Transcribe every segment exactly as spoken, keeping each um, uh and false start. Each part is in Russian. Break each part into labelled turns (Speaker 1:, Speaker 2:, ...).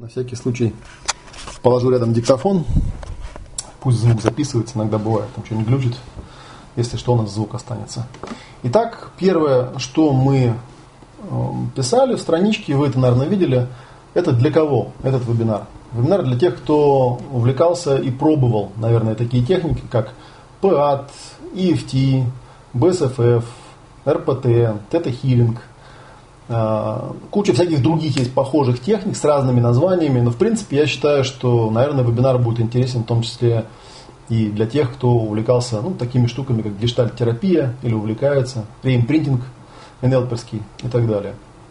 Speaker 1: На всякий случай положу рядом диктофон. Пусть звук записывается, иногда бывает, там что-нибудь глючит. Если что, у нас звук останется. Итак, первое, что мы э, писали в страничке, вы это, наверное, видели, это для кого этот вебинар? Вебинар для тех, кто увлекался и пробовал, наверное, такие техники, как пи эй ти, и эф ти, би эс эф эф, эр пи ти, тета-хилинг. Куча всяких других есть похожих техник с разными названиями, но в принципе я считаю, что, наверное, вебинар будет интересен в том числе и для тех, кто увлекался ну, такими штуками, как гештальт-терапия или увлекается, реимпринтинг эн эл пи-рский и так далее.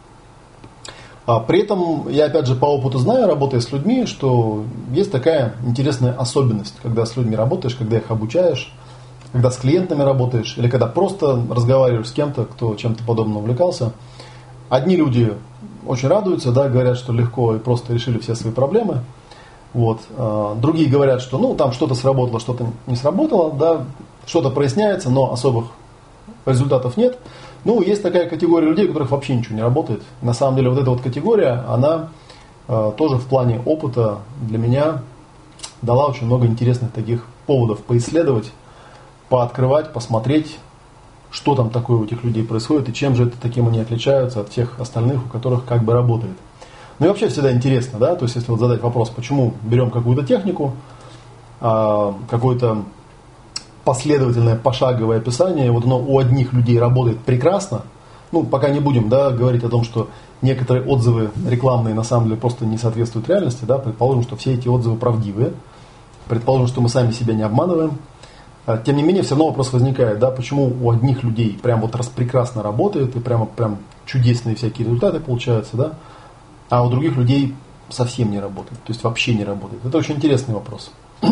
Speaker 1: А при этом я опять же по опыту знаю, работая с людьми, что есть такая интересная особенность, когда с людьми работаешь, когда их обучаешь, когда с клиентами работаешь или когда просто разговариваешь с кем-то, кто чем-то подобным увлекался. Одни люди очень радуются, да, говорят, что легко и просто решили все свои проблемы. Вот. Другие говорят, что ну, там что-то сработало, что-то не сработало, да, что-то проясняется, но особых результатов нет. Ну, есть такая категория людей, у которых вообще ничего не работает. На самом деле, вот эта вот категория, она э, тоже в плане опыта для меня дала очень много интересных таких поводов поисследовать, пооткрывать, посмотреть, что там такое у этих людей происходит и чем же это таким они отличаются от всех остальных, у которых как бы работает. Ну и вообще всегда интересно, да, то есть если вот задать вопрос, почему берем какую-то технику, э, какое-то последовательное пошаговое описание, вот оно у одних людей работает прекрасно, ну пока не будем, да, говорить о том, что некоторые отзывы рекламные на самом деле просто не соответствуют реальности, да, предположим, что все эти отзывы правдивые, предположим, что мы сами себя не обманываем. Тем не менее, все равно вопрос возникает, да, почему у одних людей прям вот раз прекрасно работает и прямо прям чудесные всякие результаты получаются, да, а у других людей совсем не работает, то есть вообще не работает. Это очень интересный вопрос.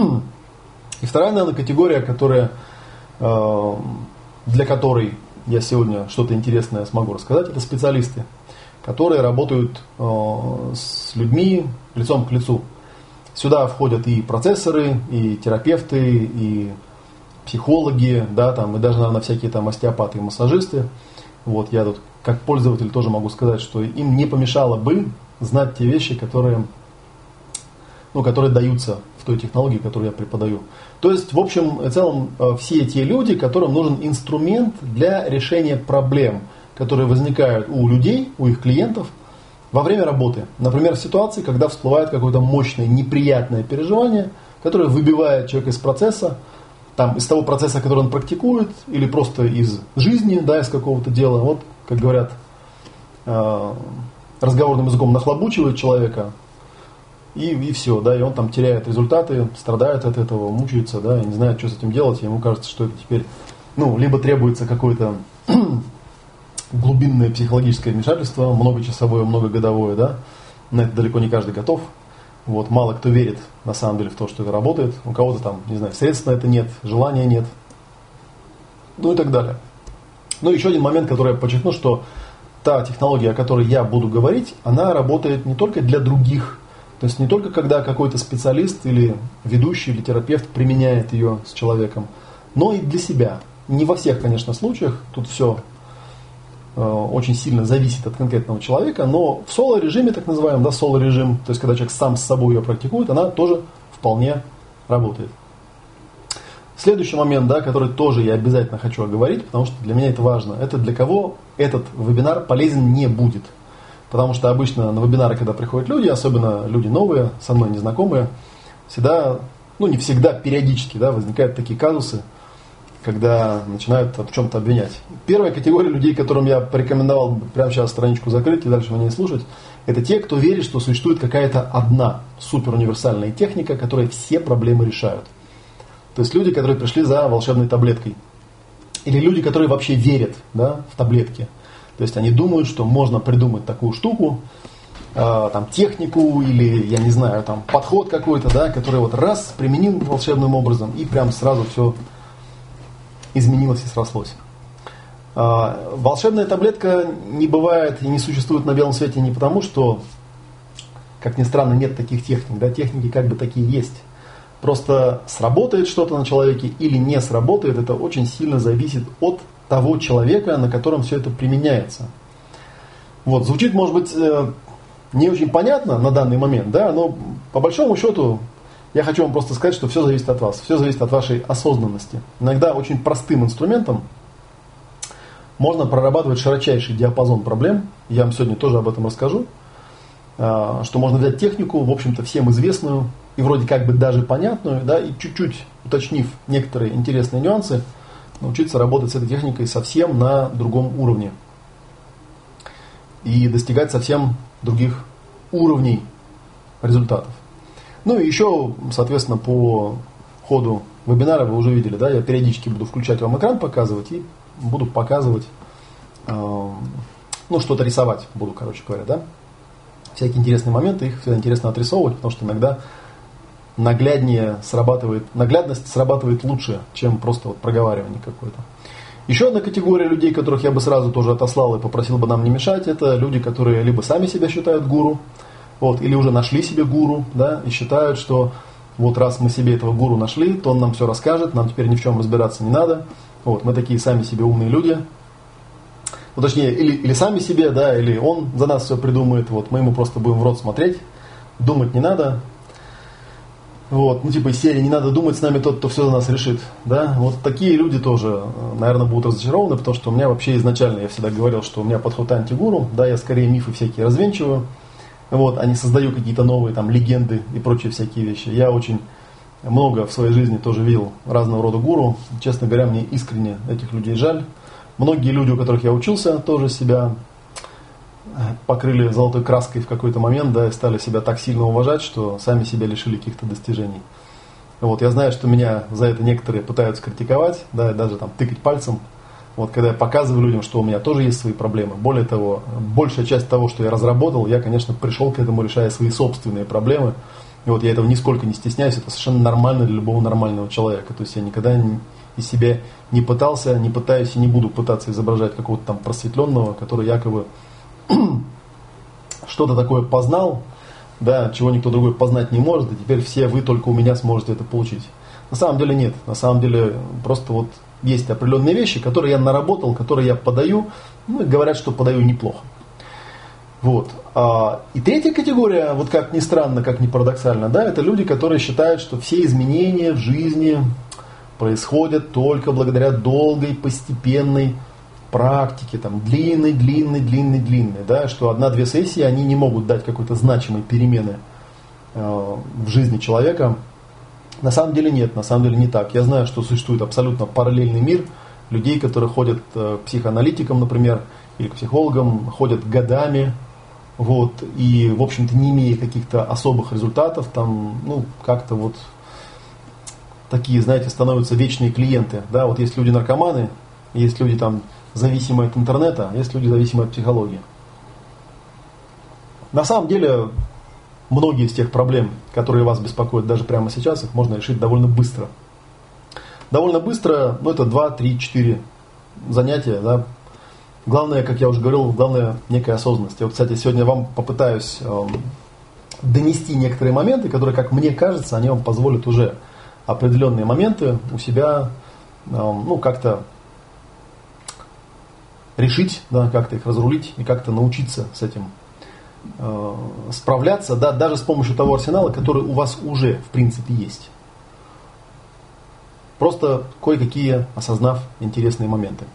Speaker 1: И вторая, наверное, категория, которая, э, для которой я сегодня что-то интересное смогу рассказать, это специалисты, которые работают э, с людьми лицом к лицу. Сюда входят и процессоры, и терапевты, и психологи, да, там, и даже, наверное, всякие там остеопаты и массажисты. Вот, я тут как пользователь тоже могу сказать, что им не помешало бы знать те вещи, которые, ну, которые даются в той технологии, которую я преподаю. То есть, в общем и целом, все те люди, которым нужен инструмент для решения проблем, которые возникают у людей, у их клиентов во время работы. Например, в ситуации, когда всплывает какое-то мощное, неприятное переживание, которое выбивает человека из процесса, там, из того процесса, который он практикует, или просто из жизни, да, из какого-то дела. Вот, как говорят, разговорным языком нахлобучивает человека, и, и все, да, и он там теряет результаты, страдает от этого, мучается, да, и не знает, что с этим делать, и ему кажется, что это теперь, ну, либо требуется какое-то глубинное психологическое вмешательство, многочасовое, многогодовое, да, на это далеко не каждый готов. Вот, мало кто верит, на самом деле, в то, что это работает. У кого-то там, не знаю, средств на это нет, желания нет. Ну и так далее. Ну и еще один момент, который я подчеркну, что та технология, о которой я буду говорить, она работает не только для других. То есть не только когда какой-то специалист или ведущий или терапевт применяет ее с человеком, но и для себя. Не во всех, конечно, случаях. Тут все очень сильно зависит от конкретного человека, но в соло-режиме, так называемом, да, соло-режим, то есть когда человек сам с собой ее практикует, она тоже вполне работает. Следующий момент, да, который тоже я обязательно хочу оговорить, потому что для меня это важно, это для кого этот вебинар полезен не будет. Потому что обычно на вебинары, когда приходят люди, особенно люди новые, со мной незнакомые, всегда, ну не всегда, периодически, да, возникают такие казусы, когда начинают в чем-то обвинять. Первая категория людей, которым я порекомендовал прямо сейчас страничку закрыть и дальше меня не слушать, это те, кто верит, что существует какая-то одна суперуниверсальная техника, которая все проблемы решают. То есть люди, которые пришли за волшебной таблеткой. Или люди, которые вообще верят, да, в таблетки. То есть они думают, что можно придумать такую штуку, э, там, технику или, я не знаю, там, подход какой-то, да, который вот раз применил волшебным образом и прям сразу все изменилось и срослось. Волшебная таблетка не бывает и не существует на белом свете не потому, что, как ни странно, нет таких техник. Да, техники как бы такие есть. Просто сработает что-то на человеке или не сработает, это очень сильно зависит от того человека, на котором все это применяется. Вот, звучит, может быть, не очень понятно на данный момент, да, но по большому счету я хочу вам просто сказать, что все зависит от вас, все зависит от вашей осознанности. Иногда очень простым инструментом можно прорабатывать широчайший диапазон проблем. Я вам сегодня тоже об этом расскажу, что можно взять технику, в общем-то, всем известную и вроде как бы даже понятную, да, и чуть-чуть уточнив некоторые интересные нюансы, научиться работать с этой техникой совсем на другом уровне и достигать совсем других уровней результатов. Ну и еще, соответственно, по ходу вебинара вы уже видели, да, я периодически буду включать вам экран, показывать и буду показывать, э, ну, что-то рисовать буду, короче говоря, да. Всякие интересные моменты, их всегда интересно отрисовывать, потому что иногда нагляднее срабатывает, наглядность срабатывает лучше, чем просто вот проговаривание какое-то. Еще одна категория людей, которых я бы сразу тоже отослал и попросил бы нам не мешать, это люди, которые либо сами себя считают гуру, вот, или уже нашли себе гуру, да, и считают, что вот раз мы себе этого гуру нашли, то он нам все расскажет, нам теперь ни в чем разбираться не надо. Вот, мы такие сами себе умные люди. Ну, точнее, или, или сами себе, да, или он за нас все придумает, вот, мы ему просто будем в рот смотреть, думать не надо. Вот, ну типа из серии «Не надо думать, с нами тот, кто все за нас решит». Да? Вот такие люди тоже, наверное, будут разочарованы, потому что у меня вообще изначально, я всегда говорил, что у меня подход антигуру, да, я скорее мифы всякие развенчиваю, вот, а не создаю какие-то новые там легенды и прочие всякие вещи. Я очень много в своей жизни тоже видел разного рода гуру. Честно говоря, мне искренне этих людей жаль. Многие люди, у которых я учился, тоже себя покрыли золотой краской в какой-то момент, да, и стали себя так сильно уважать, что сами себя лишили каких-то достижений. Вот, я знаю, что меня за это некоторые пытаются критиковать, да, и даже там тыкать пальцем. Вот, когда я показываю людям, что у меня тоже есть свои проблемы. Более того, большая часть того, что я разработал, я, конечно, пришел к этому, решая свои собственные проблемы. И вот я этого нисколько не стесняюсь, это совершенно нормально для любого нормального человека. То есть я никогда не, из себя не пытался, не пытаюсь и не буду пытаться изображать какого-то там просветленного, который якобы что-то такое познал, да, чего никто другой познать не может, и теперь все вы только у меня сможете это получить. На самом деле нет. На самом деле просто вот есть определенные вещи, которые я наработал, которые я подаю, ну и говорят, что подаю неплохо. Вот. И третья категория, вот как ни странно, как ни парадоксально, да, это люди, которые считают, что все изменения в жизни происходят только благодаря долгой, постепенной практике, там, длинной, длинной, длинной, длинной, да, что одна-две сессии, они не могут дать какой-то значимой перемены э, в жизни человека. На самом деле нет, на самом деле не так. Я знаю, что существует абсолютно параллельный мир людей, которые ходят э, к психоаналитикам, например, или к психологам, ходят годами, вот, и, в общем-то, не имея каких-то особых результатов, там, ну, как-то вот такие, знаете, становятся вечные клиенты, да, вот есть люди-наркоманы, есть люди там зависимые от интернета, есть люди зависимые от психологии. На самом деле, многие из тех проблем, которые вас беспокоят даже прямо сейчас, их можно решить довольно быстро. Довольно быстро, ну это два, три, четыре занятия, да. Главное, как я уже говорил, главное некая осознанность. Я вот, кстати, сегодня вам попытаюсь э, донести некоторые моменты, которые, как мне кажется, они вам позволят уже определенные моменты у себя, э, ну, как-то решить, да, как-то их разрулить и как-то научиться с этим э, справляться, да, даже с помощью того арсенала, который у вас уже, в принципе, есть. Просто кое-какие осознав интересные моменты.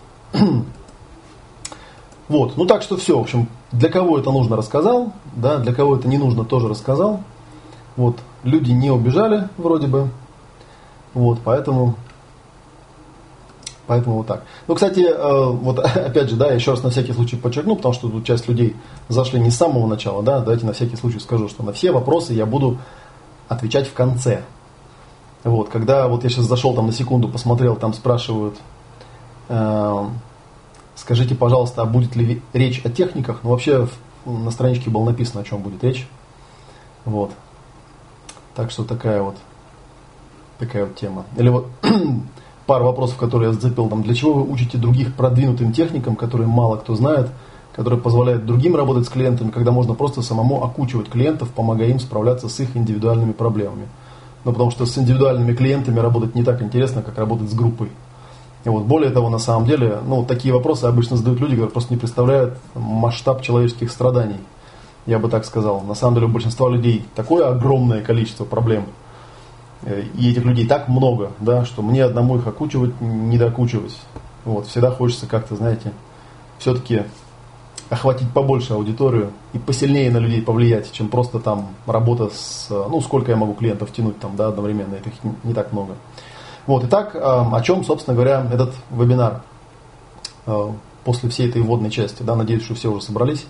Speaker 1: Вот, ну так что все, в общем, для кого это нужно, рассказал, да, для кого это не нужно, тоже рассказал. Вот, люди не убежали, вроде бы, вот, поэтому... Поэтому вот так. Ну, кстати, вот опять же, да, еще раз на всякий случай подчеркну, потому что тут часть людей зашли не с самого начала, да, давайте на всякий случай скажу, что на все вопросы я буду отвечать в конце. Вот, когда вот я сейчас зашел там на секунду, посмотрел, там спрашивают, э, скажите, пожалуйста, а будет ли речь о техниках? Ну, вообще на страничке было написано, о чем будет речь. Вот. Так что такая вот, такая вот тема. Или вот... Пару вопросов, которые я зацепил, там, для чего вы учите других продвинутым техникам, которые мало кто знает, которые позволяют другим работать с клиентами, когда можно просто самому окучивать клиентов, помогая им справляться с их индивидуальными проблемами. Ну, потому что с индивидуальными клиентами работать не так интересно, как работать с группой. И вот, более того, на самом деле, ну, такие вопросы обычно задают люди, которые просто не представляют масштаб человеческих страданий. я бы так сказал. На самом деле у большинства людей такое огромное количество проблем, и этих людей так много, да, что мне одному их окучивать, не докучивать. Вот, всегда хочется как-то, знаете, все-таки охватить побольше аудиторию и посильнее на людей повлиять, чем просто там работа с, ну, сколько я могу клиентов тянуть там, да, одновременно, это их не так много. Вот, итак, о чем, собственно говоря, этот вебинар после всей этой вводной части, да, надеюсь, что все уже собрались.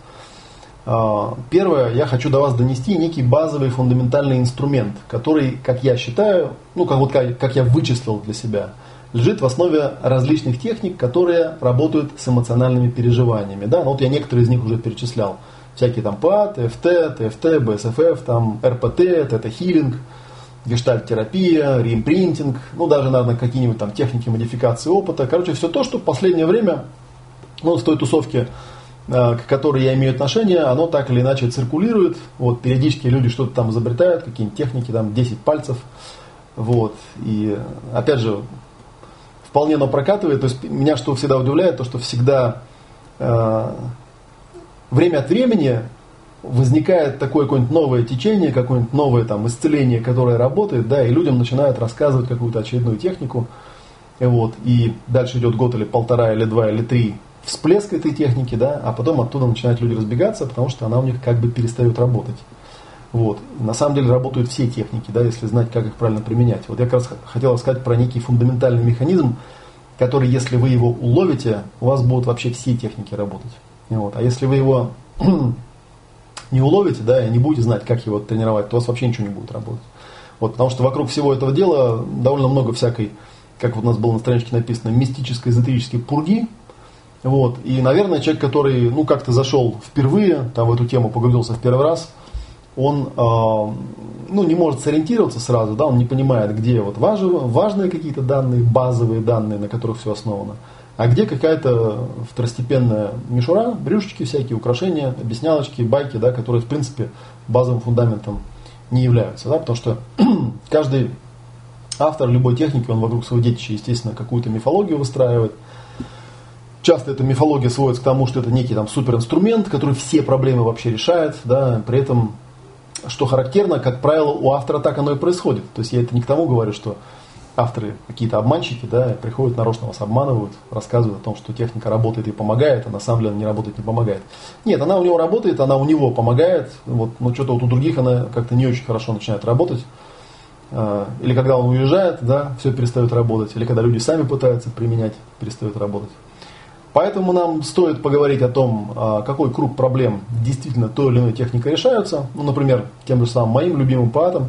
Speaker 1: Первое, я хочу до вас донести некий базовый фундаментальный инструмент, который, как я считаю, ну, как, вот, как, как я вычислил для себя, лежит в основе различных техник, которые работают с эмоциональными переживаниями. Да? Ну, вот я некоторые из них уже перечислял. Всякие там ПА, ТФТ, ТФТ, БСФФ, там, РПТ, тета-хилинг, гештальт-терапия, реимпринтинг, ну, даже, наверное, какие-нибудь там техники модификации опыта. Короче, все то, что в последнее время, ну, с той тусовки, к которой я имею отношение, оно так или иначе циркулирует. Вот, периодически люди что-то там изобретают, какие-нибудь техники, там, десять пальцев. Вот. И, опять же, вполне оно прокатывает. То есть меня что всегда удивляет, то что всегда э, время от времени возникает такое какое-нибудь новое течение, какое-нибудь новое там исцеление, которое работает, да, и людям начинают рассказывать какую-то очередную технику. И, вот, и дальше идет год или полтора, или два, или три всплеск этой техники, да, а потом оттуда начинают люди разбегаться, потому что она у них как бы перестает работать. Вот. На самом деле работают все техники, да, если знать, как их правильно применять. Вот я как раз хотел сказать про некий фундаментальный механизм, который, если вы его уловите, у вас будут вообще все техники работать. Вот. А если вы его не уловите, да, и не будете знать, как его тренировать, то у вас вообще ничего не будет работать. Вот, потому что вокруг всего этого дела довольно много всякой, как вот у нас было на страничке написано, мистической, эзотерической пурги. Вот. И, наверное, человек, который ну, как-то зашел впервые, там, в эту тему погрузился в первый раз, он э, ну, не может сориентироваться сразу, да, он не понимает, где вот важные, важные какие-то данные, базовые данные, на которых все основано, а где какая-то второстепенная мишура, брюшечки всякие, украшения, объяснялочки, байки, да, которые, в принципе, базовым фундаментом не являются. Да, потому что каждый автор любой техники, он вокруг своего детища, естественно, какую-то мифологию выстраивает. Часто эта мифология сводится к тому, что это некий там суперинструмент, который все проблемы вообще решает, да, при этом, что характерно, как правило, у автора так оно и происходит. То есть я это не к тому говорю, что авторы какие-то обманщики, да, приходят, нарочно вас обманывают, рассказывают о том, что техника работает и помогает, а на самом деле она не работает, не помогает. Нет, она у него работает, она у него помогает, вот, но что-то вот у других она как-то не очень хорошо начинает работать. Или когда он уезжает, да, все перестает работать, или когда люди сами пытаются применять, перестает работать. Поэтому нам стоит поговорить о том, какой круг проблем действительно той или иной техникой решаются. Ну, например, тем же самым моим любимым ПААТом.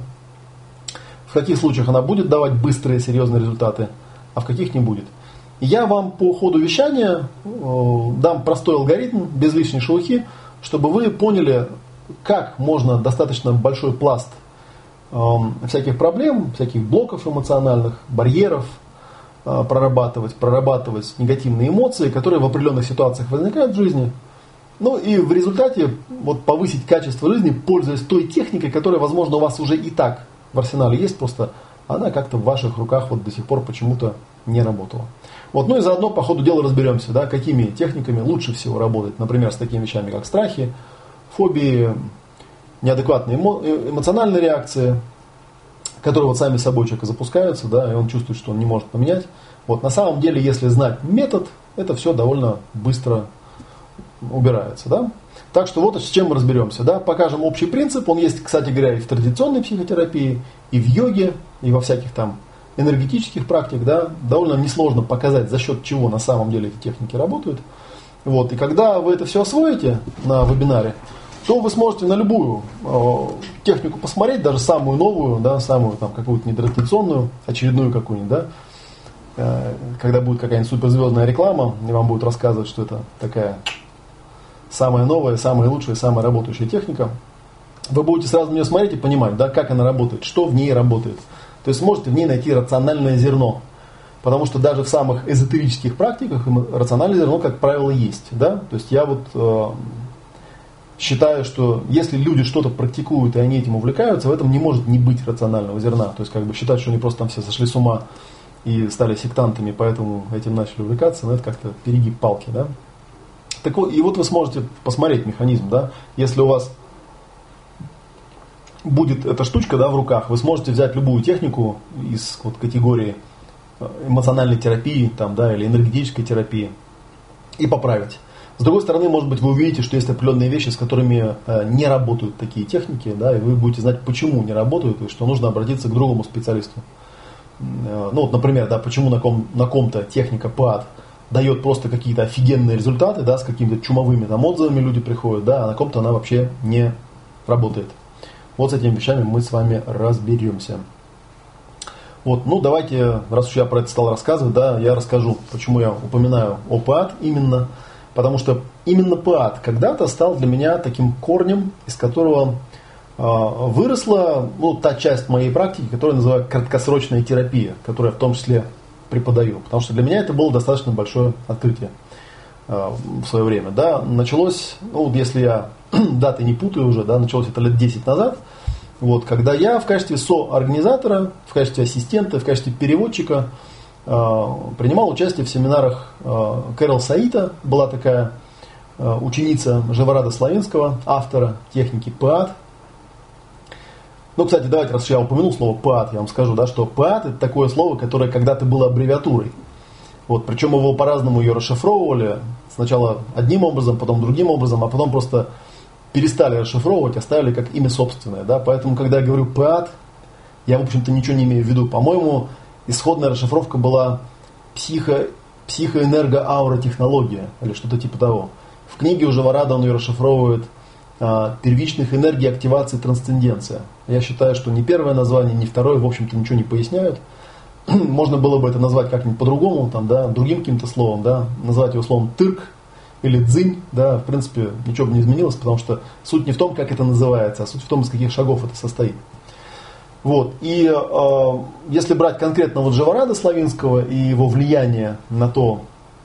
Speaker 1: В каких случаях она будет давать быстрые, серьезные результаты, а в каких не будет. И я вам по ходу вещания дам простой алгоритм, без лишней шелухи, чтобы вы поняли, как можно достаточно большой пласт всяких проблем, всяких блоков эмоциональных, барьеров, прорабатывать, прорабатывать негативные эмоции, которые в определенных ситуациях возникают в жизни. Ну и в результате вот, повысить качество жизни, пользуясь той техникой, которая, возможно, у вас уже и так в арсенале есть, просто она как-то в ваших руках вот до сих пор почему-то не работала. Вот, ну и заодно по ходу дела разберемся, да, какими техниками лучше всего работать. Например, с такими вещами, как страхи, фобии, неадекватные эмо- эмоциональные реакции, которые вот сами собой человека запускаются, да, и он чувствует, что он не может поменять. Вот, на самом деле, если знать метод, это все довольно быстро убирается. Да? Так что вот с чем мы разберемся. Да? Покажем общий принцип. Он есть, кстати говоря, и в традиционной психотерапии, и в йоге, и во всяких там энергетических практиках. Да? Довольно несложно показать, за счет чего на самом деле эти техники работают. Вот. И когда вы это все освоите на вебинаре, то вы сможете на любую э, технику посмотреть, даже самую новую, да, самую там, какую-то нетрадиционную, очередную какую-нибудь, да, э, когда будет какая-нибудь суперзвездная реклама, и вам будут рассказывать, что это такая самая новая, самая лучшая, самая работающая техника, вы будете сразу на нее смотреть и понимать, да, как она работает, что в ней работает. То есть сможете в ней найти рациональное зерно. Потому что даже в самых эзотерических практиках рациональное зерно, как правило, есть. Да? То есть я вот э, считаю, что если люди что-то практикуют и они этим увлекаются, в этом не может не быть рационального зерна. То есть как бы считать, что они просто там все сошли с ума и стали сектантами, поэтому этим начали увлекаться, но это как-то перегиб палки. Да? Так вот, и вот вы сможете посмотреть механизм. Да? Если у вас будет эта штучка, да, в руках, вы сможете взять любую технику из вот, категории эмоциональной терапии там, да, или энергетической терапии и поправить. С другой стороны, может быть, вы увидите, что есть определенные вещи, с которыми э, не работают такие техники, да, и вы будете знать, почему не работают, и что нужно обратиться к другому специалисту. Э, ну вот, например, да, почему на, ком, на ком-то техника ПАД дает просто какие-то офигенные результаты, да, с какими-то чумовыми там отзывами люди приходят, да, а на ком-то она вообще не работает. Вот с этими вещами мы с вами разберемся. Вот, ну давайте, раз уж я про это стал рассказывать, да, я расскажу, почему я упоминаю о ПАД именно. Потому что именно ПАД когда-то стал для меня таким корнем, из которого э, выросла ну, та часть моей практики, которую я называю краткосрочная терапия, которую я в том числе преподаю. Потому что для меня это было достаточно большое открытие э, в свое время. Да. Началось, ну, если я даты не путаю уже, да, началось это лет десять назад, вот, когда я в качестве соорганизатора, в качестве ассистента, в качестве переводчика принимал участие в семинарах Кэрол Саита, была такая ученица Живорада Славинского, автора техники ПАД. Ну, кстати, давайте, раз я упомянул слово ПАД, я вам скажу, да, что ПАД это такое слово, которое когда-то было аббревиатурой. Вот, причем его по-разному ее расшифровывали. Сначала одним образом, потом другим образом, а потом просто перестали расшифровывать, оставили как имя собственное. Да? Поэтому, когда я говорю ПАД, я, в общем-то, ничего не имею в виду. По-моему, исходная расшифровка была психо, психоэнергоауротехнология или что-то типа того. В книге у Живорада он ее расшифровывает а, первичных энергий активации трансценденция. Я считаю, что ни первое название, ни второе, в общем-то, ничего не поясняют. Можно было бы это назвать как-нибудь по-другому, там, да, другим каким-то словом, да, назвать его словом тырк или дзынь, да, в принципе, ничего бы не изменилось, потому что суть не в том, как это называется, а суть в том, из каких шагов это состоит. Вот. И э, если брать конкретно вот Живорада Славинского и его влияние на то,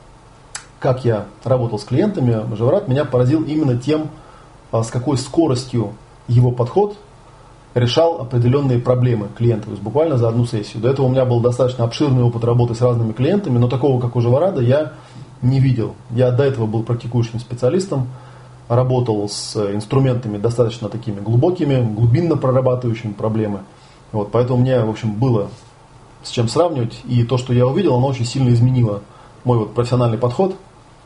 Speaker 1: как я работал с клиентами, Живорад меня поразил именно тем, э, с какой скоростью его подход решал определенные проблемы клиентов, то есть буквально за одну сессию. До этого у меня был достаточно обширный опыт работы с разными клиентами, но такого, как у Живорада, я не видел. Я до этого был практикующим специалистом, работал с инструментами достаточно такими глубокими, глубинно прорабатывающими проблемы. Вот, поэтому мне, в общем, было с чем сравнивать. И то, что я увидел, оно очень сильно изменило мой вот профессиональный подход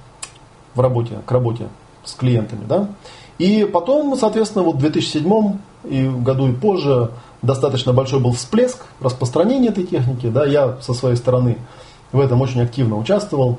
Speaker 1: в работе, к работе с клиентами. Да? И потом, соответственно, вот в две тысячи седьмом и году и позже достаточно большой был всплеск распространения этой техники. Да? Я со своей стороны в этом очень активно участвовал.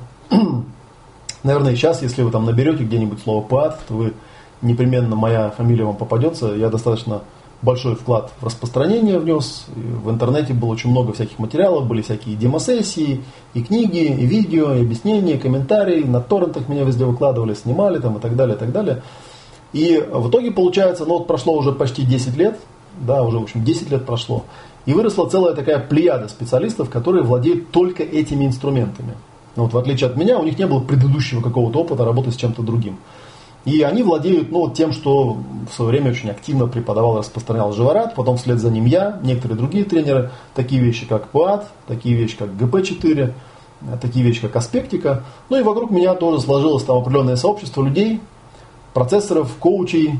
Speaker 1: Наверное, сейчас, если вы там наберете где-нибудь слово ПАД, то вы непременно, моя фамилия вам попадется. Я достаточно большой вклад в распространение внес. В интернете было очень много всяких материалов, были всякие демосессии, и книги, и видео, и объяснения, и комментарии. На торрентах меня везде выкладывали, снимали там, и так далее, и так далее. И в итоге получается, ну вот прошло уже почти десять лет, да, уже в общем десять лет прошло, и выросла целая такая плеяда специалистов, которые владеют только этими инструментами. Но вот в отличие от меня, у них не было предыдущего какого-то опыта работы с чем-то другим. И они владеют ну, тем, что в свое время очень активно преподавал и распространял Живорад, потом вслед за ним я, некоторые другие тренеры, такие вещи как ПАД, такие вещи как гэ пэ четыре, такие вещи как аспектика. Ну и вокруг меня тоже сложилось там определенное сообщество людей, процессоров, коучей,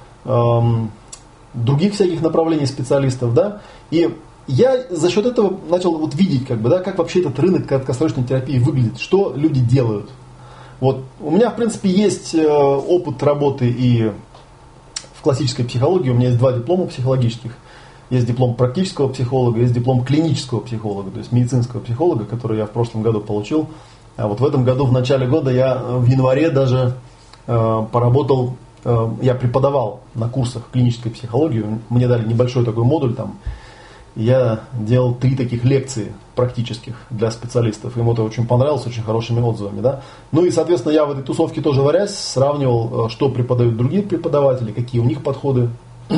Speaker 1: эм, других всяких направлений специалистов. Да? И я за счет этого начал вот видеть, как, бы, да, как вообще этот рынок краткосрочной терапии выглядит, что люди делают. Вот. У меня, в принципе, есть э, опыт работы и в классической психологии. У меня есть два диплома психологических. Есть диплом практического психолога, есть диплом клинического психолога, то есть медицинского психолога, который я в прошлом году получил. А вот в этом году, в начале года, я в январе даже э, поработал, э, я преподавал на курсах клинической психологии. Мне дали небольшой такой модуль там. Я делал три таких лекции практических для специалистов. Ему это очень понравилось, очень хорошими отзывами. Да? Ну и, соответственно, я в этой тусовке тоже варясь, сравнивал, что преподают другие преподаватели, какие у них подходы.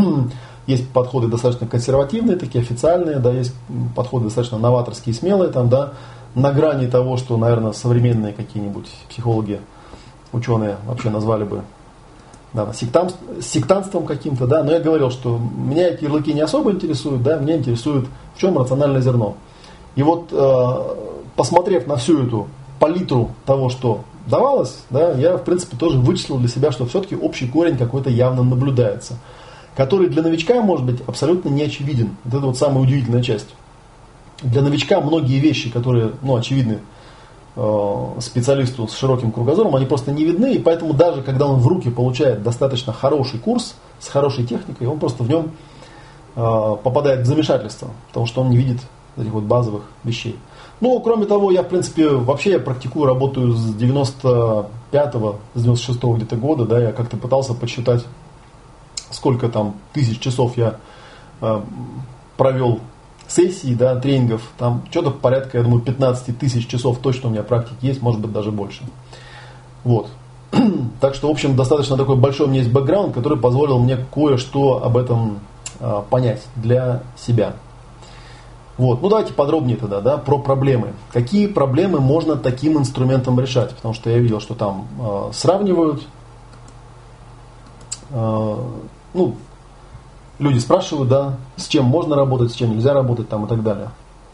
Speaker 1: Есть подходы достаточно консервативные, такие официальные, да, есть подходы достаточно новаторские, смелые, там, да, на грани того, что, наверное, современные какие-нибудь психологи, ученые вообще назвали бы да, сектам, сектантством каким-то, да, но я говорил, что меня эти ярлыки не особо интересуют, да, меня интересует в чем рациональное зерно. И вот, э, посмотрев на всю эту палитру того, что давалось, да, я, в принципе, тоже вычислил для себя, что все-таки общий корень какой-то явно наблюдается. который для новичка может быть абсолютно не очевиден. Вот это вот самая удивительная часть. Для новичка многие вещи, которые, ну, очевидны э, специалисту с широким кругозором, они просто не видны, и поэтому даже когда он в руки получает достаточно хороший курс с хорошей техникой, он просто в нем э, попадает в замешательство, потому что он не видит этих вот базовых вещей. Ну, кроме того, я, в принципе, вообще я практикую, работаю с девяносто пятого, с девяносто шестого где-то года, да, я как-то пытался подсчитать, сколько там тысяч часов я э, провел сессий, да, тренингов, там что-то порядка, я думаю, пятнадцать тысяч часов точно у меня практики есть, может быть, даже больше. Вот. Так что, в общем, достаточно такой большой у меня есть бэкграунд, который позволил мне кое-что об этом э, понять для себя. Вот. Ну, давайте подробнее тогда, да, про проблемы. Какие проблемы можно таким инструментом решать? Потому что я видел, что там э, сравнивают, э, ну, люди спрашивают, да, с чем можно работать, с чем нельзя работать, там и так далее.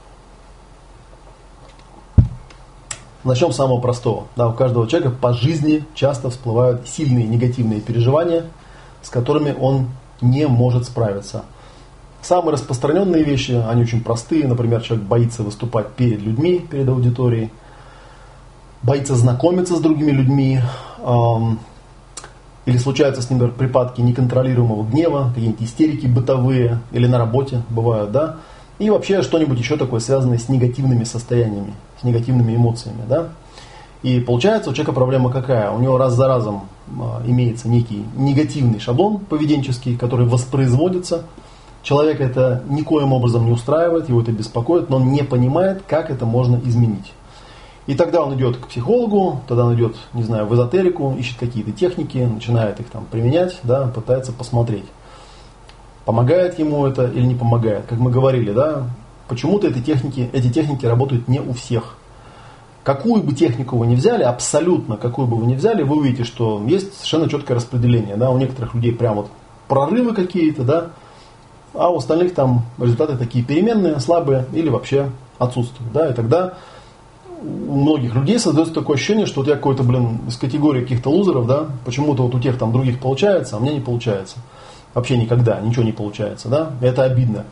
Speaker 1: Начнем с самого простого. Да, у каждого человека по жизни часто всплывают сильные негативные переживания, с которыми он не может справиться. Самые распространенные вещи, они очень простые. Например, человек боится выступать перед людьми, перед аудиторией, боится знакомиться с другими людьми, эм, или случаются с ним, например, припадки неконтролируемого гнева, какие-нибудь истерики бытовые, или на работе бывают, да, и вообще что-нибудь еще такое, связанное с негативными состояниями, с негативными эмоциями, да. И получается у человека проблема какая? У него раз за разом э, имеется некий негативный шаблон поведенческий, который воспроизводится. Человека это никоим образом не устраивает, его это беспокоит, но он не понимает, как это можно изменить. И тогда он идет к психологу, тогда он идет, не знаю, в эзотерику, ищет какие-то техники, начинает их там применять, да, пытается посмотреть, помогает ему это или не помогает. Как мы говорили, да, почему-то эти техники, эти техники работают не у всех. Какую бы технику вы ни взяли, абсолютно какую бы вы ни взяли, вы увидите, что есть совершенно четкое распределение. Да, у некоторых людей прям вот прорывы какие-то, да, а у остальных там результаты такие переменные, слабые или вообще отсутствуют. Да, и тогда у многих людей создается такое ощущение, что вот я какой-то, блин, из категории каких-то лузеров, да, почему-то вот у тех там других получается, а мне не получается. Вообще никогда, ничего не получается, да, это обидно.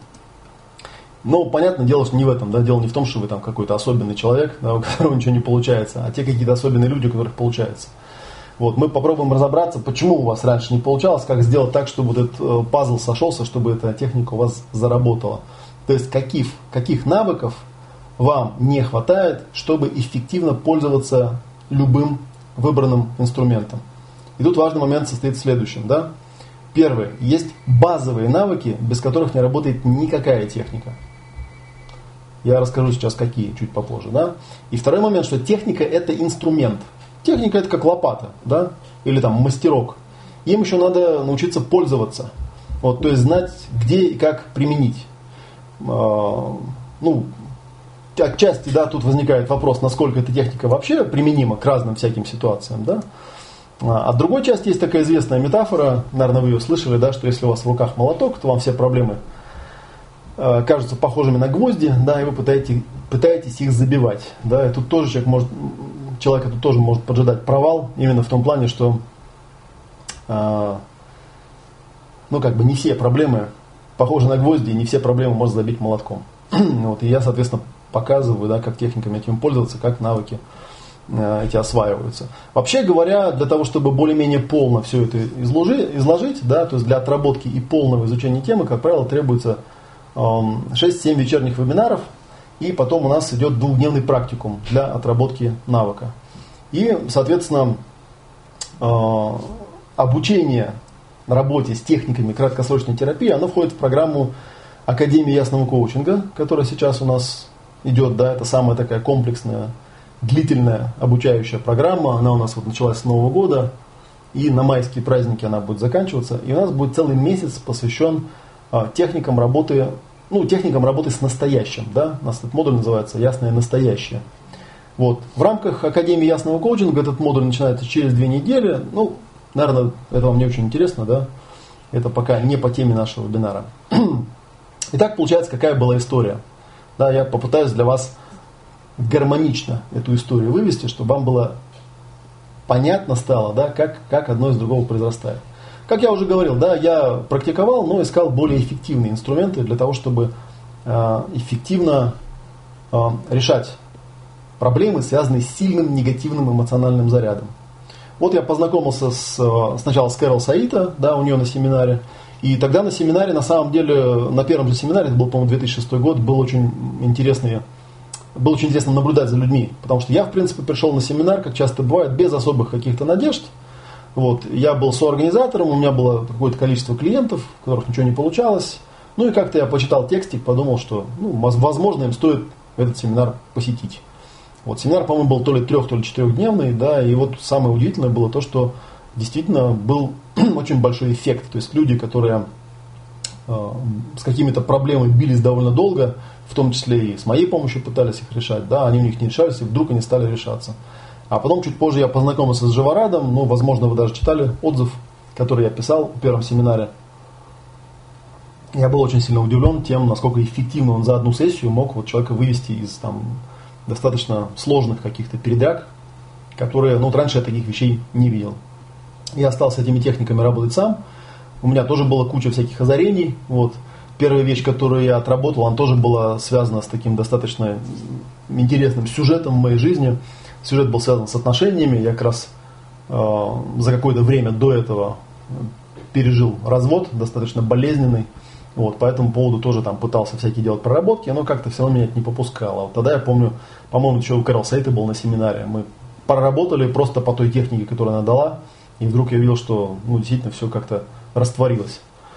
Speaker 1: Но понятное дело, что не в этом, да, дело не в том, что вы там какой-то особенный человек, да, у которого ничего не получается, а те какие-то особенные люди, у которых получается. Вот, мы попробуем разобраться, почему у вас раньше не получалось, как сделать так, чтобы вот этот э, пазл сошелся, чтобы эта техника у вас заработала. То есть каких, каких навыков вам не хватает, чтобы эффективно пользоваться любым выбранным инструментом. И тут важный момент состоит в следующем. Да? Первый. Есть базовые навыки, без которых не работает никакая техника. Я расскажу сейчас, какие, чуть попозже. Да? И второй момент, что техника – это инструмент. Техника – это как лопата, да? Или там мастерок. Им еще надо научиться пользоваться. Вот, то есть знать, где и как применить. А, ну, отчасти, да, тут возникает вопрос, насколько эта техника вообще применима к разным всяким ситуациям, да. А от другой части есть такая известная метафора, наверное, вы ее слышали, да, что если у вас в руках молоток, то вам все проблемы э, кажутся похожими на гвозди, да, и вы пытаетесь, пытаетесь их забивать, да, и тут тоже человек может, человека тут тоже может поджидать провал, именно в том плане, что, э, ну, как бы не все проблемы похожи на гвозди, и не все проблемы можно забить молотком. Вот, и я, соответственно, показываю, да, как техниками этим пользоваться, как навыки э, эти осваиваются. Вообще говоря, для того, чтобы более-менее полно все это изложи, изложить, да, то есть для отработки и полного изучения темы, как правило, требуется э, шесть-семь вечерних вебинаров, и потом у нас идет двухдневный практикум для отработки навыка. И, соответственно, э, обучение работе с техниками краткосрочной терапии, оно входит в программу Академии ясного коучинга, которая сейчас у нас идет, да, это самая такая комплексная, длительная обучающая программа. Она у нас вот началась с Нового года, и на майские праздники она будет заканчиваться. И у нас будет целый месяц посвящен а, техникам работы, ну, техникам работы с настоящим, да. У нас этот модуль называется «Ясное настоящее». Вот. В рамках Академии ясного коучинга этот модуль начинается через две недели. Ну, наверное, это вам не очень интересно, да. Это пока не по теме нашего вебинара. Итак, получается, какая была история. Да, я попытаюсь для вас гармонично эту историю вывести, чтобы вам было понятно стало, да, как, как одно из другого произрастает. как я уже говорил, да, я практиковал, но искал более эффективные инструменты для того, чтобы э, эффективно э, решать проблемы, связанные с сильным негативным эмоциональным зарядом. Вот я познакомился с, сначала с Кэрол Саита, да, у нее на семинаре. И тогда на семинаре, на самом деле, на первом же семинаре, это был, по-моему, две тысячи шестой год, был очень интересный, было очень интересно наблюдать за людьми. Потому что я, в принципе, пришел на семинар, как часто бывает, без особых каких-то надежд. Вот. Я был соорганизатором, у меня было какое-то количество клиентов, у которых ничего не получалось. Ну и как-то я почитал текстик, подумал, что, ну, возможно, им стоит этот семинар посетить. Вот, семинар, по-моему, был то ли трех, то ли четырехдневный, да, и вот самое удивительное было то, что действительно был очень большой эффект. То есть люди, которые э, с какими-то проблемами бились довольно долго, в том числе и с моей помощью пытались их решать, да, они у них не решались, и вдруг они стали решаться. А потом, чуть позже, я познакомился с Живорадом, ну, возможно, вы даже читали отзыв, который я писал в первом семинаре. Я был очень сильно удивлен тем, насколько эффективно он за одну сессию мог вот человека вывести из там достаточно сложных каких-то передряг, которые, ну, вот раньше я таких вещей не видел. Я стал с этими техниками работать сам. У меня тоже была куча всяких озарений. Вот. Первая вещь, которую я отработал, она тоже была связана с таким достаточно интересным сюжетом в моей жизни. Сюжет был связан с отношениями. Я как раз э, за какое-то время до этого пережил развод, достаточно болезненный. Вот, по этому поводу тоже там пытался всякие делать проработки, но как-то все равно меня это не попускало. Вот тогда я помню, по-моему, еще у Кэрол Саита был на семинаре. Мы проработали просто по той технике, которую она дала, и вдруг я видел, что, ну, действительно все как-то растворилось.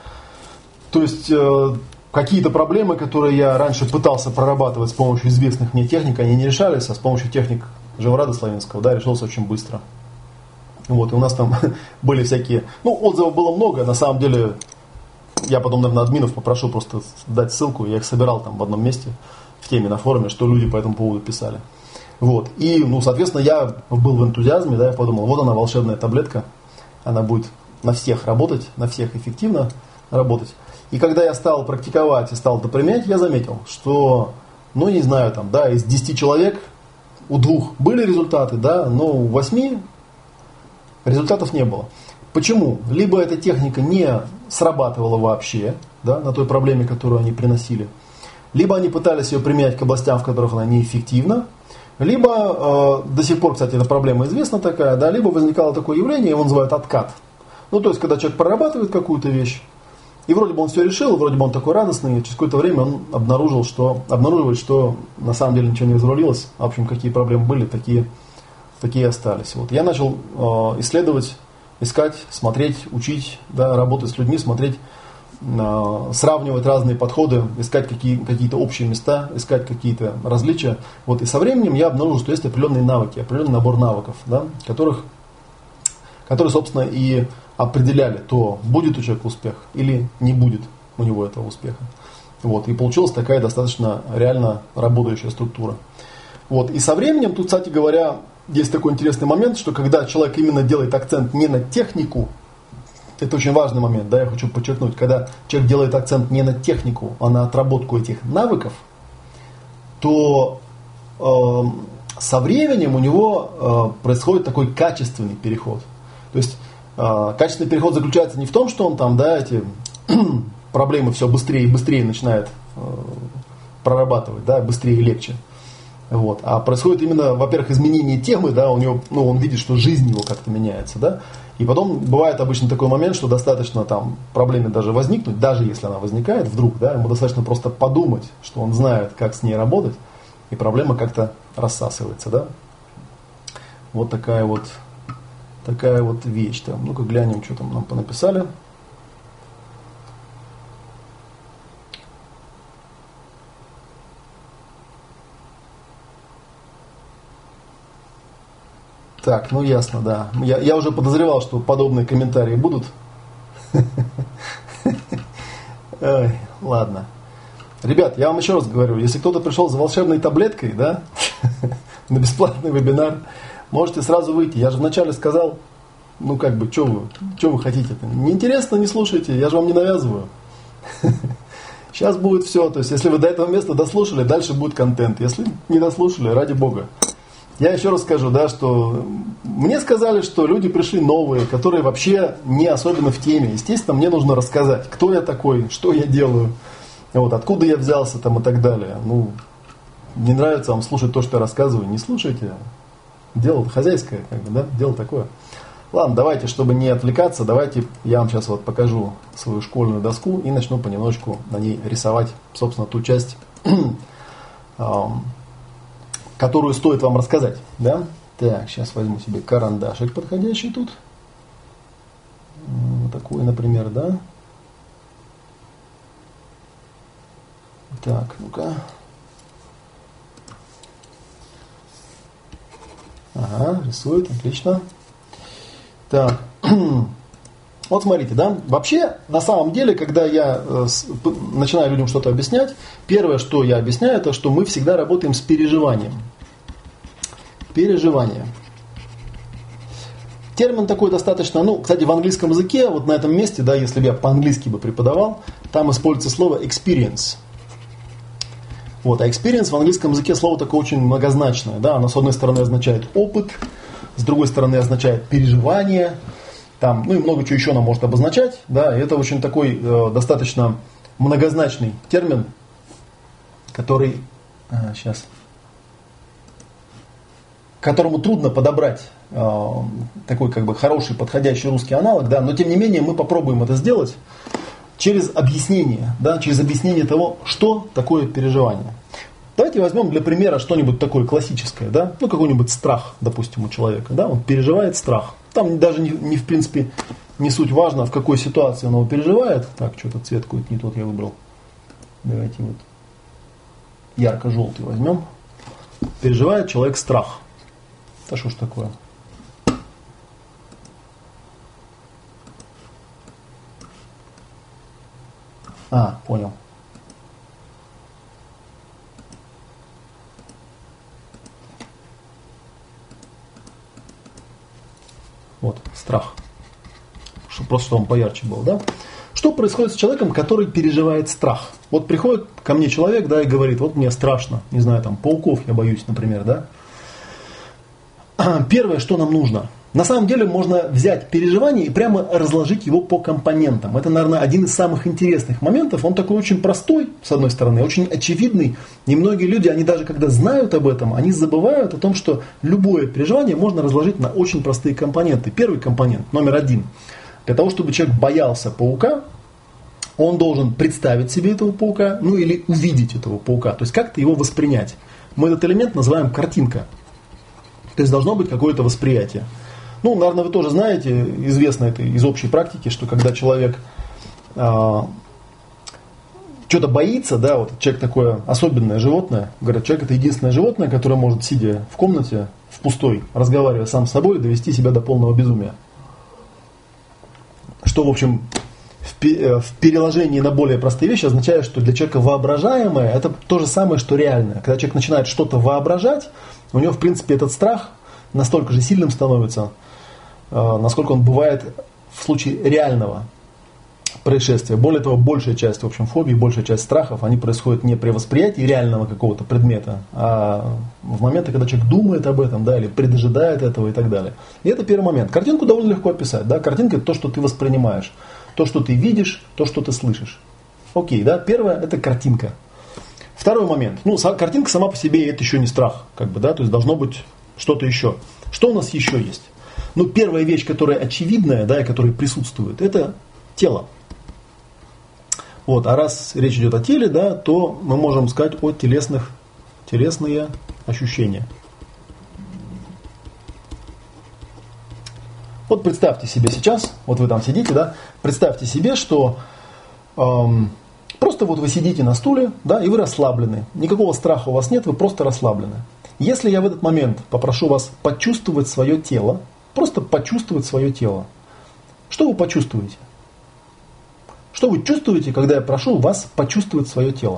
Speaker 1: То есть э, какие-то проблемы, которые я раньше пытался прорабатывать с помощью известных мне техник, они не решались, а с помощью техник Живорада Славинского, да, решился очень быстро. Вот, и у нас там были всякие, ну, отзывов было много, на самом деле. Я потом, наверное, админов попрошу просто дать ссылку. Я их собирал там в одном месте, в теме, на форуме, что люди по этому поводу писали. Вот. И, ну, соответственно, я был в энтузиазме, да, я подумал, вот она, волшебная таблетка. Она будет на всех работать, на всех эффективно работать. И когда я стал практиковать и стал это применять, я заметил, что, ну, не знаю, там, да, из десяти человек у двух были результаты, да, но у восьми результатов не было. Почему? Либо эта техника не срабатывала вообще, да, на той проблеме, которую они приносили, либо они пытались ее применять к областям, в которых она неэффективна, либо, э, до сих пор, кстати, эта проблема известна такая, да, либо возникало такое явление, его называют откат. Ну, то есть, когда человек прорабатывает какую-то вещь, и вроде бы он все решил, вроде бы он такой радостный, и через какое-то время он обнаружил, что, обнаруживает, что на самом деле ничего не разрулилось, в общем, какие проблемы были, такие, такие остались. Вот. Я начал э, исследовать, искать, смотреть, учить, да, работать с людьми, смотреть, э, сравнивать разные подходы, искать какие, какие-то общие места, искать какие-то различия. Вот, и со временем я обнаружил, что есть определенные навыки, определенный набор навыков, да, которых, которые, собственно, и определяли, то будет у человека успех или не будет у него этого успеха. Вот, и получилась такая достаточно реально работающая структура. Вот, и со временем, тут, кстати говоря, есть такой интересный момент, что когда человек именно делает акцент не на технику, это очень важный момент, да, я хочу подчеркнуть, когда человек делает акцент не на технику, а на отработку этих навыков, то э, со временем у него э, происходит такой качественный переход. То есть э, качественный переход заключается не в том, что он там, да, эти проблемы все быстрее и быстрее начинает э, прорабатывать, да, быстрее и легче. Вот. А происходит именно, во-первых, изменение темы, да, у него, ну, он видит, что жизнь его как-то меняется, да, и потом бывает обычно такой момент, что достаточно там проблеме даже возникнуть, даже если она возникает вдруг, да, ему достаточно просто подумать, что он знает, как с ней работать, и проблема как-то рассасывается, да. Вот такая вот, такая вот вещь там. Ну-ка глянем, что там нам понаписали. Так, ну ясно, да. Я, я уже подозревал, что подобные комментарии будут. Ой, ладно. Ребят, я вам еще раз говорю, если кто-то пришел за волшебной таблеткой, да, на бесплатный вебинар, можете сразу выйти. Я же вначале сказал, ну как бы, что вы, что вы хотите-то? Неинтересно, не слушайте, я же вам не навязываю. Сейчас будет все. То есть, если вы до этого места дослушали, дальше будет контент. Если не дослушали, ради бога. Я еще раз скажу, да, что мне сказали, что люди пришли новые, которые вообще не особенно в теме. Естественно, мне нужно рассказать, кто я такой, что я делаю, вот, откуда я взялся там, и так далее. Ну, не нравится вам слушать то, что я рассказываю, не слушайте. Дело хозяйское, как бы, да, дело такое. Ладно, давайте, чтобы не отвлекаться, давайте я вам сейчас вот покажу свою школьную доску и начну понемножку на ней рисовать, собственно, ту часть, которую стоит вам рассказать. Да? Так, сейчас возьму себе карандашик подходящий тут. Вот такой, например, да. Так, ну-ка. Ага, рисует, отлично. Так, вот смотрите, да, вообще, на самом деле, когда я э, с, начинаю людям что-то объяснять, первое, что я объясняю, это что мы всегда работаем с переживанием. Переживание. Термин такой достаточно, ну, кстати, в английском языке, вот на этом месте, да, если бы я по-английски бы преподавал, там используется слово experience. Вот, а experience в английском языке слово такое очень многозначное, да, оно с одной стороны означает опыт, с другой стороны означает переживание, там, ну и много чего еще оно может обозначать, да, и это очень такой э, достаточно многозначный термин, который, а, сейчас, которому трудно подобрать э, такой как бы хороший, подходящий русский аналог, да, но тем не менее мы попробуем это сделать через объяснение, да, через объяснение того, что такое переживание. Давайте возьмем для примера что-нибудь такое классическое, да, ну какой-нибудь страх, допустим, у человека, да, он переживает страх. Там даже не, не в принципе не суть важно, в какой ситуации он его переживает. Так, что-то цвет какой-то не тот я выбрал. Давайте вот ярко-желтый возьмем. Переживает человек страх. Да что ж такое? А, понял. Вот, страх. Чтобы просто чтобы он поярче был, да? Что происходит с человеком, который переживает страх? Вот приходит ко мне человек, да, и говорит, вот мне страшно, не знаю, там, пауков я боюсь, например, да? Первое, что нам нужно. На самом деле можно взять переживание и прямо разложить его по компонентам. Это, наверное, один из самых интересных моментов. Он такой очень простой, с одной стороны, очень очевидный. И многие люди, они даже когда знают об этом, они забывают о том, что любое переживание можно разложить на очень простые компоненты. Первый компонент, номер один. Для того, чтобы человек боялся паука, он должен представить себе этого паука, ну или увидеть этого паука. То есть как-то его воспринять. Мы этот элемент называем картинка. То есть должно быть какое-то восприятие. Ну, наверное, вы тоже знаете, известно это из общей практики, что когда человек э, что-то боится, да, вот человек такое особенное животное, говорят, человек это единственное животное, которое может, сидя в комнате, в пустой, разговаривая сам с собой, довести себя до полного безумия. Что, в общем, в, в переложении на более простые вещи означает, что для человека воображаемое это то же самое, что реальное. Когда человек начинает что-то воображать, у него, в принципе, этот страх настолько же сильным становится, насколько он бывает в случае реального происшествия. Более того, большая часть, в общем, фобий, большая часть страхов, они происходят не при восприятии реального какого-то предмета, а в моменты, когда человек думает об этом, да, или предожидает этого и так далее. И это первый момент. Картинку довольно легко описать. Да? Картинка – это то, что ты воспринимаешь, то, что ты видишь, то, что ты слышишь. Окей, да? Первое – это картинка. Второй момент. Ну, картинка сама по себе – это еще не страх, как бы, да, то есть должно быть что-то еще. Что у нас еще есть? Ну, первая вещь, которая очевидная, да, и которая присутствует, это тело. Вот, а раз речь идет о теле, да, то мы можем сказать о телесных, телесные ощущения. Вот представьте себе сейчас, вот вы там сидите, да, представьте себе, что эм, просто вот вы сидите на стуле, да, и вы расслаблены. Никакого страха у вас нет, вы просто расслаблены. Если я в этот момент попрошу вас почувствовать свое тело, просто почувствовать свое тело, что вы почувствуете? Что вы чувствуете, когда я прошу вас почувствовать свое тело?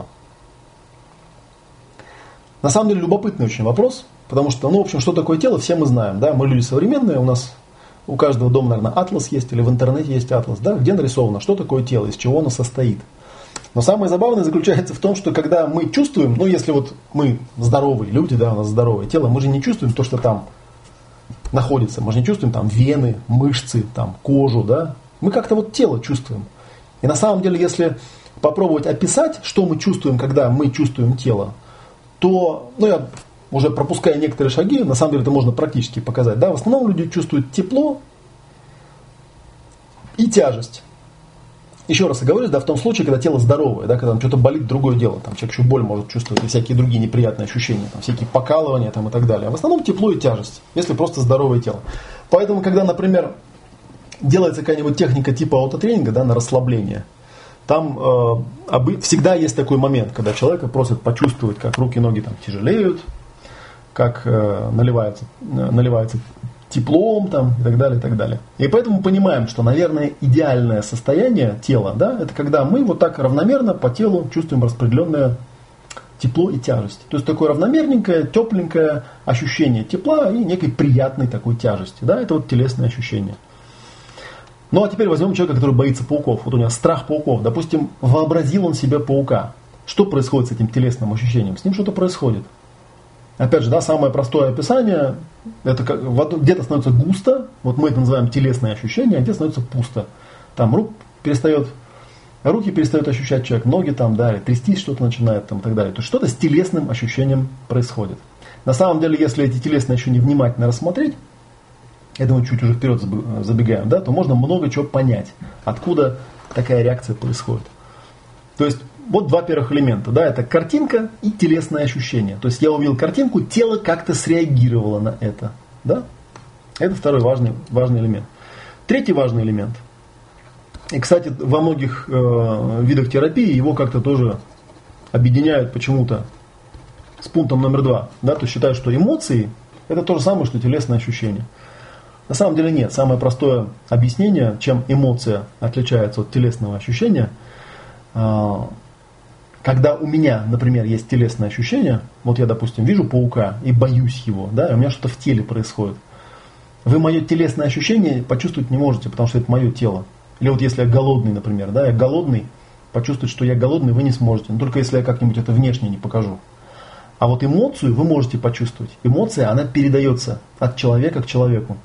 Speaker 1: На самом деле любопытный очень вопрос, потому что, ну, в общем, что такое тело, все мы знаем, да, мы люди современные, у нас у каждого дома, наверное, атлас есть, или в интернете есть атлас, да, где нарисовано, что такое тело, из чего оно состоит. Но самое забавное заключается в том, что когда мы чувствуем, ну если вот мы здоровые люди, да, у нас здоровое тело, мы же не чувствуем то, что там находится. Мы же не чувствуем там вены, мышцы, там, кожу, да. Мы как-то вот тело чувствуем. И на самом деле, если попробовать описать, что мы чувствуем, когда мы чувствуем тело, то, ну я уже пропуская некоторые шаги, на самом деле это можно практически показать, да, в основном люди чувствуют тепло и тяжесть. Еще раз оговорюсь, да, в том случае, когда тело здоровое, да, когда там что-то болит, другое дело, там человек еще боль может чувствовать и всякие другие неприятные ощущения, там, всякие покалывания там, и так далее. А в основном тепло и тяжесть, если просто здоровое тело. Поэтому, когда, например, делается какая-нибудь техника типа аутотренинга, да, на расслабление, там э, всегда есть такой момент, когда человека просят почувствовать, как руки и ноги там тяжелеют, как э, наливается, э, наливается теплом там, и так далее, и так далее. И поэтому понимаем, что, наверное, идеальное состояние тела, да, это когда мы вот так равномерно по телу чувствуем распределенное тепло и тяжесть. То есть такое равномерненькое, тепленькое ощущение тепла и некой приятной такой тяжести. Да, это вот телесное ощущение. Ну а теперь возьмем человека, который боится пауков. Вот у него страх пауков. Допустим, вообразил он себе паука. Что происходит с этим телесным ощущением? С ним что-то происходит. Опять же, да, самое простое описание, это как, где-то становится густо, вот мы это называем телесное ощущение, а где-то становится пусто. Там рук перестает, руки перестают ощущать человек, ноги там, да, или трястись что-то начинает там, и так далее. То есть что-то с телесным ощущением происходит. На самом деле, если эти телесные ощущения внимательно рассмотреть, это мы чуть уже вперед забегаем, да, то можно много чего понять, откуда такая реакция происходит. То есть вот два первых элемента, да, это картинка и телесное ощущение. То есть я увидел картинку, тело как-то среагировало на это, да. Это второй важный, важный элемент. Третий важный элемент. И, кстати, во многих э, видах терапии его как-то тоже объединяют почему-то с пунктом номер два, да, то есть считают, что эмоции это то же самое, что телесное ощущение. На самом деле нет. Самое простое объяснение, чем эмоция отличается от телесного ощущения. Когда у меня, например, есть телесное ощущение, вот я, допустим, вижу паука и боюсь его, да, и у меня что-то в теле происходит. Вы мое телесное ощущение почувствовать не можете, потому что это мое тело. Или вот если я голодный, например, да, я голодный, почувствовать, что я голодный, вы не сможете. Но только если я как-нибудь это внешне не покажу. А вот эмоцию вы можете почувствовать. Эмоция, она передается от человека к человеку.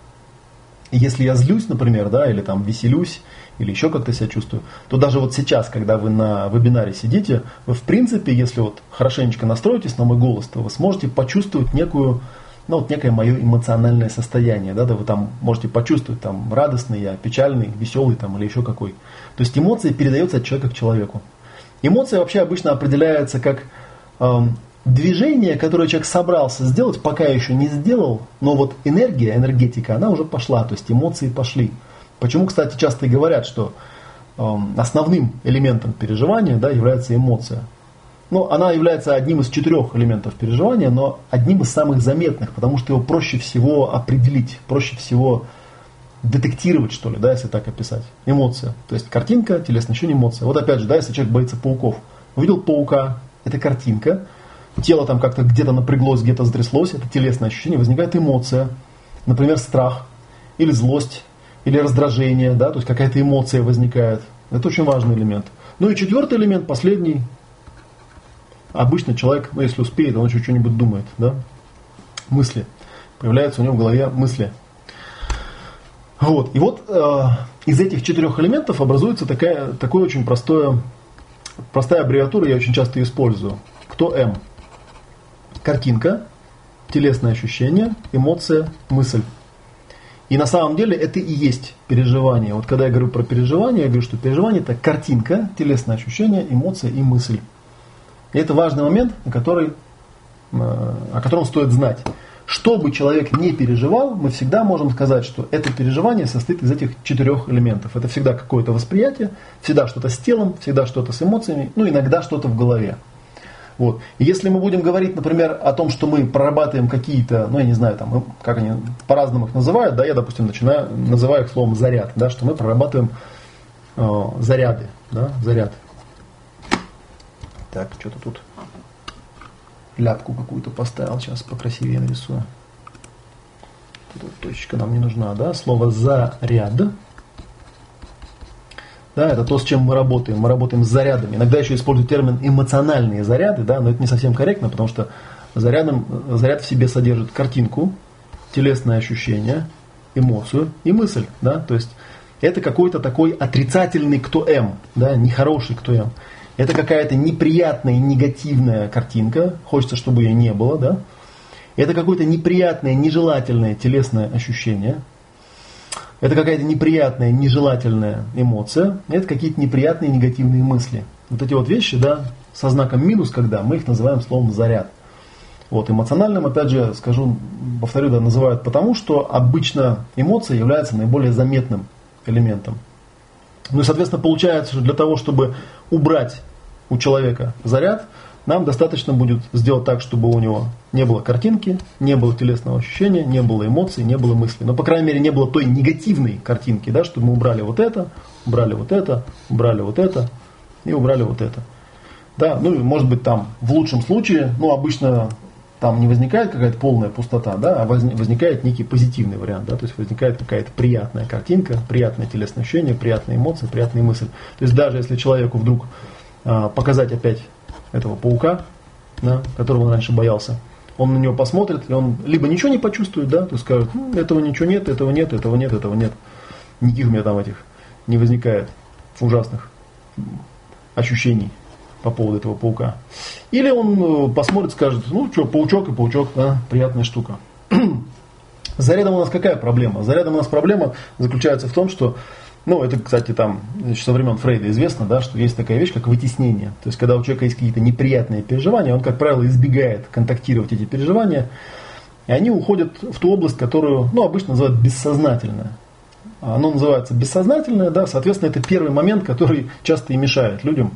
Speaker 1: И если я злюсь, например, да, или там веселюсь, или еще как-то себя чувствую, то даже вот сейчас, когда вы на вебинаре сидите, вы в принципе, если вот хорошенечко настроитесь на мой голос, то вы сможете почувствовать некую, ну вот некое мое эмоциональное состояние, да, да, вы там можете почувствовать, там, радостный я, печальный, веселый там, или еще какой. То есть эмоция передается от человека к человеку. Эмоция вообще обычно определяется как эм, движение, которое человек собрался сделать, пока еще не сделал, но вот энергия, энергетика, она уже пошла, то есть эмоции пошли. Почему, кстати, часто и говорят, что э, основным элементом переживания, да, является эмоция. Ну, она является одним из четырех элементов переживания, но одним из самых заметных, потому что его проще всего определить, проще всего детектировать, что ли, да, если так описать. Эмоция. То есть картинка, телесное ощущение, эмоция. Вот опять же, да, если человек боится пауков. Увидел паука, это картинка. Тело там как-то где-то напряглось, где-то затряслось, это телесное ощущение, возникает эмоция. Например, страх или злость. Или раздражение, да, то есть какая-то эмоция возникает. Это очень важный элемент. Ну и четвертый элемент, последний. Обычно человек, ну если успеет, он еще что-нибудь думает, да. Мысли. Появляются у него в голове мысли. Вот. И вот э, из этих четырех элементов образуется такая, такое очень простое, простая аббревиатура, я очень часто ее использую. Кто М? Картинка, телесное ощущение, эмоция, мысль. И на самом деле это и есть переживание. Вот когда я говорю про переживание, я говорю, что переживание это картинка, телесное ощущение, эмоция и мысль. И это важный момент, о, который, о котором стоит знать. Что бы человек не переживал, мы всегда можем сказать, что это переживание состоит из этих четырех элементов. Это всегда какое-то восприятие, всегда что-то с телом, всегда что-то с эмоциями, ну иногда что-то в голове. Вот. И если мы будем говорить, например, о том, что мы прорабатываем какие-то, ну я не знаю, там, как они по-разному их называют, да, я, допустим, начинаю, называю их словом заряд, да, что мы прорабатываем э, заряды, да, заряд. Так, что-то тут ляпку какую-то поставил, сейчас покрасивее нарисую. Тут точка нам не нужна, да, слово заряд. Да, это то, с чем мы работаем. Мы работаем с зарядами. Иногда еще используют термин эмоциональные заряды, да, но это не совсем корректно, потому что зарядом, заряд в себе содержит картинку, телесное ощущение, эмоцию и мысль. Да, то есть это какой-то такой отрицательный кто М, да, нехороший кто М. Это какая-то неприятная, негативная картинка, хочется, чтобы ее не было. Да. Это какое-то неприятное, нежелательное телесное ощущение. Это какая-то неприятная, нежелательная эмоция, это какие-то неприятные, негативные мысли. Вот эти вот вещи, да, со знаком минус, когда мы их называем словом заряд. Вот, эмоциональным, опять же, скажу, повторю, да, называют потому, что обычно эмоция является наиболее заметным элементом. Ну и, соответственно, получается, что для того, чтобы убрать у человека заряд, нам достаточно будет сделать так, чтобы у него не было картинки, не было телесного ощущения, не было эмоций, не было мыслей. Но, по крайней мере, не было той негативной картинки, да, чтобы мы убрали вот это, убрали вот это, убрали вот это и убрали вот это. Да, ну и может быть там в лучшем случае, ну обычно там не возникает какая-то полная пустота, да, а возникает некий позитивный вариант, да, то есть возникает какая-то приятная картинка, приятное телесное ощущение, приятные эмоции, приятные мысли. То есть даже если человеку вдруг а, показать опять этого паука, да, которого он раньше боялся, он на него посмотрит, и он либо ничего не почувствует, да, то есть скажет, ну, этого ничего нет, этого нет, этого нет, этого нет. Никаких у меня там этих не возникает ужасных ощущений по поводу этого паука. Или он посмотрит, скажет, ну что, паучок и паучок, да, приятная штука. С зарядом у нас какая проблема? С зарядом у нас проблема заключается в том, что, ну, это, кстати, там, еще со времен Фрейда известно, да, что есть такая вещь, как вытеснение. То есть, когда у человека есть какие-то неприятные переживания, он, как правило, избегает контактировать эти переживания, и они уходят в ту область, которую, ну, обычно называют бессознательная. Оно называется бессознательное, да, соответственно, это первый момент, который часто и мешает людям.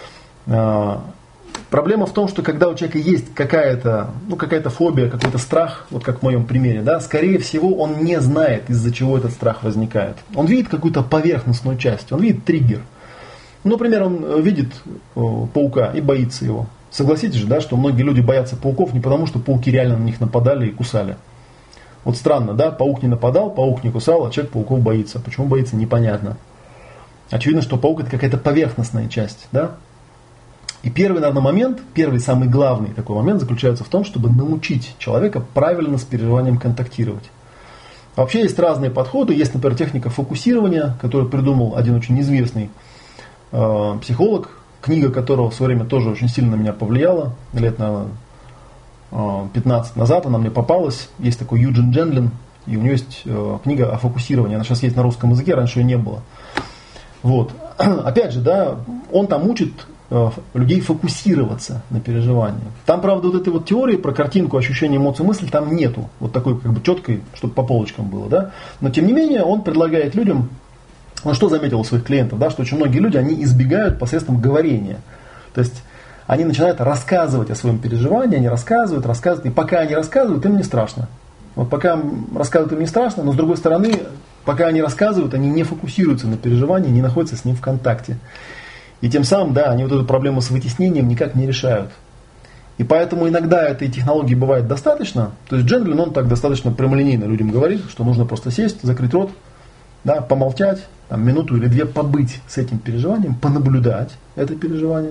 Speaker 1: Проблема в том, что когда у человека есть какая-то, ну, какая-то фобия, какой-то страх, вот как в моем примере, да, скорее всего, он не знает, из-за чего этот страх возникает. Он видит какую-то поверхностную часть, он видит триггер. Ну, например, он видит о, паука и боится его. Согласитесь же, да, что многие люди боятся пауков не потому, что пауки реально на них нападали и кусали. Вот странно, да, паук не нападал, паук не кусал, а человек пауков боится. Почему боится, непонятно. Очевидно, что паук это какая-то поверхностная часть, да. И первый, наверное, момент, первый самый главный такой момент заключается в том, чтобы научить человека правильно с переживанием контактировать. Вообще есть разные подходы. Есть, например, техника фокусирования, которую придумал один очень известный э, психолог, книга которого в свое время тоже очень сильно на меня повлияла. Лет, наверное, пятнадцать назад она мне попалась. Есть такой Юджин Джендлин, и у него есть э, книга о фокусировании. Она сейчас есть на русском языке, раньше ее не было. Вот. Опять же, да, он там учит людей фокусироваться на переживании. Там, правда, вот этой вот теории про картинку, ощущение, эмоцию, мысль там нету. Вот такой как бы четкой, чтобы по полочкам было, да. Но тем не менее он предлагает людям, он что заметил у своих клиентов, да, что очень многие люди, они избегают посредством говорения. То есть они начинают рассказывать о своем переживании, они рассказывают, рассказывают, и пока они рассказывают, им не страшно. Вот пока рассказывают, им не страшно, но с другой стороны, пока они рассказывают, они не фокусируются на переживании, не находятся с ним в контакте. И тем самым, да, они вот эту проблему с вытеснением никак не решают. И поэтому иногда этой технологии бывает достаточно. То есть Джендлин, он так достаточно прямолинейно людям говорит, что нужно просто сесть, закрыть рот, да, помолчать, там, минуту или две побыть с этим переживанием, понаблюдать это переживание.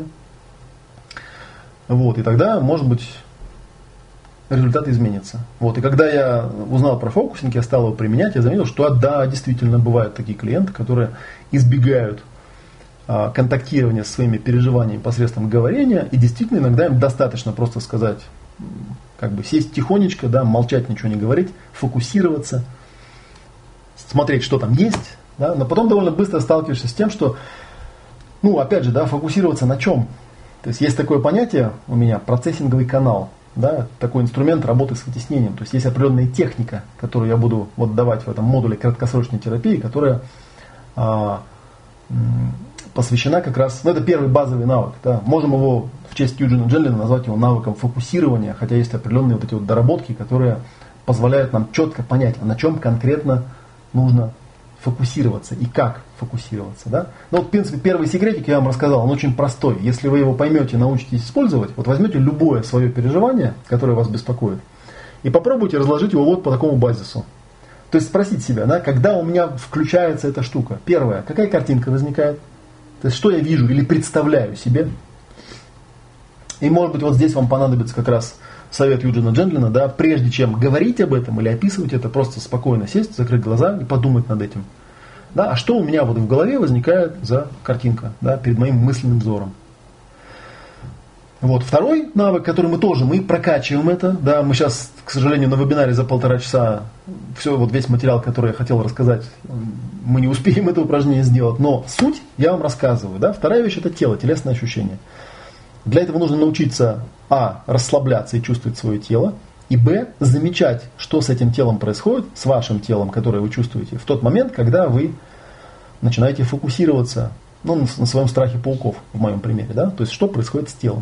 Speaker 1: Вот, и тогда, может быть, результат изменится. Вот, и когда я узнал про фокусинг, я стал его применять, я заметил, что да, действительно бывают такие клиенты, которые избегают контактирование со своими переживаниями посредством говорения, и действительно иногда им достаточно просто сказать, как бы сесть тихонечко, да, молчать, ничего не говорить, фокусироваться, смотреть, что там есть, да, но потом довольно быстро сталкиваешься с тем, что, ну, опять же, да, фокусироваться на чем? То есть есть такое понятие у меня, процессинговый канал, да, такой инструмент работы с вытеснением, то есть есть определенная техника, которую я буду вот давать в этом модуле краткосрочной терапии, которая а, посвящена как раз, ну это первый базовый навык, да. Можем его в честь Юджина Джендлина назвать его навыком фокусирования, хотя есть определенные вот эти вот доработки, которые позволяют нам четко понять, а на чем конкретно нужно фокусироваться и как фокусироваться. Да? Ну вот, в принципе, первый секретик я вам рассказал, он очень простой. Если вы его поймете, научитесь использовать, вот возьмете любое свое переживание, которое вас беспокоит, и попробуйте разложить его вот по такому базису. То есть спросить себя, да, когда у меня включается эта штука. Первое, какая картинка возникает? То есть, что я вижу или представляю себе. И, может быть, вот здесь вам понадобится как раз совет Юджина Джентлина, да, прежде чем говорить об этом или описывать это, просто спокойно сесть, закрыть глаза и подумать над этим. Да, а что у меня вот в голове возникает за картинка, да, перед моим мысленным взором. Вот. Второй навык, который мы тоже, мы прокачиваем это, да, мы сейчас, к сожалению, на вебинаре за полтора часа все, вот весь материал, который я хотел рассказать, мы не успеем это упражнение сделать, но суть я вам рассказываю, да. Вторая вещь – это тело, телесное ощущение. Для этого нужно научиться, а, расслабляться и чувствовать свое тело, и, б, замечать, что с этим телом происходит, с вашим телом, которое вы чувствуете, в тот момент, когда вы начинаете фокусироваться, ну, на своем страхе пауков, в моем примере, да, то есть, что происходит с телом.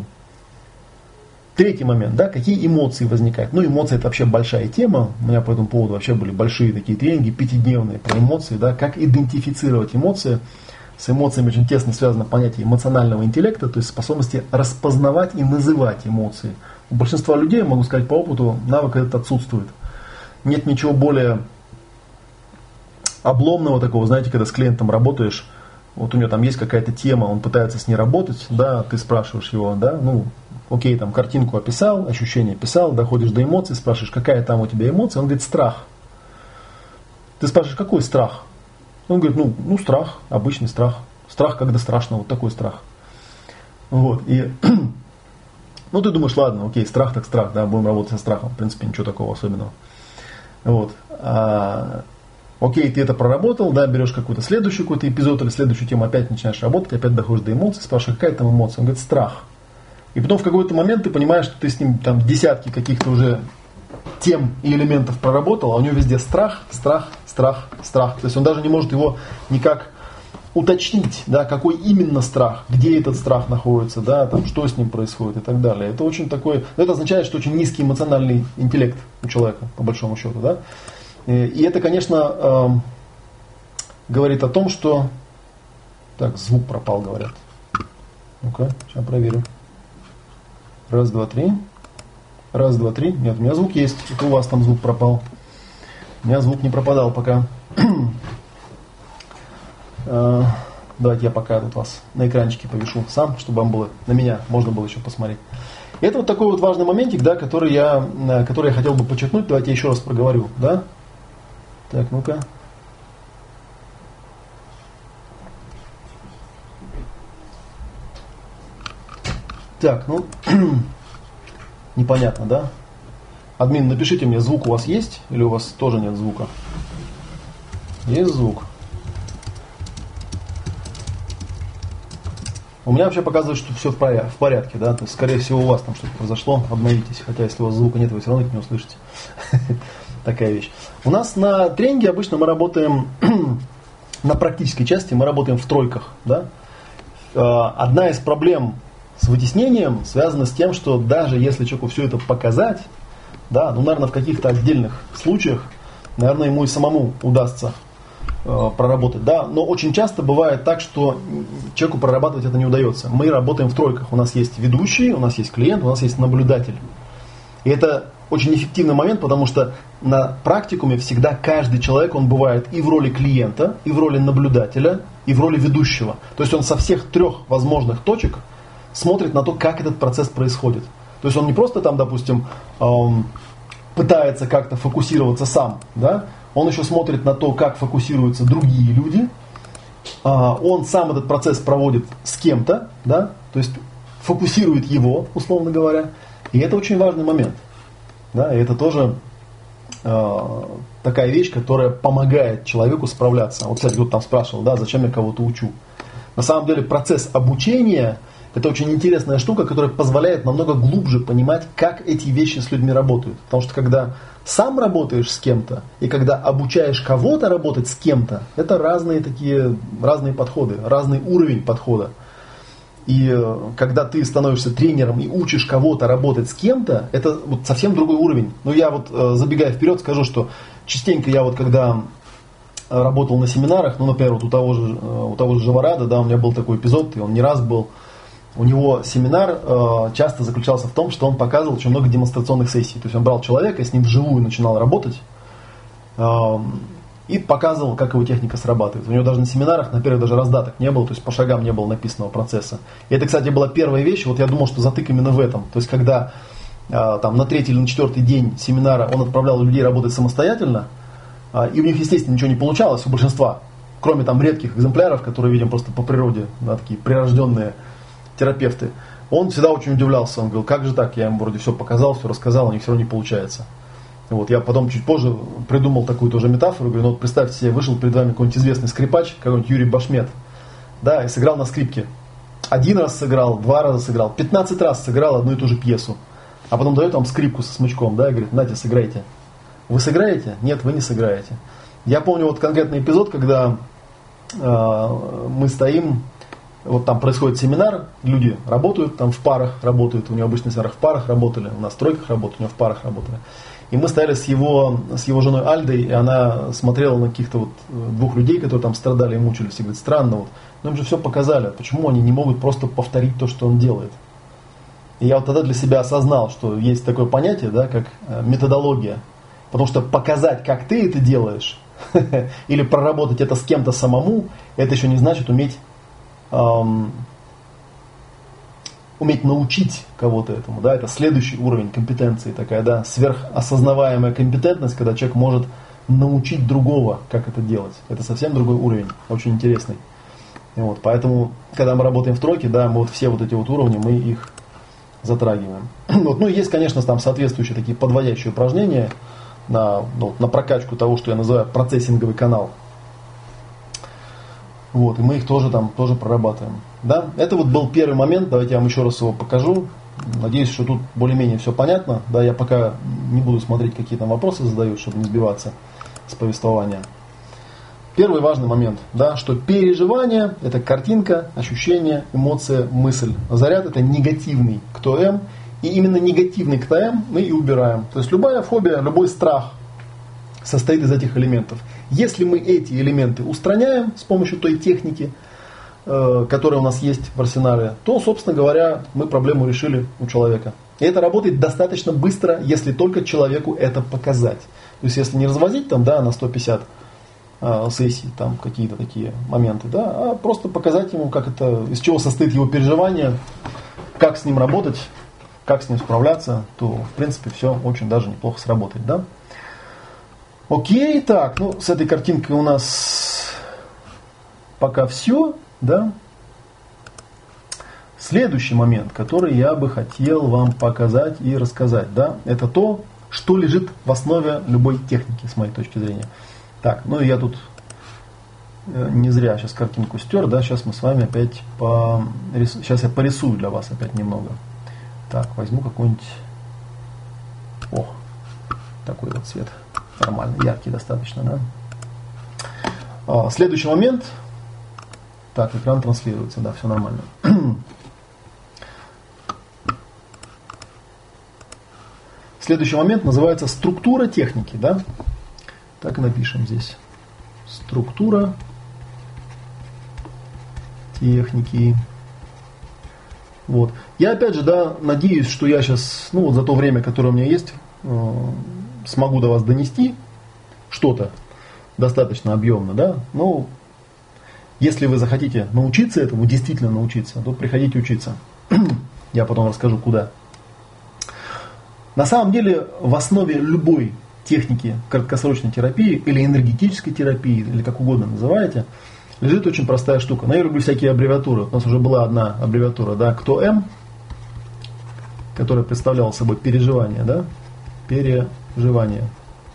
Speaker 1: Третий момент, да, какие эмоции возникают. Ну, эмоции – это вообще большая тема, у меня по этому поводу вообще были большие такие тренинги, пятидневные про эмоции, да, как идентифицировать эмоции. С эмоциями очень тесно связано понятие эмоционального интеллекта, то есть способности распознавать и называть эмоции. У большинства людей, могу сказать по опыту, навык этот отсутствует. Нет ничего более обломного такого, знаете, когда с клиентом работаешь, вот у него там есть какая-то тема, он пытается с ней работать, да, ты спрашиваешь его, да, ну, окей, там картинку описал, ощущение описал, доходишь до эмоций, спрашиваешь, какая там у тебя эмоция, он говорит, страх. Ты спрашиваешь, какой страх? Он говорит, ну, ну страх, обычный страх. Страх, когда страшно, вот такой страх. Вот, и, ну, ты думаешь, ладно, окей, страх так страх, да, будем работать со страхом, в принципе, ничего такого особенного. Вот, а, окей, ты это проработал, да, берешь какой-то следующий какой-то эпизод или следующую тему, опять начинаешь работать, опять доходишь до эмоций, спрашиваешь, какая там эмоция? Он говорит, страх. И потом в какой-то момент ты понимаешь, что ты с ним там десятки каких-то уже тем и элементов проработал, а у него везде страх, страх, страх, страх. То есть он даже не может его никак уточнить, да, какой именно страх, где этот страх находится, да, там, что с ним происходит и так далее. Это очень такой, это означает, что очень низкий эмоциональный интеллект у человека, по большому счету, да. И это, конечно, э, говорит о том, что... Так, звук пропал, говорят. Ну-ка, сейчас проверю. Раз, два, три. Раз, два, три. Нет, у меня звук есть. Это у вас там звук пропал. У меня звук не пропадал пока. Давайте я пока тут вас на экранчике повешу сам, чтобы вам было, на меня можно было еще посмотреть. Это вот такой вот важный моментик, да, который я, который я хотел бы подчеркнуть. Давайте я еще раз проговорю. Да? Так, ну-ка. Так, ну, непонятно, да? Админ, напишите мне, звук у вас есть или у вас тоже нет звука? Есть звук. У меня вообще показывает, что все в порядке, да? То есть, скорее всего, у вас там что-то произошло, обновитесь. Хотя, если у вас звука нет, вы все равно это не услышите. Такая вещь. У нас на тренинге обычно мы работаем, на практической части мы работаем в тройках, да? Одна из проблем с вытеснением связано с тем, что даже если человеку все это показать, да, ну, наверное, в каких-то отдельных случаях, наверное, ему и самому удастся э, проработать, да, но очень часто бывает так, что человеку прорабатывать это не удается. Мы работаем в тройках, у нас есть ведущий, у нас есть клиент, у нас есть наблюдатель. И это очень эффективный момент, потому что на практикуме всегда каждый человек, он бывает и в роли клиента, и в роли наблюдателя, и в роли ведущего. То есть он со всех трех возможных точек смотрит на то, как этот процесс происходит. То есть он не просто там, допустим, эм, пытается как-то фокусироваться сам, да? Он еще смотрит на то, как фокусируются другие люди. Э, он сам этот процесс проводит с кем-то, да? То есть фокусирует его, условно говоря. И это очень важный момент. Да? И это тоже э, такая вещь, которая помогает человеку справляться. Вот, кстати, кто-то там спрашивал, да, зачем я кого-то учу. На самом деле процесс обучения – это очень интересная штука, которая позволяет намного глубже понимать, как эти вещи с людьми работают. Потому что когда сам работаешь с кем-то, и когда обучаешь кого-то работать с кем-то, это разные такие, разные подходы, разный уровень подхода. И когда ты становишься тренером и учишь кого-то работать с кем-то, это вот совсем другой уровень. Ну, я вот, забегая вперед, скажу, что частенько я вот когда работал на семинарах, ну, например, вот у того же, у того же Живорада, да, у меня был такой эпизод, и он не раз был. У него семинар э, часто заключался в том, что он показывал очень много демонстрационных сессий. То есть он брал человека и с ним вживую начинал работать. Э, и показывал, как его техника срабатывает. У него даже на семинарах, на первых даже раздаток не было, то есть по шагам не было написанного процесса. И это, кстати, была первая вещь, вот я думал, что затык именно в этом. То есть, когда а, там, на третий или на четвертый день семинара он отправлял людей работать самостоятельно, а, и у них, естественно, ничего не получалось, у большинства, кроме там редких экземпляров, которые видим просто по природе, да, такие прирожденные терапевты, он всегда очень удивлялся. Он говорил, как же так, я ему вроде все показал, все рассказал, у них все равно не получается. Вот, я потом чуть позже придумал такую тоже метафору, говорю, ну вот представьте себе, вышел перед вами какой-нибудь известный скрипач, какой-нибудь Юрий Башмет, да, и сыграл на скрипке. Один раз сыграл, два раза сыграл, пятнадцать раз сыграл одну и ту же пьесу. А потом дает вам скрипку со смычком, да, и говорит, нате, сыграйте. Вы сыграете? Нет, вы не сыграете. Я помню вот конкретный эпизод, когда э, мы стоим, вот там происходит семинар, люди работают, там в парах работают, у него обычно семинар в парах работали, у нас в тройках работали, у него в парах работали. И мы стояли с его, с его женой Альдой, и она смотрела на каких-то вот двух людей, которые там страдали и мучились, и говорит, странно, вот, ну им же все показали, почему они не могут просто повторить то, что он делает? И я вот тогда для себя осознал, что есть такое понятие, да, как методология. Потому что показать, как ты это делаешь, или проработать это с кем-то самому, это еще не значит уметь, эм, уметь научить кого-то этому. Да? Это следующий уровень компетенции, такая, да, сверхосознаваемая компетентность, когда человек может научить другого, как это делать. Это совсем другой уровень, очень интересный. И вот, поэтому, когда мы работаем в тройке, да, мы вот все вот эти вот уровни, мы их затрагиваем. Вот. Ну, есть, конечно, там соответствующие такие подводящие упражнения на, ну, на прокачку того, что я называю процессинговый канал. Вот, и мы их тоже там тоже прорабатываем. Да? Это вот был первый момент, давайте я вам еще раз его покажу. Надеюсь, что тут более-менее все понятно. Да, я пока не буду смотреть, какие там вопросы задают, чтобы не сбиваться с повествования. Первый важный момент, да, что переживание – это картинка, ощущение, эмоция, мысль. Заряд – это негативный к ТО-М, и именно негативный к ТО-М мы и убираем. То есть любая фобия, любой страх состоит из этих элементов. Если мы эти элементы устраняем с помощью той техники, э, которая у нас есть в арсенале, то, собственно говоря, мы проблему решили у человека. И это работает достаточно быстро, если только человеку это показать. То есть если не развозить там, да, на сто пятьдесят сессий, там какие-то такие моменты, да, а просто показать ему, как это, из чего состоит его переживание, как с ним работать, как с ним справляться, то, в принципе, все очень даже неплохо сработает, да. Окей, так, ну, с этой картинкой у нас пока все, да. Следующий момент, который я бы хотел вам показать и рассказать, да, это то, что лежит в основе любой техники, с моей точки зрения. Так, ну и я тут не зря сейчас картинку стер, да, сейчас мы с вами опять по... Сейчас я порисую для вас опять немного. Так, возьму какой-нибудь... О, такой вот цвет. Нормально, яркий достаточно, да. А, следующий момент. Так, экран транслируется, да, все нормально. Следующий момент называется структура техники, да. Так и напишем здесь. Структура техники. Вот. Я опять же, да, надеюсь, что я сейчас, ну вот за то время, которое у меня есть, э, смогу до вас донести что-то достаточно объемно, да. Но если вы захотите научиться этому, действительно научиться, то приходите учиться. Я потом расскажу, куда. На самом деле, в основе любой техники краткосрочной терапии или энергетической терапии, или как угодно называете, лежит очень простая штука. Но я люблю всякие аббревиатуры. У нас уже была одна аббревиатура, да, КТО-М, которая представляла собой переживание, да, переживание.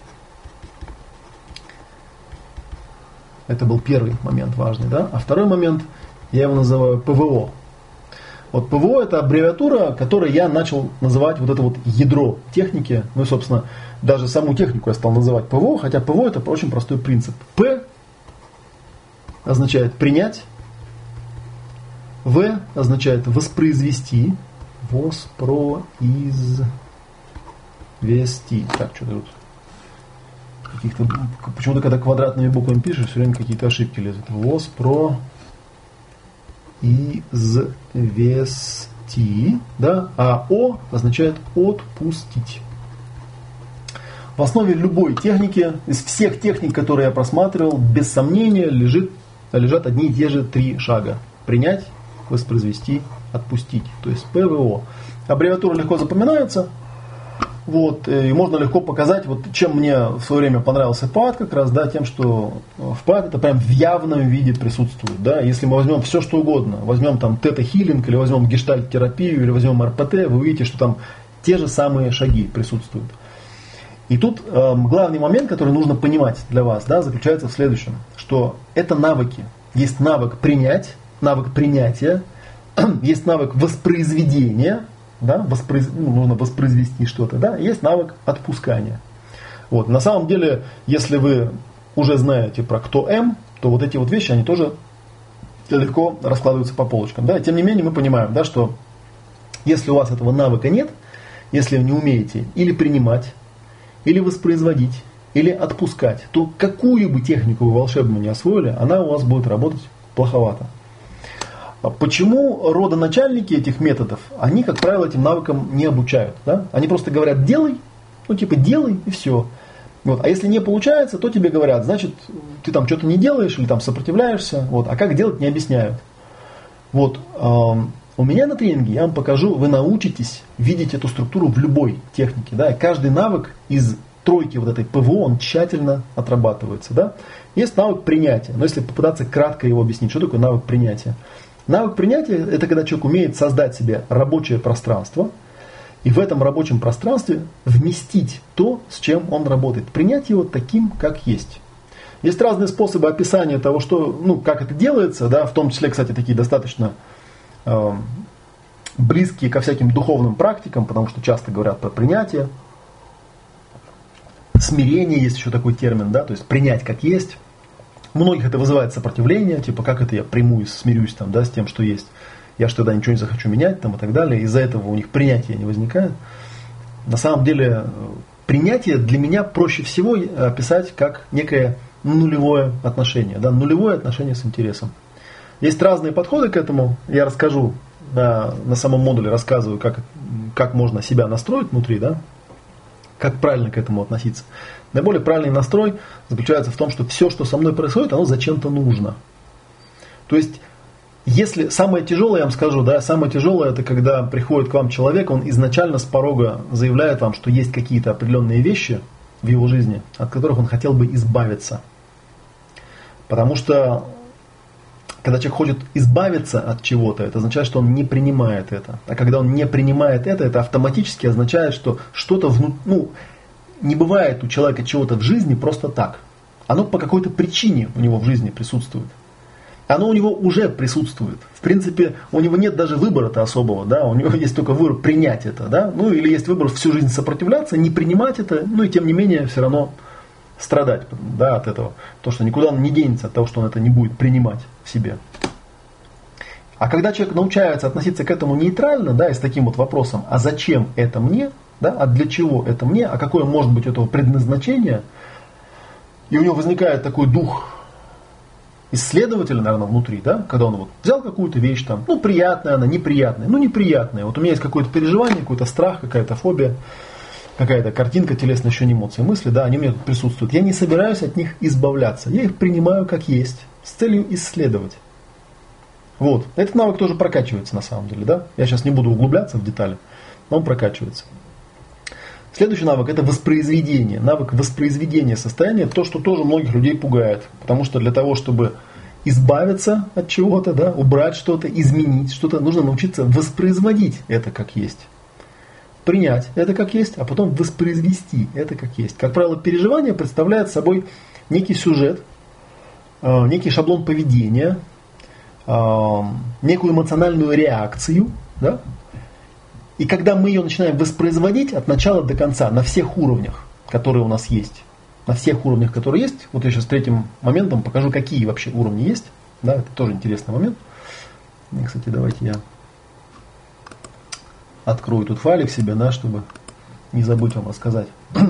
Speaker 1: Это был первый момент важный, да. А второй момент, я его называю ПВО. Вот ПВО – это аббревиатура, которой я начал называть вот это вот ядро техники. Ну и, собственно, даже саму технику я стал называть ПВО, хотя ПВО – это очень простой принцип. П означает принять, В означает воспроизвести, воспроизвести. Так, что-то тут каких-то, почему-то когда квадратными буквами пишешь, все время какие-то ошибки лезут. Воспроизвести, да, а О означает отпустить. В основе любой техники, из всех техник, которые я просматривал, без сомнения лежит, лежат одни и те же три шага. Принять, воспроизвести, отпустить. То есть пэ вэ о. Аббревиатура легко запоминается. Вот, и можно легко показать, вот, чем мне в свое время понравился ПАД, как раз, да, тем, что в ПАД это прям в явном виде присутствует. Да. Если мы возьмем все, что угодно, возьмем там тета-хилинг, или возьмем гештальт-терапию, или возьмем эр пэ тэ, вы увидите, что там те же самые шаги присутствуют. И тут э, главный момент, который нужно понимать для вас, да, заключается в следующем, что это навыки. Есть навык принять, навык принятия, есть навык воспроизведения, да, воспроиз... ну, нужно воспроизвести что-то, да, есть навык отпускания. Вот. На самом деле, если вы уже знаете про кто М, то вот эти вот вещи, они тоже легко раскладываются по полочкам. Да. Тем не менее, мы понимаем, да, что если у вас этого навыка нет, если вы не умеете или принимать, или воспроизводить, или отпускать, то какую бы технику вы волшебную не освоили, она у вас будет работать плоховато. Почему родоначальники этих методов, они, как правило, этим навыкам не обучают. Да? Они просто говорят, делай, ну типа делай и все. Вот. А если не получается, то тебе говорят, значит, ты там что-то не делаешь или там сопротивляешься. Вот. А как делать, не объясняют. Вот. У меня на тренинге я вам покажу, вы научитесь видеть эту структуру в любой технике. Да? И каждый навык из тройки вот этой пэ вэ о, он тщательно отрабатывается. Да? Есть навык принятия. Но если попытаться кратко его объяснить, что такое навык принятия? Навык принятия – это когда человек умеет создать себе рабочее пространство и в этом рабочем пространстве вместить то, с чем он работает. Принять его таким, как есть. Есть разные способы описания того, что, ну, как это делается, да, в том числе, кстати, такие достаточно э, близкие ко всяким духовным практикам, потому что часто говорят про принятие. Смирение есть еще такой термин, да, то есть принять как есть. Многих это вызывает сопротивление, типа как это я приму и смирюсь там, да, с тем, что есть. Я же тогда ничего не захочу менять там, и так далее. Из-за этого у них принятие не возникает. На самом деле принятие для меня проще всего описать как некое нулевое отношение. Да, нулевое отношение с интересом. Есть разные подходы к этому. Я расскажу на, на самом модуле, рассказываю, как, как можно себя настроить внутри, да, как правильно к этому относиться. Наиболее правильный настрой заключается в том, что все, что со мной происходит, оно зачем-то нужно. То есть, если самое тяжелое, я вам скажу, да, самое тяжелое, это когда приходит к вам человек, он изначально с порога заявляет вам, что есть какие-то определенные вещи в его жизни, от которых он хотел бы избавиться. Потому что, когда человек хочет избавиться от чего-то, это означает, что он не принимает это. А когда он не принимает это, это автоматически означает, что что-то внутри, ну, не бывает у человека чего-то в жизни просто так. Оно по какой-то причине у него в жизни присутствует. Оно у него уже присутствует. В принципе, у него нет даже выбора-то особого. Да? У него есть только выбор принять это. Да? Ну или есть выбор всю жизнь сопротивляться, не принимать это, ну и тем не менее все равно страдать, да, от этого. Потому что никуда он не денется от того, что он это не будет принимать в себе. А когда человек научается относиться к этому нейтрально, да, и с таким вот вопросом, а зачем это мне? Да, а для чего это мне, а какое может быть этого предназначение, и у него возникает такой дух исследователя, наверное, внутри, да, когда он вот взял какую-то вещь, там, ну, приятная она, неприятная, ну, неприятная, вот у меня есть какое-то переживание, какой-то страх, какая-то фобия, какая-то картинка, телесные ощущения, эмоции, мысли, да, они у меня тут присутствуют, я не собираюсь от них избавляться, я их принимаю как есть, с целью исследовать. Вот, этот навык тоже прокачивается на самом деле, да, я сейчас не буду углубляться в детали, но он прокачивается. Следующий навык – это воспроизведение. Навык воспроизведения состояния – то, что тоже многих людей пугает. Потому что для того, чтобы избавиться от чего-то, да, убрать что-то, изменить что-то, нужно научиться воспроизводить это как есть. Принять это как есть, а потом воспроизвести это как есть. Как правило, переживание представляет собой некий сюжет, некий шаблон поведения, некую эмоциональную реакцию, да? И когда мы ее начинаем воспроизводить от начала до конца, на всех уровнях, которые у нас есть, на всех уровнях, которые есть, вот я сейчас третьим моментом покажу, какие вообще уровни есть, да, это тоже интересный момент. И, кстати, давайте я открою тут файлик себе, да, чтобы не забыть вам рассказать.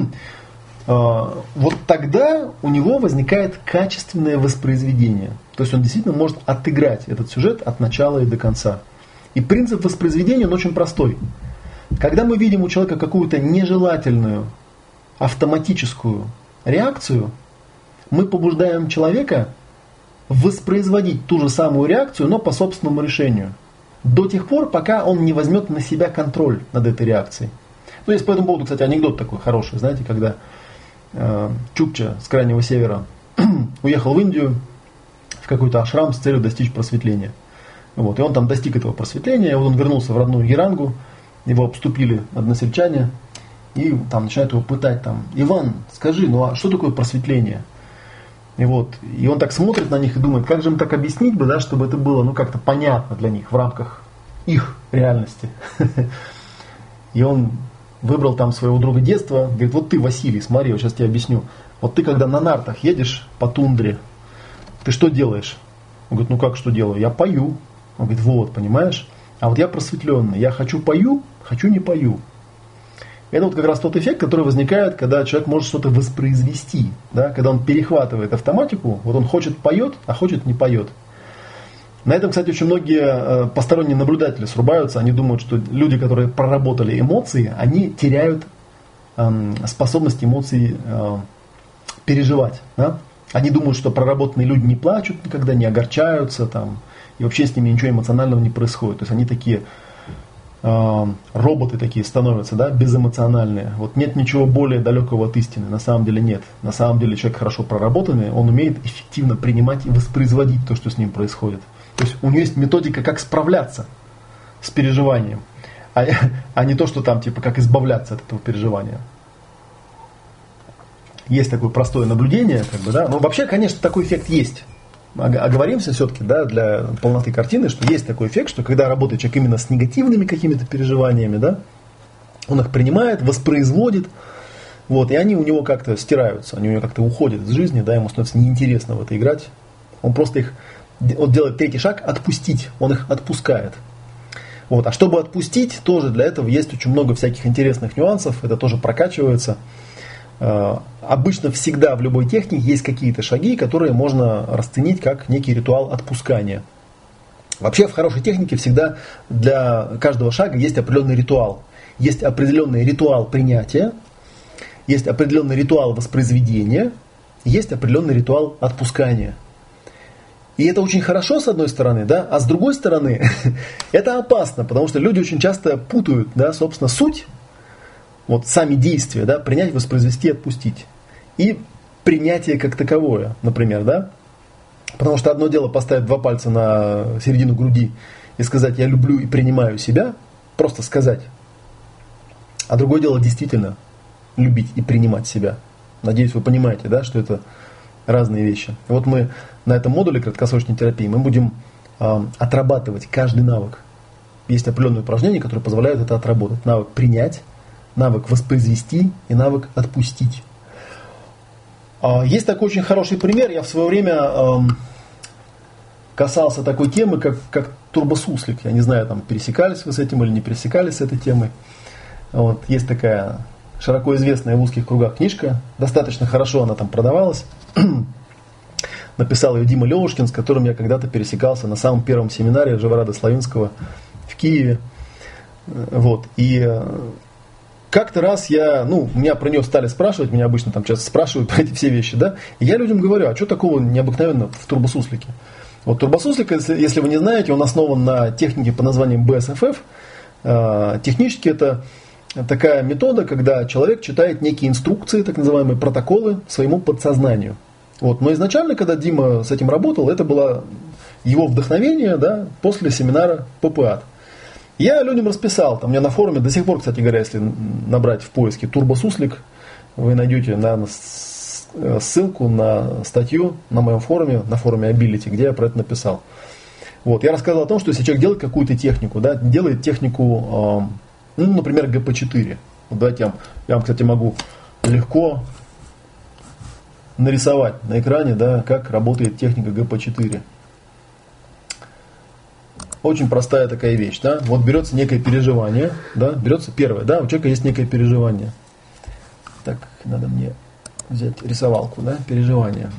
Speaker 1: Вот тогда у него возникает качественное воспроизведение. То есть он действительно может отыграть этот сюжет от начала и до конца. И принцип воспроизведения он очень простой. Когда мы видим у человека какую-то нежелательную автоматическую реакцию, мы побуждаем человека воспроизводить ту же самую реакцию, но по собственному решению. До тех пор, пока он не возьмет на себя контроль над этой реакцией. Ну, есть по этому поводу, кстати, анекдот такой хороший, знаете, когда э, Чукча с Крайнего Севера уехал в Индию в какой-то ашрам с целью достичь просветления. Вот, и он там достиг этого просветления, и вот он вернулся в родную Ярангу, его обступили односельчане, и там начинают его пытать, там, Иван, скажи, ну а что такое просветление? И вот, и он так смотрит на них и думает, как же им так объяснить бы, да, чтобы это было, ну, как-то понятно для них в рамках их реальности. И он выбрал там своего друга детства, говорит, вот ты, Василий, смотри, вот сейчас тебе объясню. Вот ты, когда на нартах едешь по тундре, ты что делаешь? Он говорит, ну как что делаю? Я пою. Он говорит, вот, понимаешь? А вот я просветленный, я хочу пою, хочу не пою. Это вот как раз тот эффект, который возникает, когда человек может что-то воспроизвести, да? Когда он перехватывает автоматику, вот он хочет поет, а хочет не поет. На этом, кстати, очень многие посторонние наблюдатели срубаются, они думают, что люди, которые проработали эмоции, они теряют э, способность эмоций э, переживать. Да? Они думают, что проработанные люди не плачут никогда, не огорчаются, там, и вообще с ними ничего эмоционального не происходит. То есть они такие э, роботы такие становятся, да, безэмоциональные. Вот нет ничего более далекого от истины. На самом деле нет. На самом деле человек хорошо проработанный, он умеет эффективно принимать и воспроизводить то, что с ним происходит. То есть у него есть методика, как справляться с переживанием, а, а не то, что там типа как избавляться от этого переживания. Есть такое простое наблюдение, как бы, да. Но вообще, конечно, такой эффект есть. Оговоримся все-таки, да, для полноты картины, что есть такой эффект, что когда работает человек именно с негативными какими-то переживаниями, да, он их принимает, воспроизводит, вот, и они у него как-то стираются, они у него как-то уходят из жизни, да, ему становится неинтересно в это играть. Он просто их, он делает третий шаг, отпустить, он их отпускает. Вот. А чтобы отпустить, тоже для этого есть очень много всяких интересных нюансов, это тоже прокачивается. Обычно всегда в любой технике есть какие-то шаги, которые можно расценить как некий ритуал отпускания. Вообще в хорошей технике всегда для каждого шага есть определенный ритуал. Есть определенный ритуал принятия, есть определенный ритуал воспроизведения, есть определенный ритуал отпускания. И это очень хорошо с одной стороны, да, а с другой стороны это опасно, потому что люди очень часто путают, да, собственно, суть. Вот сами действия, да, принять, воспроизвести, отпустить. И принятие как таковое, например, да. Потому что одно дело поставить два пальца на середину груди и сказать «я люблю и принимаю себя», просто сказать. А другое дело действительно любить и принимать себя. Надеюсь, вы понимаете, да, что это разные вещи. И вот мы на этом модуле краткосрочной терапии мы будем э, отрабатывать каждый навык. Есть определенные упражнения, которые позволяют это отработать. Навык принять, навык воспроизвести и навык отпустить. Есть такой очень хороший пример. Я в свое время касался такой темы, как, как турбосуслик. Я не знаю, там пересекались вы с этим или не пересекались с этой темой. Вот. Есть такая широко известная в узких кругах книжка. Достаточно хорошо она там продавалась. Написал ее Дима Левушкин, с которым я когда-то пересекался на самом первом семинаре Живорада Славинского в Киеве. Вот. И как-то раз я, ну, меня про нее стали спрашивать, меня обычно там часто спрашивают про эти все вещи, да, и я людям говорю, а что такого необыкновенного в турбосуслике? Вот турбосуслик, если, если вы не знаете, он основан на технике под названием бэ эс эф эф. Технически это такая метода, когда человек читает некие инструкции, так называемые протоколы своему подсознанию. Вот. Но изначально, когда Дима с этим работал, это было его вдохновение, да, после семинара ППАТ. Я людям расписал, там у меня на форуме до сих пор, кстати говоря, если набрать в поиске турбосуслик, вы найдете, наверное, ссылку на статью на моем форуме, на форуме Ability, где я про это написал. Вот, я рассказал о том, что если человек делает какую-то технику, да, делает технику, э, ну, например, гэ пэ четыре. Вот давайте я вам, я вам, кстати, могу легко нарисовать на экране, да, как работает техника гэ пэ четыре. Очень простая такая вещь, да. Вот берется некое переживание, да, берется первое, да, у человека есть некое переживание. Так, надо мне взять рисовалку, да, переживание.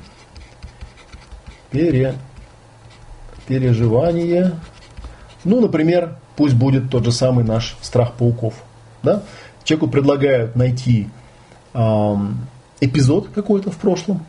Speaker 1: Пере, переживание. Ну, например, пусть будет тот же самый наш страх пауков, да. Человеку предлагают найти эпизод какой-то в прошлом,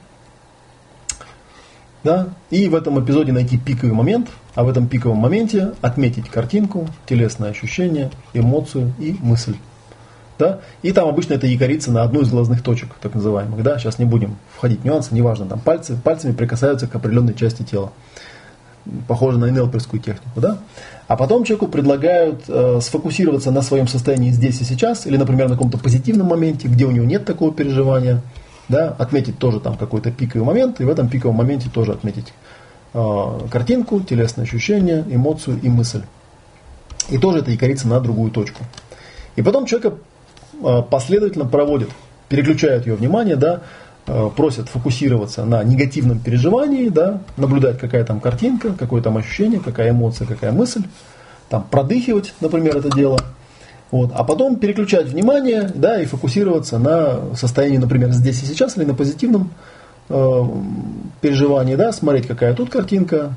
Speaker 1: да, и в этом эпизоде найти пиковый момент, а в этом пиковом моменте отметить картинку, телесное ощущение, эмоцию и мысль. Да? И там обычно это якорится на одну из глазных точек, так называемых. Да? Сейчас не будем входить в нюансы, неважно, там пальцы, пальцами прикасаются к определенной части тела. Похоже на эн эл пи-скую технику. Да? А потом человеку предлагают э, сфокусироваться на своем состоянии здесь и сейчас, или, например, на каком-то позитивном моменте, где у него нет такого переживания, да? Отметить тоже там какой-то пиковый момент, и в этом пиковом моменте тоже отметить э, картинку, телесное ощущение, эмоцию и мысль. И тоже это якорится на другую точку. И потом человека э, последовательно проводят, переключают ее внимание, да, просят фокусироваться на негативном переживании, да, наблюдать, какая там картинка, какое там ощущение, какая эмоция, какая мысль, там, продыхивать, например, это дело, вот, а потом переключать внимание, да, и фокусироваться на состоянии, например, здесь и сейчас, или на позитивном э, переживании, да, смотреть, какая тут картинка,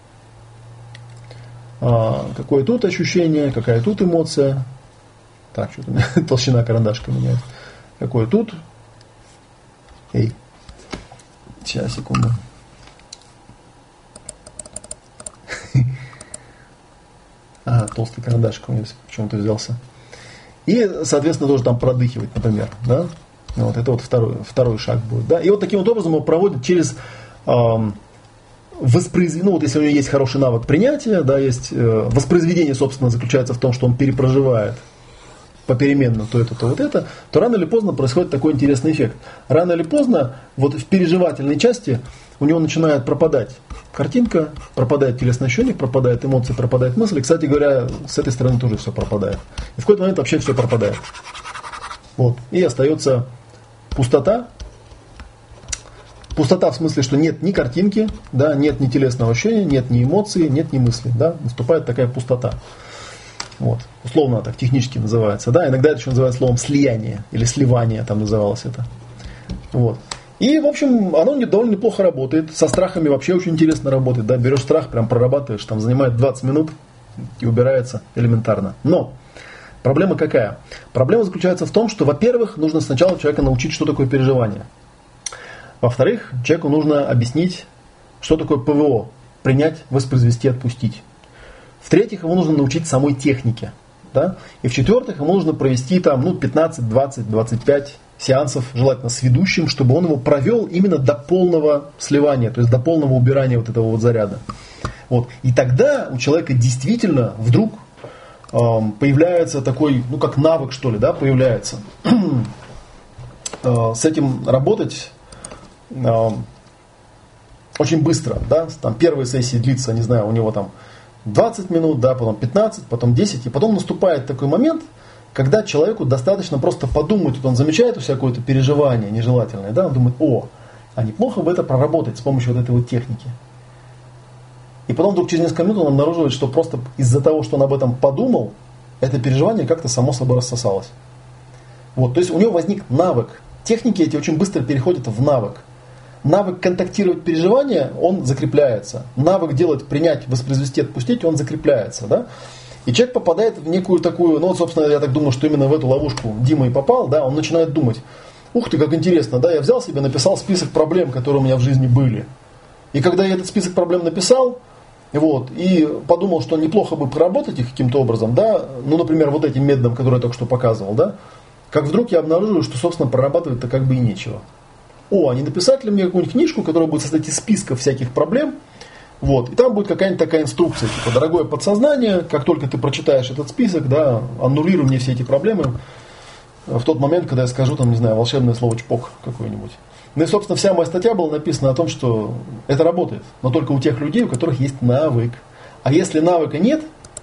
Speaker 1: э, какое тут ощущение, какая тут эмоция, так, что-то у меня толщина карандашка меняется, какое тут. Эй, сейчас, секунду. А, толстый карандашик у меня почему-то взялся. И, соответственно, тоже там продыхивать, например. Да? Вот это вот второй, второй шаг будет. Да? И вот таким вот образом его проводят через эм, воспроизведение. Ну, вот если у него есть хороший навык принятия, да, есть э, воспроизведение, собственно, заключается в том, что он перепроживает попеременно то это, то вот это, то рано или поздно происходит такой интересный эффект. Рано или поздно вот в переживательной части у него начинает пропадать картинка, пропадает телесное ощущение, пропадает эмоции, пропадает мысль. И, кстати говоря, с этой стороны тоже все пропадает. И в какой-то момент вообще все пропадает. Вот. И остается пустота. Пустота в смысле, что нет ни картинки, да, нет ни телесного ощущения, нет ни эмоций, нет ни мысли. Да. Наступает такая пустота. Вот. Условно так технически называется. Да? Иногда это еще называют словом слияние или сливание, там называлось это. Вот. И, в общем, оно довольно неплохо работает. Со страхами вообще очень интересно работает. Да? Берешь страх, прям прорабатываешь, там занимает двадцать минут и убирается элементарно. Но проблема какая? Проблема заключается в том, что, во-первых, нужно сначала человека научить, что такое переживание. Во-вторых, человеку нужно объяснить, что такое пэ вэ о. Принять, воспроизвести, отпустить. В-третьих, ему нужно научить самой технике. Да? И в-четвертых, ему нужно провести там, ну, пятнадцать, двадцать, двадцать пять сеансов, желательно с ведущим, чтобы он его провел именно до полного сливания, то есть до полного убирания вот этого вот заряда. Вот. И тогда у человека действительно вдруг эм, появляется такой, ну, как навык, что ли, да, появляется. э, с этим работать э, очень быстро. Да? Там первые сессии длится, не знаю, у него там двадцать минут, да, потом пятнадцать, потом десять, и потом наступает такой момент, когда человеку достаточно просто подумать, вот он замечает у себя какое-то переживание нежелательное, да, он думает, о, а неплохо бы это проработать с помощью вот этой вот техники. И потом вдруг через несколько минут он обнаруживает, что просто из-за того, что он об этом подумал, это переживание как-то само собой рассосалось. Вот, то есть у него возник навык. Техники эти очень быстро переходят в навык. Навык контактировать переживания, он закрепляется. Навык делать, принять, воспроизвести, отпустить, он закрепляется. Да? И человек попадает в некую такую, ну вот, собственно, я так думаю, что именно в эту ловушку Дима и попал, да, он начинает думать, ух ты, как интересно, да, я взял себе, написал список проблем, которые у меня в жизни были. И когда я этот список проблем написал, вот, и подумал, что неплохо бы проработать их каким-то образом, да, ну, например, вот этим методом, который я только что показывал, да, как вдруг я обнаружил, что, собственно, прорабатывать-то как бы и нечего. О, а не написать ли мне какую-нибудь книжку, которая будет состоять из списка всяких проблем, вот, и там будет какая-нибудь такая инструкция, типа, дорогое подсознание, как только ты прочитаешь этот список, да, аннулируй мне все эти проблемы в тот момент, когда я скажу, там, не знаю, волшебное слово чпок какое-нибудь. Ну и, собственно, вся моя статья была написана о том, что это работает, но только у тех людей, у которых есть навык. А если навыка нет,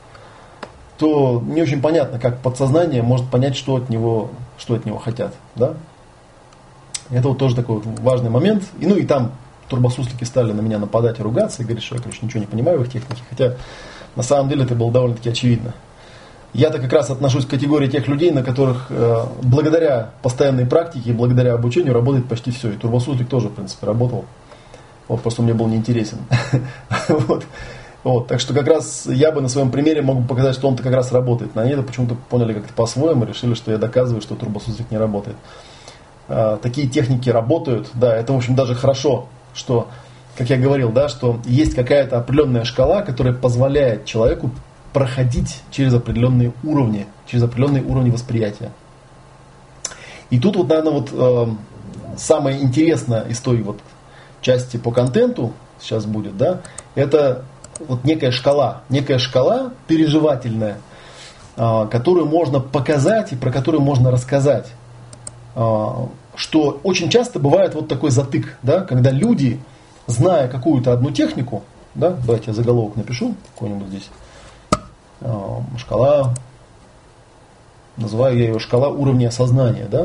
Speaker 1: то не очень понятно, как подсознание может понять, что от него, что от него хотят, да. Это вот тоже такой вот важный момент. И, ну и там турбосуслики стали на меня нападать и ругаться, и говорить, что я, короче, ничего не понимаю в их технике. Хотя на самом деле это было довольно-таки очевидно. Я-то как раз отношусь к категории тех людей, на которых э, благодаря постоянной практике, благодаря обучению работает почти все. И турбосуслик тоже, в принципе, работал. Вот, просто он мне был неинтересен. вот. Вот. Так что как раз я бы на своем примере мог бы показать, что он-то как раз работает. Но они это почему-то поняли как-то по-своему, решили, что я доказываю, что турбосуслик не работает. э, такие техники работают. Да, это, в общем, даже хорошо, что, как я говорил, да, что есть какая-то определенная шкала, которая позволяет человеку проходить через определенные уровни, через определенные уровни восприятия. И тут вот, наверное, вот э, самое интересное из той вот части по контенту сейчас будет, да, это вот некая шкала, некая шкала переживательная, э, которую можно показать и про которую можно рассказать. Э, что очень часто бывает вот такой затык, да, когда люди, зная какую-то одну технику, да, давайте я заголовок напишу, какой-нибудь здесь, э, шкала, называю я ее шкала уровня сознания, да,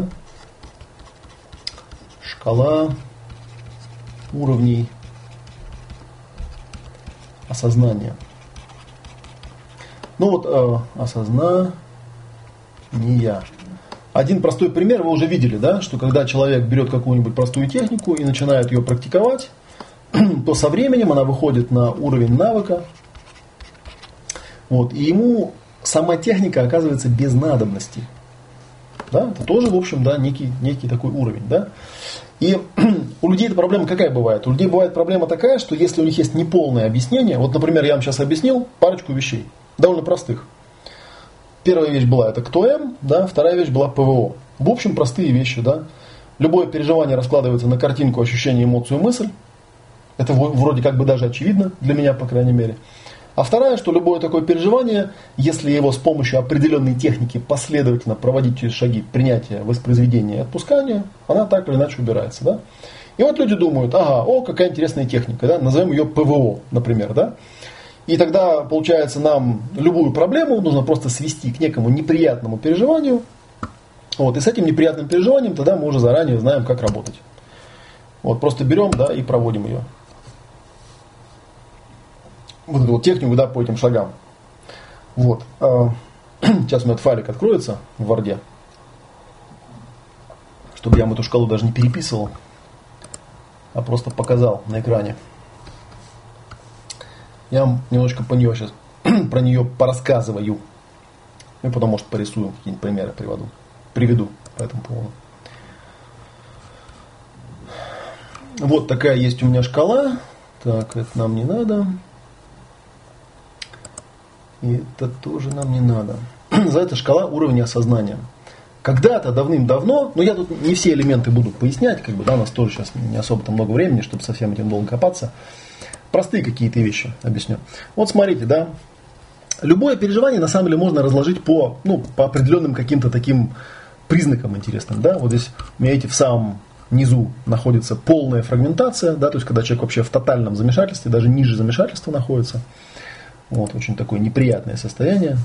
Speaker 1: шкала уровней осознания. Ну вот э, осознание. Один простой пример вы уже видели, да, что когда человек берет какую-нибудь простую технику и начинает ее практиковать, то со временем она выходит на уровень навыка, вот, и ему сама техника оказывается без надобности. Да, это тоже, в общем, да, некий, некий такой уровень. Да? И у людей эта проблема какая бывает? У людей бывает проблема такая, что если у них есть неполное объяснение, вот, например, я вам сейчас объяснил парочку вещей, довольно простых. Первая вещь была это кто М, да, вторая вещь была ПВО. В общем, простые вещи. Да? Любое переживание раскладывается на картинку, ощущение, эмоцию, мысль. Это вроде как бы даже очевидно, для меня, по крайней мере. А вторая, что любое такое переживание, если его с помощью определенной техники последовательно проводить через шаги принятия, воспроизведения и отпускания, она так или иначе убирается. Да? И вот люди думают, ага, о, какая интересная техника, да? Назовем ее ПВО, например. Да? И тогда, получается, нам любую проблему нужно просто свести к некому неприятному переживанию. Вот, и с этим неприятным переживанием тогда мы уже заранее знаем, как работать. Вот, просто берем, да, и проводим ее. Вот эту вот технику, да, по этим шагам. Вот. Сейчас у меня этот файлик откроется в Word, чтобы я вам эту шкалу даже не переписывал, а просто показал на экране. Я вам немножко по нее сейчас, про нее порассказываю. И потом, может, порисую, какие-нибудь примеры приведу, приведу по этому поводу. Вот такая есть у меня шкала. Так, это нам не надо. И это тоже нам не надо. Называется шкала уровня осознания. Когда-то, давным-давно, но я тут не все элементы буду пояснять, как бы, да, у нас тоже сейчас не особо-то много времени, чтобы со всем этим долго копаться. Простые какие-то вещи объясню. Вот смотрите, да, любое переживание на самом деле можно разложить по, ну, по определенным каким-то таким признакам интересным. Да? Вот здесь, видите, в самом низу находится полная фрагментация, да, то есть когда человек вообще в тотальном замешательстве, даже ниже замешательства находится. Вот, очень такое неприятное состояние.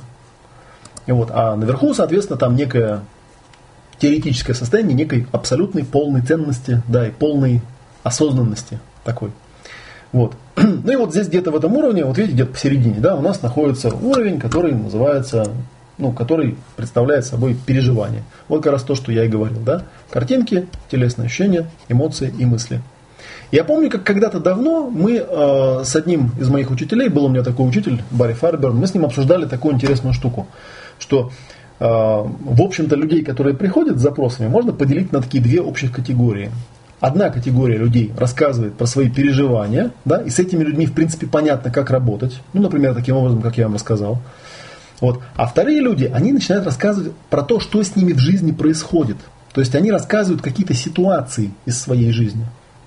Speaker 1: И вот, а наверху, соответственно, там некое теоретическое состояние некой абсолютной полной ценности, да, и полной осознанности такой. Вот. Ну и вот здесь где-то в этом уровне, вот видите, где-то посередине, да, у нас находится уровень, который называется, ну, который представляет собой переживание. Вот как раз то, что я и говорил, да. Картинки, телесные ощущения, эмоции и мысли. Я помню, как когда-то давно мы э, с одним из моих учителей, был у меня такой учитель, Барри Фарберн, мы с ним обсуждали такую интересную штуку, что, э, в общем-то, людей, которые приходят с запросами, можно поделить на такие две общих категории. Одна категория людей рассказывает про свои переживания, да, и с этими людьми, в принципе, понятно, как работать. Ну, например, таким образом, как я вам рассказал. Вот. А вторые люди, они начинают рассказывать про то, что с ними в жизни происходит. То есть они рассказывают какие-то ситуации из своей жизни.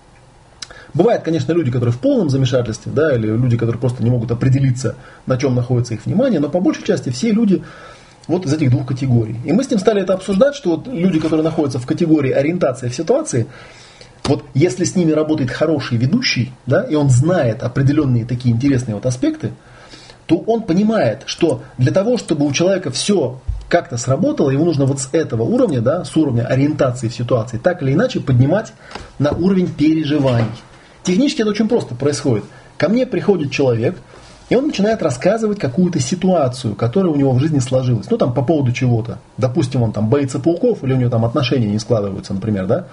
Speaker 1: Бывают, конечно, люди, которые в полном замешательстве, да, или люди, которые просто не могут определиться, на чем находится их внимание, но по большей части все люди вот из этих двух категорий. И мы с ним стали это обсуждать, что вот люди, которые находятся в категории ориентация в ситуации, вот если с ними работает хороший ведущий, да, и он знает определенные такие интересные вот аспекты, то он понимает, что для того, чтобы у человека все как-то сработало, ему нужно вот с этого уровня, да, с уровня ориентации в ситуации, так или иначе поднимать на уровень переживаний. Технически это очень просто происходит. Ко мне приходит человек, и он начинает рассказывать какую-то ситуацию, которая у него в жизни сложилась. Ну, там, по поводу чего-то. Допустим, он там боится пауков, или у него там отношения не складываются, например, да.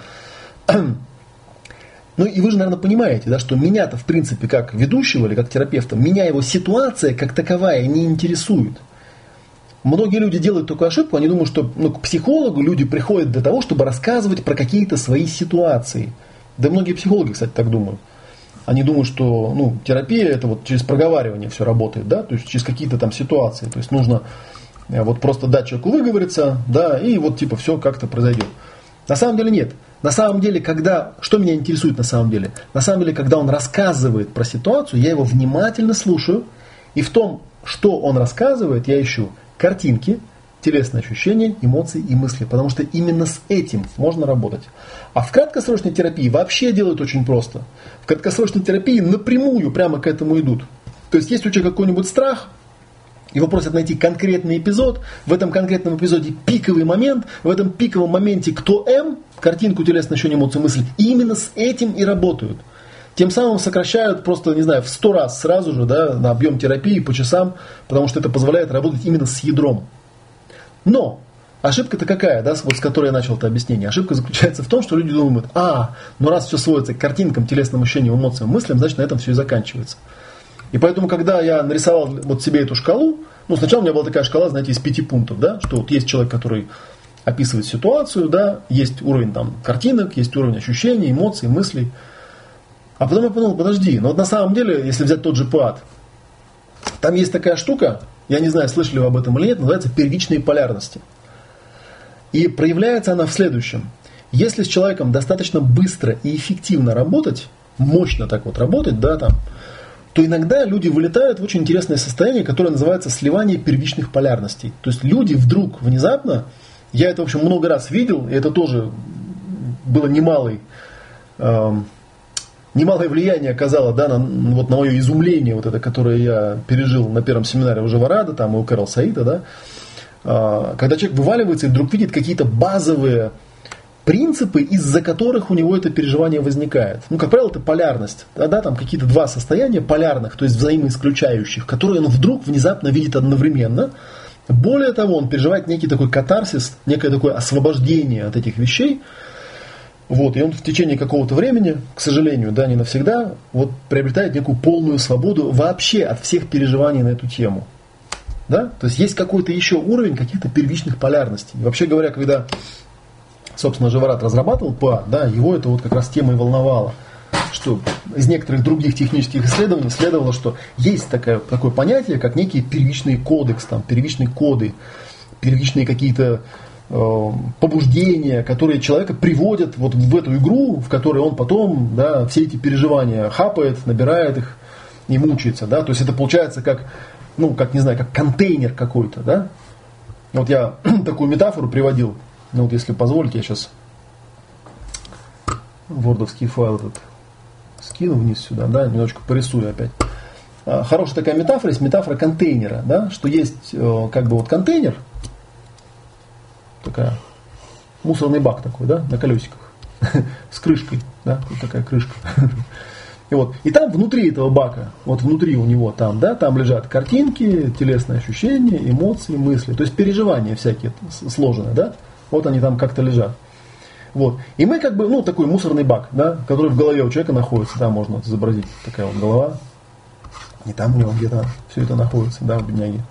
Speaker 1: Ну, и вы же, наверное, понимаете, да, что меня-то, в принципе, как ведущего или как терапевта, меня его ситуация как таковая не интересует. многие люди делают такую ошибку, они думают, что ну, к психологу люди приходят для того, чтобы рассказывать про какие-то свои ситуации. Да многие психологи, кстати, так думают. Они думают, что ну, терапия это вот через проговаривание все работает, да, то есть через какие-то там ситуации. То есть нужно вот просто дать человеку выговориться, да, и вот типа все как-то произойдет. На самом деле нет. На самом деле, когда, что меня интересует на самом деле? На самом деле, когда он рассказывает про ситуацию, я его внимательно слушаю, и в том, что он рассказывает, я ищу картинки, телесные ощущения, эмоции и мысли, потому что именно с этим можно работать. А в краткосрочной терапии вообще делают очень просто. В краткосрочной терапии напрямую прямо к этому идут. То есть есть у человека какой-нибудь страх, его просят найти конкретный эпизод, в этом конкретном эпизоде пиковый момент, в этом пиковом моменте кто М, картинку, телесные ощущения, эмоции, мысли, и именно с этим и работают. Тем самым сокращают просто, не знаю, в сто раз сразу же, да, на объем терапии по часам, потому что это позволяет работать именно с ядром. Но ошибка-то какая, да, вот с которой я начал это объяснение? Ошибка заключается в том, что люди думают, а, ну раз все сводится к картинкам, телесным ощущениям, эмоциям, мыслям, значит на этом все и заканчивается. И поэтому, когда я нарисовал вот себе эту шкалу, ну сначала у меня была такая шкала, знаете, из пяти пунктов, да, что вот есть человек, который описывает ситуацию, да, есть уровень там картинок, есть уровень ощущений, эмоций, мыслей. А потом я подумал, подожди, но вот на самом деле, если взять тот же ПАД, там есть такая штука, я не знаю, слышали вы об этом или нет, называется первичные полярности. И проявляется она в следующем. Если с человеком достаточно быстро и эффективно работать, мощно так вот работать, да, там, то иногда люди вылетают в очень интересное состояние, которое называется сливание первичных полярностей. То есть люди вдруг, внезапно, я это, в общем, много раз видел, и это тоже было немалый, э, немалое влияние оказало, да, на, вот на мое изумление, вот это, которое я пережил на первом семинаре у Живарада, там, и у Кэрол Саида, да, э, когда человек вываливается и вдруг видит какие-то базовые принципы, из-за которых у него это переживание возникает. Ну, как правило, это полярность. Да, да, там какие-то два состояния полярных, то есть взаимоисключающих, которые он вдруг внезапно видит одновременно. Более того, он переживает некий такой катарсис, некое такое освобождение от этих вещей. Вот, и он в течение какого-то времени, к сожалению, да, не навсегда, вот, приобретает некую полную свободу вообще от всех переживаний на эту тему. Да? То есть есть какой-то еще уровень каких-то первичных полярностей. И вообще говоря, когда собственно, Живарад разрабатывал ПА, да, его это вот как раз тема и волновала, что из некоторых других технических исследований следовало, что есть такое, такое понятие, как некий первичный кодекс, там, первичные коды, первичные какие-то э, побуждения, которые человека приводят вот в эту игру, в которой он потом, да, все эти переживания хапает, набирает их и мучается, да, то есть это получается как, ну, как, не знаю, как контейнер какой-то, да. Вот я такую метафору приводил. Ну вот если позволите, я сейчас вордовский файл этот скину вниз сюда, да, немножечко порисую опять. Хорошая такая метафора, есть метафора контейнера, да, что есть как бы вот контейнер, такая, мусорный бак такой, да, на колесиках, с крышкой, да, вот такая крышка. И, вот, и там внутри этого бака, вот внутри у него там, да, там лежат картинки, телесные ощущения, эмоции, мысли, то есть переживания всякие сложные, да. Вот они там как-то лежат. Вот. И мы как бы, ну, такой мусорный бак, да, который в голове у человека находится. Да, можно вот изобразить такая вот голова. И там у него где-то все это находится, да, в бедняге.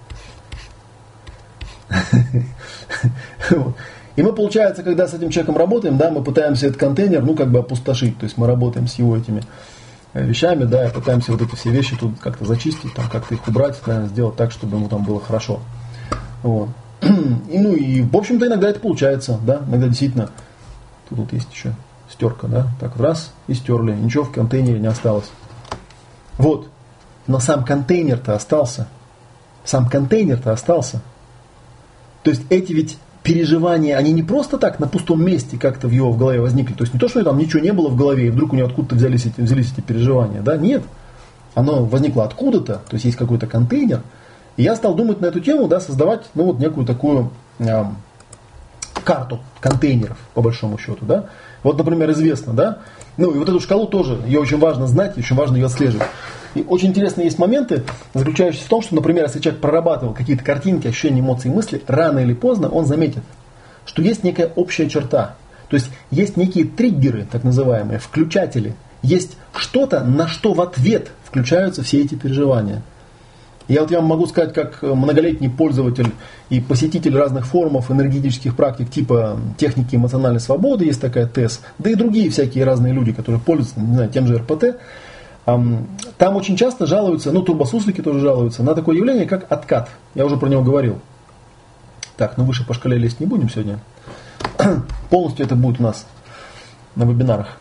Speaker 1: И мы, получается, когда с этим человеком работаем, да, мы пытаемся этот контейнер, ну, как бы опустошить. То есть мы работаем с его этими вещами, да, и пытаемся вот эти все вещи тут как-то зачистить, там, как-то их убрать, да, сделать так, чтобы ему там было хорошо. Вот. И, ну и, в общем-то, иногда это получается, да, иногда действительно, тут вот есть еще стерка, да, так вот раз и стерли, ничего в контейнере не осталось. Вот, но сам контейнер-то остался, сам контейнер-то остался. То есть эти ведь переживания, они не просто так на пустом месте как-то в его в голове возникли, то есть не то, что там ничего не было в голове, и вдруг у него откуда-то взялись эти, взялись эти переживания, да, нет, оно возникло откуда-то, то есть есть какой-то контейнер. И я стал думать на эту тему, да, создавать, ну, вот некую такую э, карту контейнеров, по большому счету, да. Вот, например, известно, да, ну, и вот эту шкалу тоже, ее очень важно знать, очень важно ее отслеживать. И очень интересные есть моменты, заключающиеся в том, что, например, если человек прорабатывал какие-то картинки, ощущения, эмоции, мысли, рано или поздно он заметит, что есть некая общая черта. То есть есть некие триггеры, так называемые, включатели. Есть что-то, на что в ответ включаются все эти переживания. Я вот я вам могу сказать, как многолетний пользователь и посетитель разных форумов энергетических практик типа техники эмоциональной свободы, есть такая ТЭС, да и другие всякие разные люди, которые пользуются, не знаю, тем же эр пэ тэ, там очень часто жалуются, ну турбосуслики тоже жалуются, на такое явление, как откат. Я уже про него говорил. Так, ну выше по шкале лезть не будем сегодня. Полностью это будет у нас на вебинарах.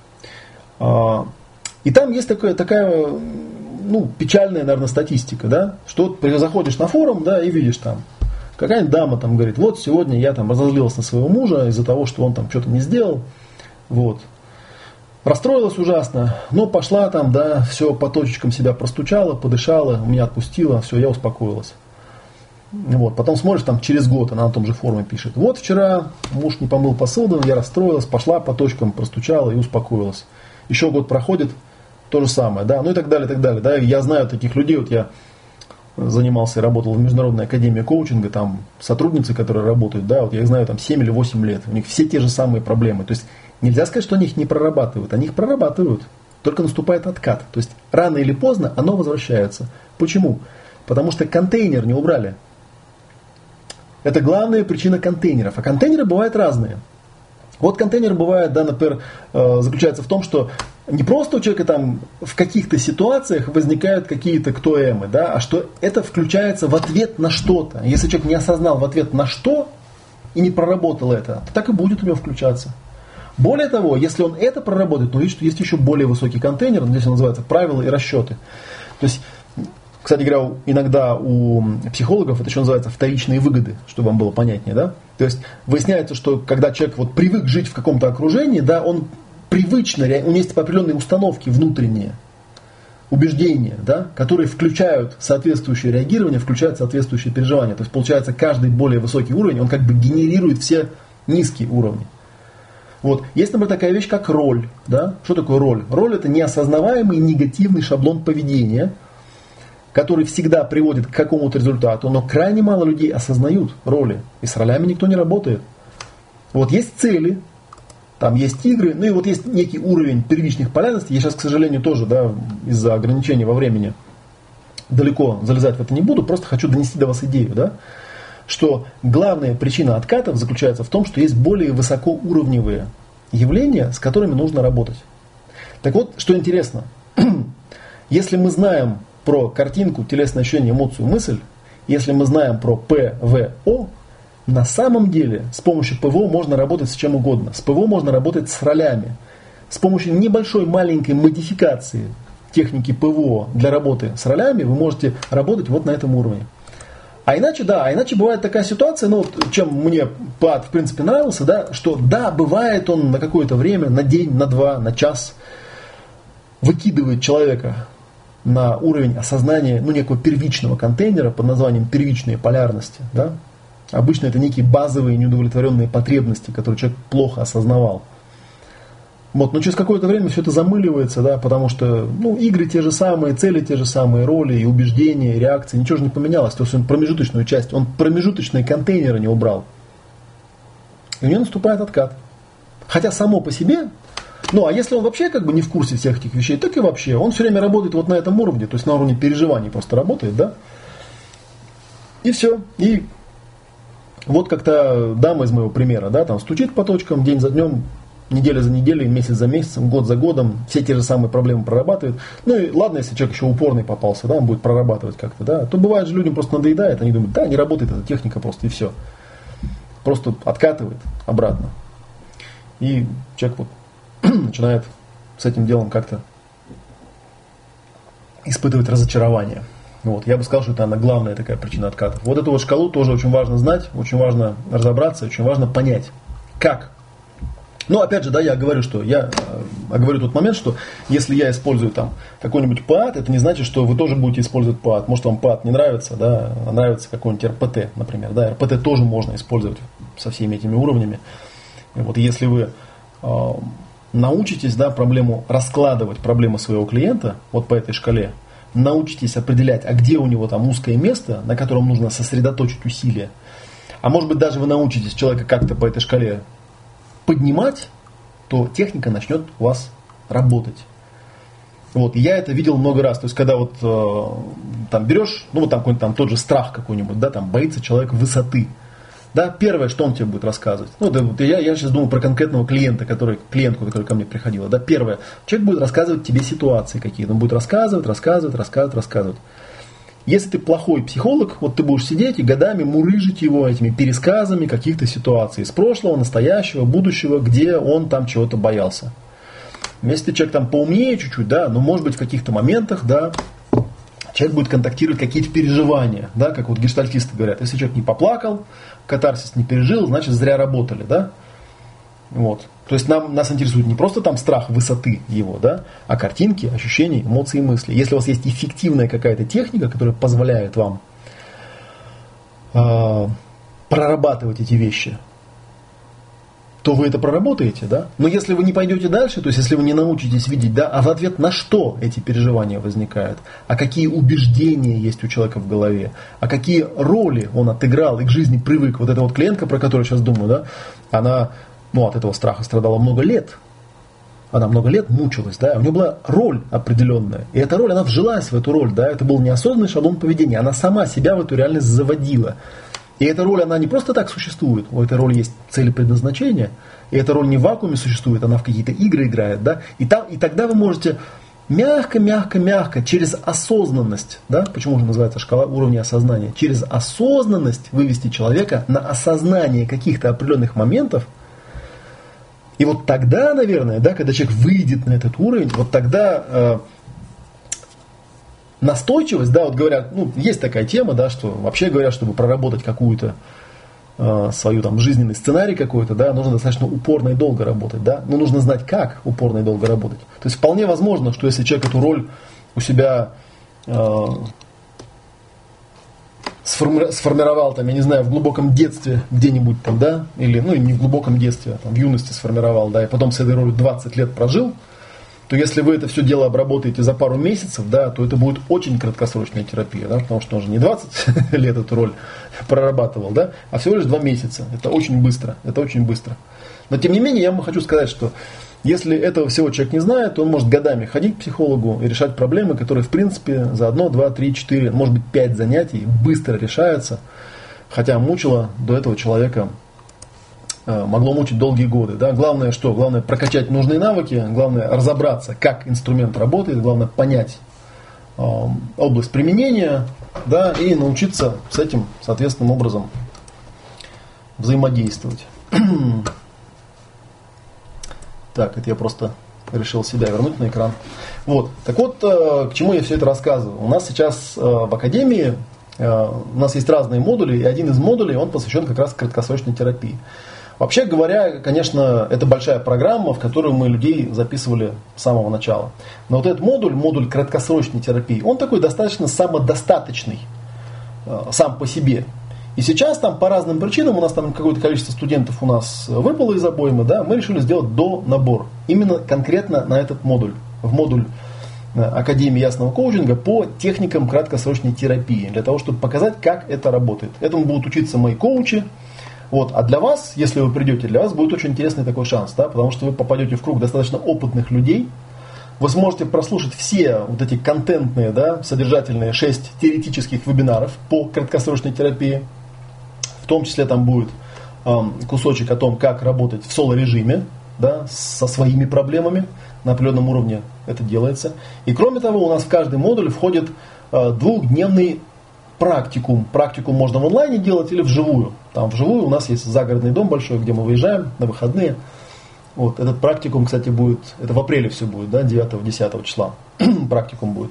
Speaker 1: И там есть такая, такая ну, печальная, наверное, статистика, да, что ты заходишь на форум, да, и видишь там, какая-нибудь дама там говорит, вот сегодня я там разозлилась на своего мужа из-за того, что он там что-то не сделал, вот. Расстроилась ужасно, но пошла там, да, все по точечкам себя простучала, подышала, меня отпустила, все, я успокоилась. Вот. Потом смотришь, там через год она на том же форуме пишет, вот вчера муж не помыл посуду, я расстроилась, пошла по точкам простучала и успокоилась. Еще год проходит, то же самое, да, ну и так далее, и так далее. Да. Я знаю таких людей, вот я занимался и работал в Международной академии коучинга, там сотрудницы, которые работают, да, вот я их знаю там семь или восемь лет, у них все те же самые проблемы, то есть нельзя сказать, что они их не прорабатывают, они их прорабатывают, только наступает откат, то есть рано или поздно оно возвращается. Почему? Потому что контейнер не убрали. Это главная причина контейнеров, а контейнеры бывают разные. Вот контейнер бывает, да, например, заключается в том, что не просто у человека там в каких-то ситуациях возникают какие-то ктоэмы, да, а что это включается в ответ на что-то. Если человек не осознал в ответ на что и не проработал это, то так и будет у него включаться. Более того, если он это проработает, то видит, что есть еще более высокий контейнер, здесь он называется правила и расчеты. То есть, кстати говоря, иногда у психологов это еще называется вторичные выгоды, чтобы вам было понятнее, да? То есть выясняется, что когда человек вот привык жить в каком-то окружении, да, он привычно, у него есть определенные установки внутренние, убеждения, да, которые включают соответствующее реагирование, включают соответствующие переживания. То есть получается, каждый более высокий уровень, он как бы генерирует все низкие уровни. Вот. Есть, например, такая вещь, как роль. Да? Что такое роль? Роль – это неосознаваемый негативный шаблон поведения, который всегда приводит к какому-то результату, но крайне мало людей осознают роли, и с ролями никто не работает. Вот есть цели, там есть игры, ну и вот есть некий уровень первичных полярностей. Я сейчас, к сожалению, тоже, да, из-за ограничений во времени далеко залезать в это не буду, просто хочу донести до вас идею, да, что главная причина откатов заключается в том, что есть более высокоуровневые явления, с которыми нужно работать. Так вот, что интересно, если мы знаем про картинку, телесное ощущение, эмоцию, мысль, если мы знаем про пэ вэ о, на самом деле с помощью пэ вэ о можно работать с чем угодно. С пэ вэ о можно работать с ролями. С помощью небольшой маленькой модификации техники пэ вэ о для работы с ролями вы можете работать вот на этом уровне. А иначе, да, а иначе бывает такая ситуация, ну вот чем мне ПАД в принципе нравился, да, что да, бывает он на какое-то время, на день, на два, на час выкидывает человека на уровень осознания, ну, некого первичного контейнера под названием первичные полярности, да. Обычно это некие базовые неудовлетворенные потребности, которые человек плохо осознавал. Вот, но через какое-то время все это замыливается, да, потому что ну, игры те же самые, цели те же самые, роли и убеждения, и реакции, ничего же не поменялось. То есть он промежуточную часть, он промежуточные контейнеры не убрал. И у него наступает откат. Хотя само по себе, ну а если он вообще как бы не в курсе всех этих вещей, так и вообще, он все время работает вот на этом уровне, то есть на уровне переживаний просто работает, да. И все. И вот как-то дама из моего примера, да, там стучит по точкам день за днем, неделя за неделей, месяц за месяцем, год за годом, все те же самые проблемы прорабатывает. Ну и ладно, если человек еще упорный попался, да, он будет прорабатывать как-то, да, то бывает же людям просто надоедает, они думают, да, не работает эта техника просто и все. Просто откатывает обратно. И человек вот начинает с этим делом как-то испытывать разочарование. Вот. Я бы сказал, что это она главная такая причина откатов. Вот эту вот шкалу тоже очень важно знать, очень важно разобраться, очень важно понять, как. Но опять же, да, я говорю, что я оговорю тот момент, что если я использую там какой-нибудь ПАД, это не значит, что вы тоже будете использовать ПАД. Может, вам ПАД не нравится, да, а нравится какой-нибудь эр пэ тэ, например. Да, эр пэ тэ тоже можно использовать со всеми этими уровнями. И вот если вы э, научитесь, да, проблему раскладывать, проблему своего клиента вот по этой шкале, научитесь определять, а где у него там узкое место, на котором нужно сосредоточить усилия. А может быть, даже вы научитесь человека как-то по этой шкале поднимать, то техника начнет у вас работать. Вот, и я это видел много раз. То есть, когда вот э, там берешь, ну вот там какой-нибудь там тот же страх какой-нибудь, да, там боится человек высоты. Да, первое, что он тебе будет рассказывать. Ну, да, вот я, я сейчас думаю про конкретного клиента, который, клиентку, которая ко мне приходила. Да, первое, человек будет рассказывать тебе ситуации какие-то. Он будет рассказывать, рассказывать, рассказывать, рассказывать. Если ты плохой психолог, вот ты будешь сидеть и годами мурыжить его этими пересказами каких-то ситуаций из прошлого, настоящего, будущего, где он там чего-то боялся. Если ты человек там поумнее чуть-чуть, да, но может быть в каких-то моментах, да, человек будет контактировать какие-то переживания, да, как вот гештальтисты говорят. Если человек не поплакал, катарсис не пережил, значит зря работали, да. Вот. То есть нам, нас интересует не просто там страх высоты его, да, а картинки, ощущения, эмоции и мысли. Если у вас есть эффективная какая-то техника, которая позволяет вам э, прорабатывать эти вещи, то вы это проработаете, да. Но если вы не пойдете дальше, то есть если вы не научитесь видеть, да, а в ответ на что эти переживания возникают, а какие убеждения есть у человека в голове, а какие роли он отыграл и к жизни привык. Вот эта вот клиентка, про которую я сейчас думаю, да, она... Ну, от этого страха страдала много лет. Она много лет мучилась, да. У нее была роль определенная. И эта роль, она вжилась в эту роль, да. Это был неосознанный шаблон поведения. Она сама себя в эту реальность заводила. И эта роль, она не просто так существует. У этой роли есть цели предназначения. И эта роль не в вакууме существует, она в какие-то игры играет, да. И, там, и тогда вы можете мягко, мягко, мягко, через осознанность, да, почему же называется шкала уровня осознания, через осознанность вывести человека на осознание каких-то определенных моментов. И вот тогда, наверное, да, когда человек выйдет на этот уровень, вот тогда э, настойчивость, да, вот говорят, ну, есть такая тема, да, что вообще говорят, чтобы проработать какую-то э, свою там жизненный сценарий какой-то, да, нужно достаточно упорно и долго работать, да, но нужно знать, как упорно и долго работать. То есть вполне возможно, что если человек эту роль у себя э, сформировал, там, я не знаю, в глубоком детстве где-нибудь там, да, или, ну, не в глубоком детстве, а там, в юности сформировал, да, и потом с этой ролью двадцать лет прожил, то если вы это все дело обработаете за пару месяцев, да, то это будет очень краткосрочная терапия, да, потому что он же не двадцать лет эту роль прорабатывал, да, а всего лишь два месяца. Это очень быстро, это очень быстро. Но, тем не менее, я вам хочу сказать, что если этого всего человек не знает, то он может годами ходить к психологу и решать проблемы, которые, в принципе, за одно, два, три, четыре, может быть, пять занятий быстро решаются. Хотя мучило до этого человека, э, могло мучить долгие годы. Да? Главное что? Главное прокачать нужные навыки, главное разобраться, как инструмент работает, главное понять э, область применения, да, и научиться с этим соответственным образом взаимодействовать. Так, это я просто решил себя вернуть на экран. Вот. Так вот, к чему я все это рассказываю. У нас сейчас в академии, у нас есть разные модули, и один из модулей, он посвящен как раз краткосрочной терапии. Вообще говоря, конечно, это большая программа, в которую мы людей записывали с самого начала. Но вот этот модуль, модуль краткосрочной терапии, он такой достаточно самодостаточный сам по себе. И сейчас там по разным причинам, у нас там какое-то количество студентов у нас выпало из обоймы, да, мы решили сделать донабор. Именно конкретно на этот модуль, в модуль Академии ясного коучинга по техникам краткосрочной терапии, для того, чтобы показать, как это работает. Этому будут учиться мои коучи. Вот. А для вас, если вы придете, для вас будет очень интересный такой шанс, да, потому что вы попадете в круг достаточно опытных людей. Вы сможете прослушать все вот эти контентные, да, содержательные шесть теоретических вебинаров по краткосрочной терапии. В том числе там будет э, кусочек о том, как работать в соло-режиме, да, со своими проблемами. На определенном уровне это делается. И кроме того, у нас в каждый модуль входит э, двухдневный практикум. Практикум можно в онлайне делать или вживую. Там вживую у нас есть загородный дом большой, где мы выезжаем на выходные. Вот, этот практикум, кстати, будет, это в апреле все будет, да, девятого-десятого числа практикум будет.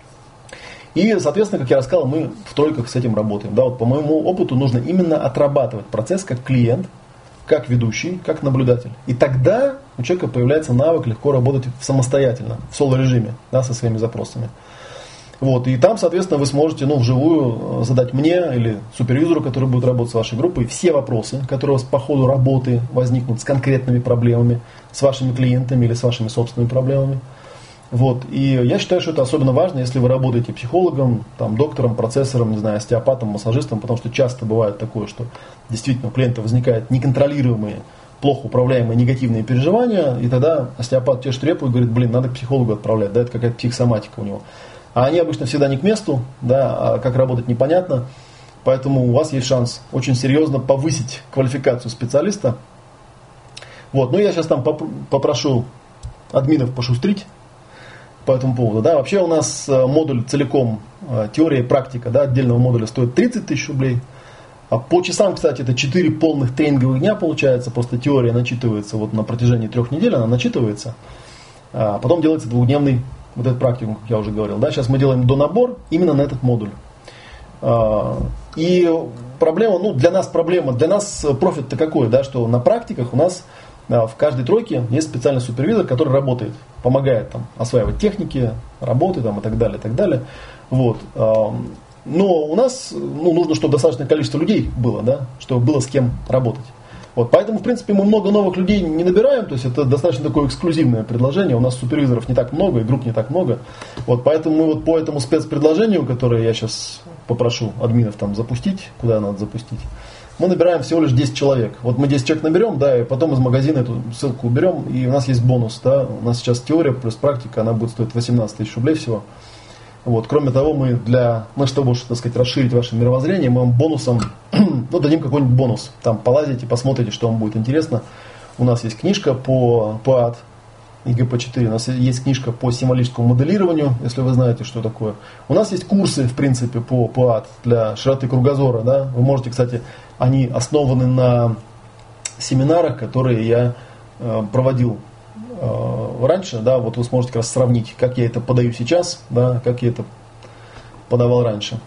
Speaker 1: И, соответственно, как я рассказал, мы в тройках с этим работаем. Да, вот по моему опыту нужно именно отрабатывать процесс как клиент, как ведущий, как наблюдатель. И тогда у человека появляется навык легко работать самостоятельно, в соло-режиме, да, со своими запросами. Вот, и там, соответственно, вы сможете, ну, вживую задать мне или супервизору, который будет работать с вашей группой, все вопросы, которые у вас по ходу работы возникнут с конкретными проблемами, с вашими клиентами или с вашими собственными проблемами. Вот. И я считаю, что это особенно важно, если вы работаете психологом, там, доктором, процессором, не знаю, остеопатом, массажистом, потому что часто бывает такое, что действительно у клиента возникают неконтролируемые плохо управляемые негативные переживания, и тогда остеопат чешет репу и говорит, блин, надо к психологу отправлять, да, это какая-то психосоматика у него. А они обычно всегда не к месту, да, а как работать непонятно, поэтому у вас есть шанс очень серьезно повысить квалификацию специалиста. Вот, ну я сейчас там попрошу админов пошустрить по этому поводу. Да. Вообще у нас модуль целиком, теория и практика, да, отдельного модуля стоит тридцать тысяч рублей. А по часам, кстати, это четыре полных тренинговых дня получается, просто теория начитывается вот на протяжении трех недель, она начитывается, а потом делается двухдневный вот этот практикум, как я уже говорил. Да. Сейчас мы делаем донабор именно на этот модуль. И проблема, ну для нас проблема, для нас профит-то какой, да, что на практиках у нас в каждой тройке есть специальный супервизор, который работает, помогает там осваивать техники, работы там, и так далее, и так далее. Вот. Но у нас ну, нужно, чтобы достаточное количество людей было, да, чтобы было с кем работать. Вот, поэтому, в принципе, мы много новых людей не набираем, то есть это достаточно такое эксклюзивное предложение. У нас супервизоров не так много, и групп не так много. Вот, поэтому мы вот по этому спецпредложению, которое я сейчас попрошу админов там запустить, куда надо запустить, мы набираем всего лишь десять человек. Вот мы десять человек наберем, да, и потом из магазина эту ссылку уберем, и у нас есть бонус. Да, у нас сейчас теория плюс практика, она будет стоить восемнадцать тысяч рублей всего. Вот, кроме того, мы для, ну, чтобы, так сказать, расширить ваше мировоззрение, мы вам бонусом, ну, дадим какой-нибудь бонус. Там полазите, посмотрите, что вам будет интересно. У нас есть книжка по ПААТ и гэ пэ четыре, у нас есть книжка по символическому моделированию, если вы знаете, что такое. У нас есть курсы, в принципе, по ПААТ для широты кругозора. Да? Вы можете, кстати, они основаны на семинарах, которые я э, проводил раньше, да, вот вы сможете как раз сравнить, как я это подаю сейчас, да, как я это подавал раньше.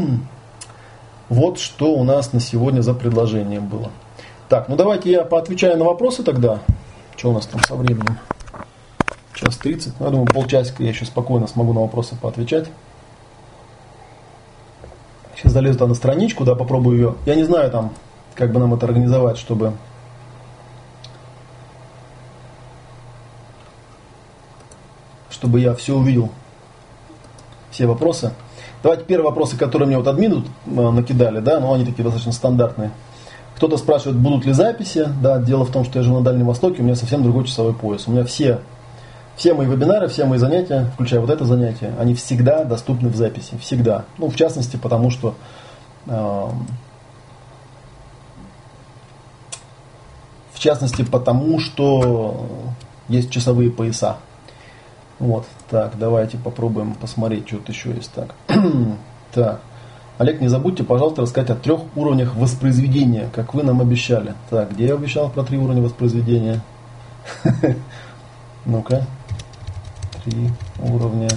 Speaker 1: Вот что у нас на сегодня за предложение было. Так, ну давайте я поотвечаю на вопросы тогда. Что у нас там со временем? Час тридцать. Ну, я думаю, полчасика я еще спокойно смогу на вопросы поотвечать. Сейчас залезу там на страничку, да, попробую ее. Я не знаю там, как бы нам это организовать, чтобы... чтобы я все увидел, все вопросы. Давайте первые вопросы, которые мне вот админы накидали, да, но они такие достаточно стандартные. Кто-то спрашивает, будут ли записи, да, дело в том, что я живу на Дальнем Востоке, у меня совсем другой часовой пояс. У меня все, все мои вебинары, все мои занятия, включая вот это занятие, они всегда доступны в записи, всегда. Ну, в частности, потому что э, в частности, потому что есть часовые пояса. Вот, так, давайте попробуем посмотреть, что-то еще есть. Так. Так, Олег, не забудьте, пожалуйста, рассказать о трех уровнях воспроизведения, как вы нам обещали. Так, где я обещал про три уровня воспроизведения? Ну-ка, три уровня.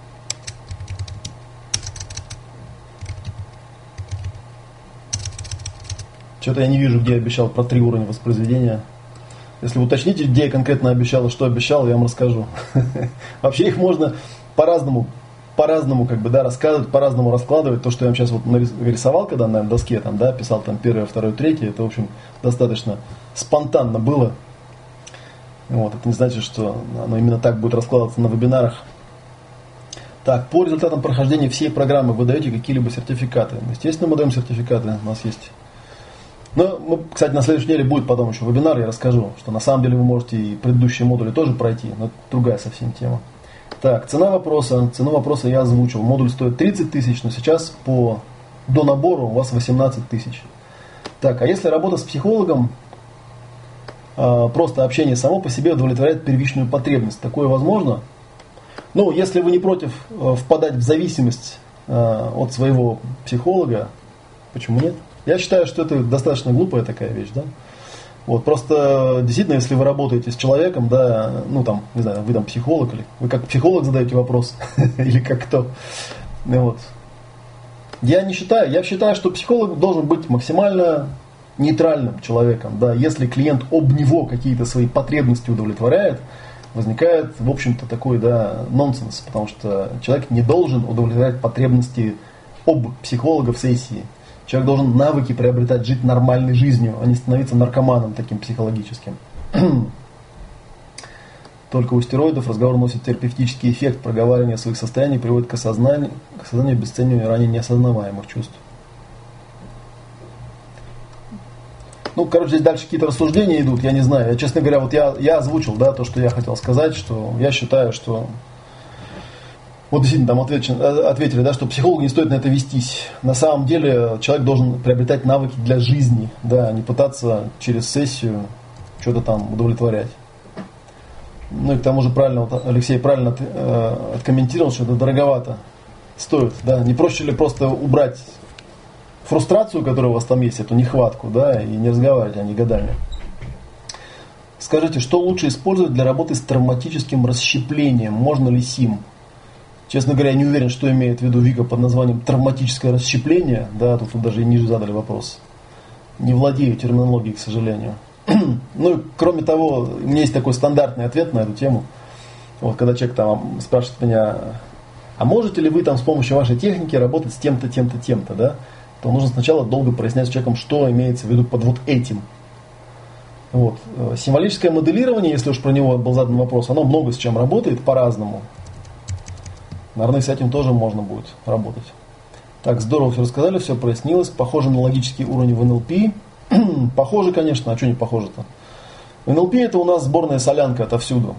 Speaker 1: Что-то я не вижу, где я обещал про три уровня воспроизведения. Если вы уточните, где я конкретно обещал и что обещал, я вам расскажу. Вообще их можно по-разному, по-разному как бы, да, рассказывать, по-разному раскладывать. То, что я вам сейчас вот нарисовал, когда на доске там, да, писал там первое, второе, третье, это, в общем, достаточно спонтанно было. Вот, это не значит, что оно именно так будет раскладываться на вебинарах. Так, по результатам прохождения всей программы вы даете какие-либо сертификаты? Естественно, мы даем сертификаты, у нас есть... Но, мы, кстати, на следующей неделе будет потом еще вебинар, я расскажу, что на самом деле вы можете и предыдущие модули тоже пройти, но это другая совсем тема. Так, цена вопроса. Цену вопроса я озвучил. Модуль стоит тридцать тысяч, но сейчас по донабору у вас восемнадцать тысяч. Так, а если работа с психологом, просто общение само по себе удовлетворяет первичную потребность, такое возможно? Ну, если вы не против впадать в зависимость от своего психолога, почему нет? Я считаю, что это достаточно глупая такая вещь, да. Вот, просто действительно, если вы работаете с человеком, да, ну там, не знаю, вы там психолог, или вы как психолог задаете вопрос, или как кто. Вот. Я не считаю, я считаю, что психолог должен быть максимально нейтральным человеком, да. Если клиент об него какие-то свои потребности удовлетворяет, возникает, в общем-то, такой, да, нонсенс, потому что человек не должен удовлетворять потребности об психолога в сессии. Человек должен навыки приобретать, жить нормальной жизнью, а не становиться наркоманом таким психологическим. Только у стероидов разговор носит терапевтический эффект. Проговаривание своих состояний приводит к осознанию, к осознанию обесценивания ранее неосознаваемых чувств. Ну, короче, здесь дальше какие-то рассуждения идут, я не знаю. Я, честно говоря, вот я, я озвучил, да, то, что я хотел сказать, что я считаю, что вот действительно там ответили, ответили, да, что психологу не стоит на это вестись. На самом деле человек должен приобретать навыки для жизни, да, а не пытаться через сессию что-то там удовлетворять. Ну и к тому же правильно, вот Алексей правильно э, откомментировал, что это дороговато стоит, да. Не проще ли просто убрать фрустрацию, которая у вас там есть, эту нехватку, да, и не разговаривать о ней годами. Скажите, что лучше использовать для работы с травматическим расщеплением? Можно ли СИМ? Честно говоря, я не уверен, что имеет в виду Вика под названием травматическое расщепление. Да, тут, тут даже и ниже задали вопрос. Не владею терминологией, к сожалению. Ну и кроме того, у меня есть такой стандартный ответ на эту тему. Вот когда человек там спрашивает меня, а можете ли вы там с помощью вашей техники работать с тем-то, тем-то, тем-то, да? То нужно сначала долго прояснять с человеком, что имеется в виду под вот этим. Вот. Символическое моделирование, если уж про него был задан вопрос, оно много с чем работает по-разному. Наверное, с этим тоже можно будет работать. Так, здорово все рассказали, все прояснилось. Похоже на логический уровень в эн эл пи. Похоже, конечно, а что не похоже-то? эн эл пи это у нас сборная солянка отовсюду.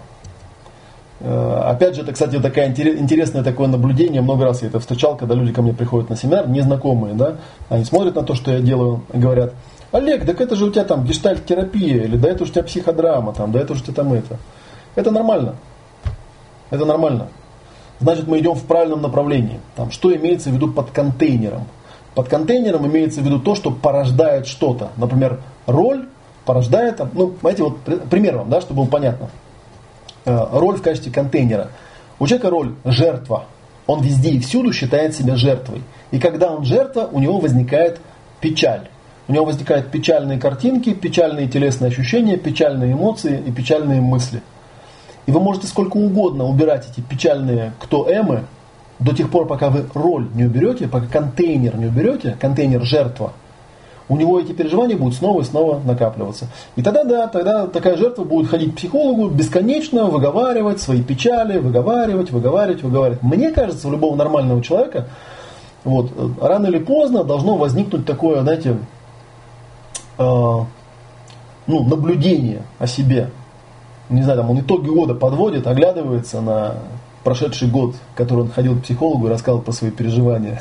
Speaker 1: Опять же, это, кстати, такая интересное такое наблюдение. Много раз я это встречал, когда люди ко мне приходят на семинар, незнакомые, да, они смотрят на то, что я делаю, и говорят: Олег, так это же у тебя там гештальт-терапия, или да это же у тебя психодрама, там, да это же у тебя там это. Это нормально. Это нормально. Значит, мы идем в правильном направлении. Там, что имеется в виду под контейнером? Под контейнером имеется в виду то, что порождает что-то. Например, роль порождает, ну, понимаете, вот пример вам, да, чтобы было понятно. Роль в качестве контейнера. У человека роль жертва. Он везде и всюду считает себя жертвой. И когда он жертва, у него возникает печаль. У него возникают печальные картинки, печальные телесные ощущения, печальные эмоции и печальные мысли. И вы можете сколько угодно убирать эти печальные кто-эмы до тех пор, пока вы роль не уберете, пока контейнер не уберете, контейнер жертва, у него эти переживания будут снова и снова накапливаться. И тогда, да, тогда такая жертва будет ходить к психологу, бесконечно выговаривать свои печали, выговаривать, выговаривать, выговаривать. Мне кажется, у любого нормального человека вот, рано или поздно должно возникнуть такое, знаете, э, ну, наблюдение о себе. Не знаю, там он итоги года подводит, оглядывается на прошедший год, который он ходил к психологу и рассказывал про свои переживания.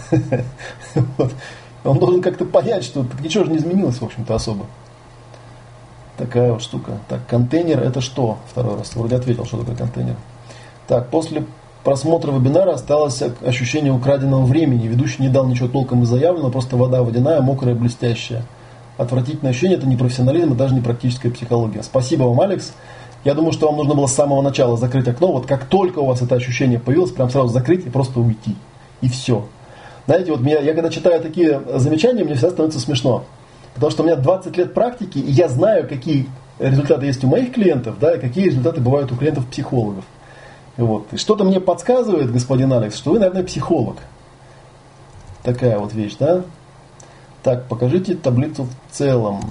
Speaker 1: Он должен как-то понять, что ничего же не изменилось, в общем-то, особо. Такая вот штука. Так, контейнер это что? Второй раз. Вроде ответил, что такое контейнер. Так, после просмотра вебинара осталось ощущение украденного времени. Ведущий не дал ничего толком и заявленного, просто вода водяная, мокрая, блестящая. Отвратительное ощущение, это не профессионализм, и даже не практическая психология. Спасибо вам, Алекс. Я думаю, что вам нужно было с самого начала закрыть окно. Вот как только у вас это ощущение появилось, прям сразу закрыть и просто уйти. И все. Знаете, вот меня, я когда читаю такие замечания, мне всегда становится смешно. Потому что у меня двадцать лет практики, и я знаю, какие результаты есть у моих клиентов, да, и какие результаты бывают у клиентов-психологов. Вот. И что-то мне подсказывает, господин Алекс, что вы, наверное, психолог. Такая вот вещь, да? Так, покажите таблицу в целом.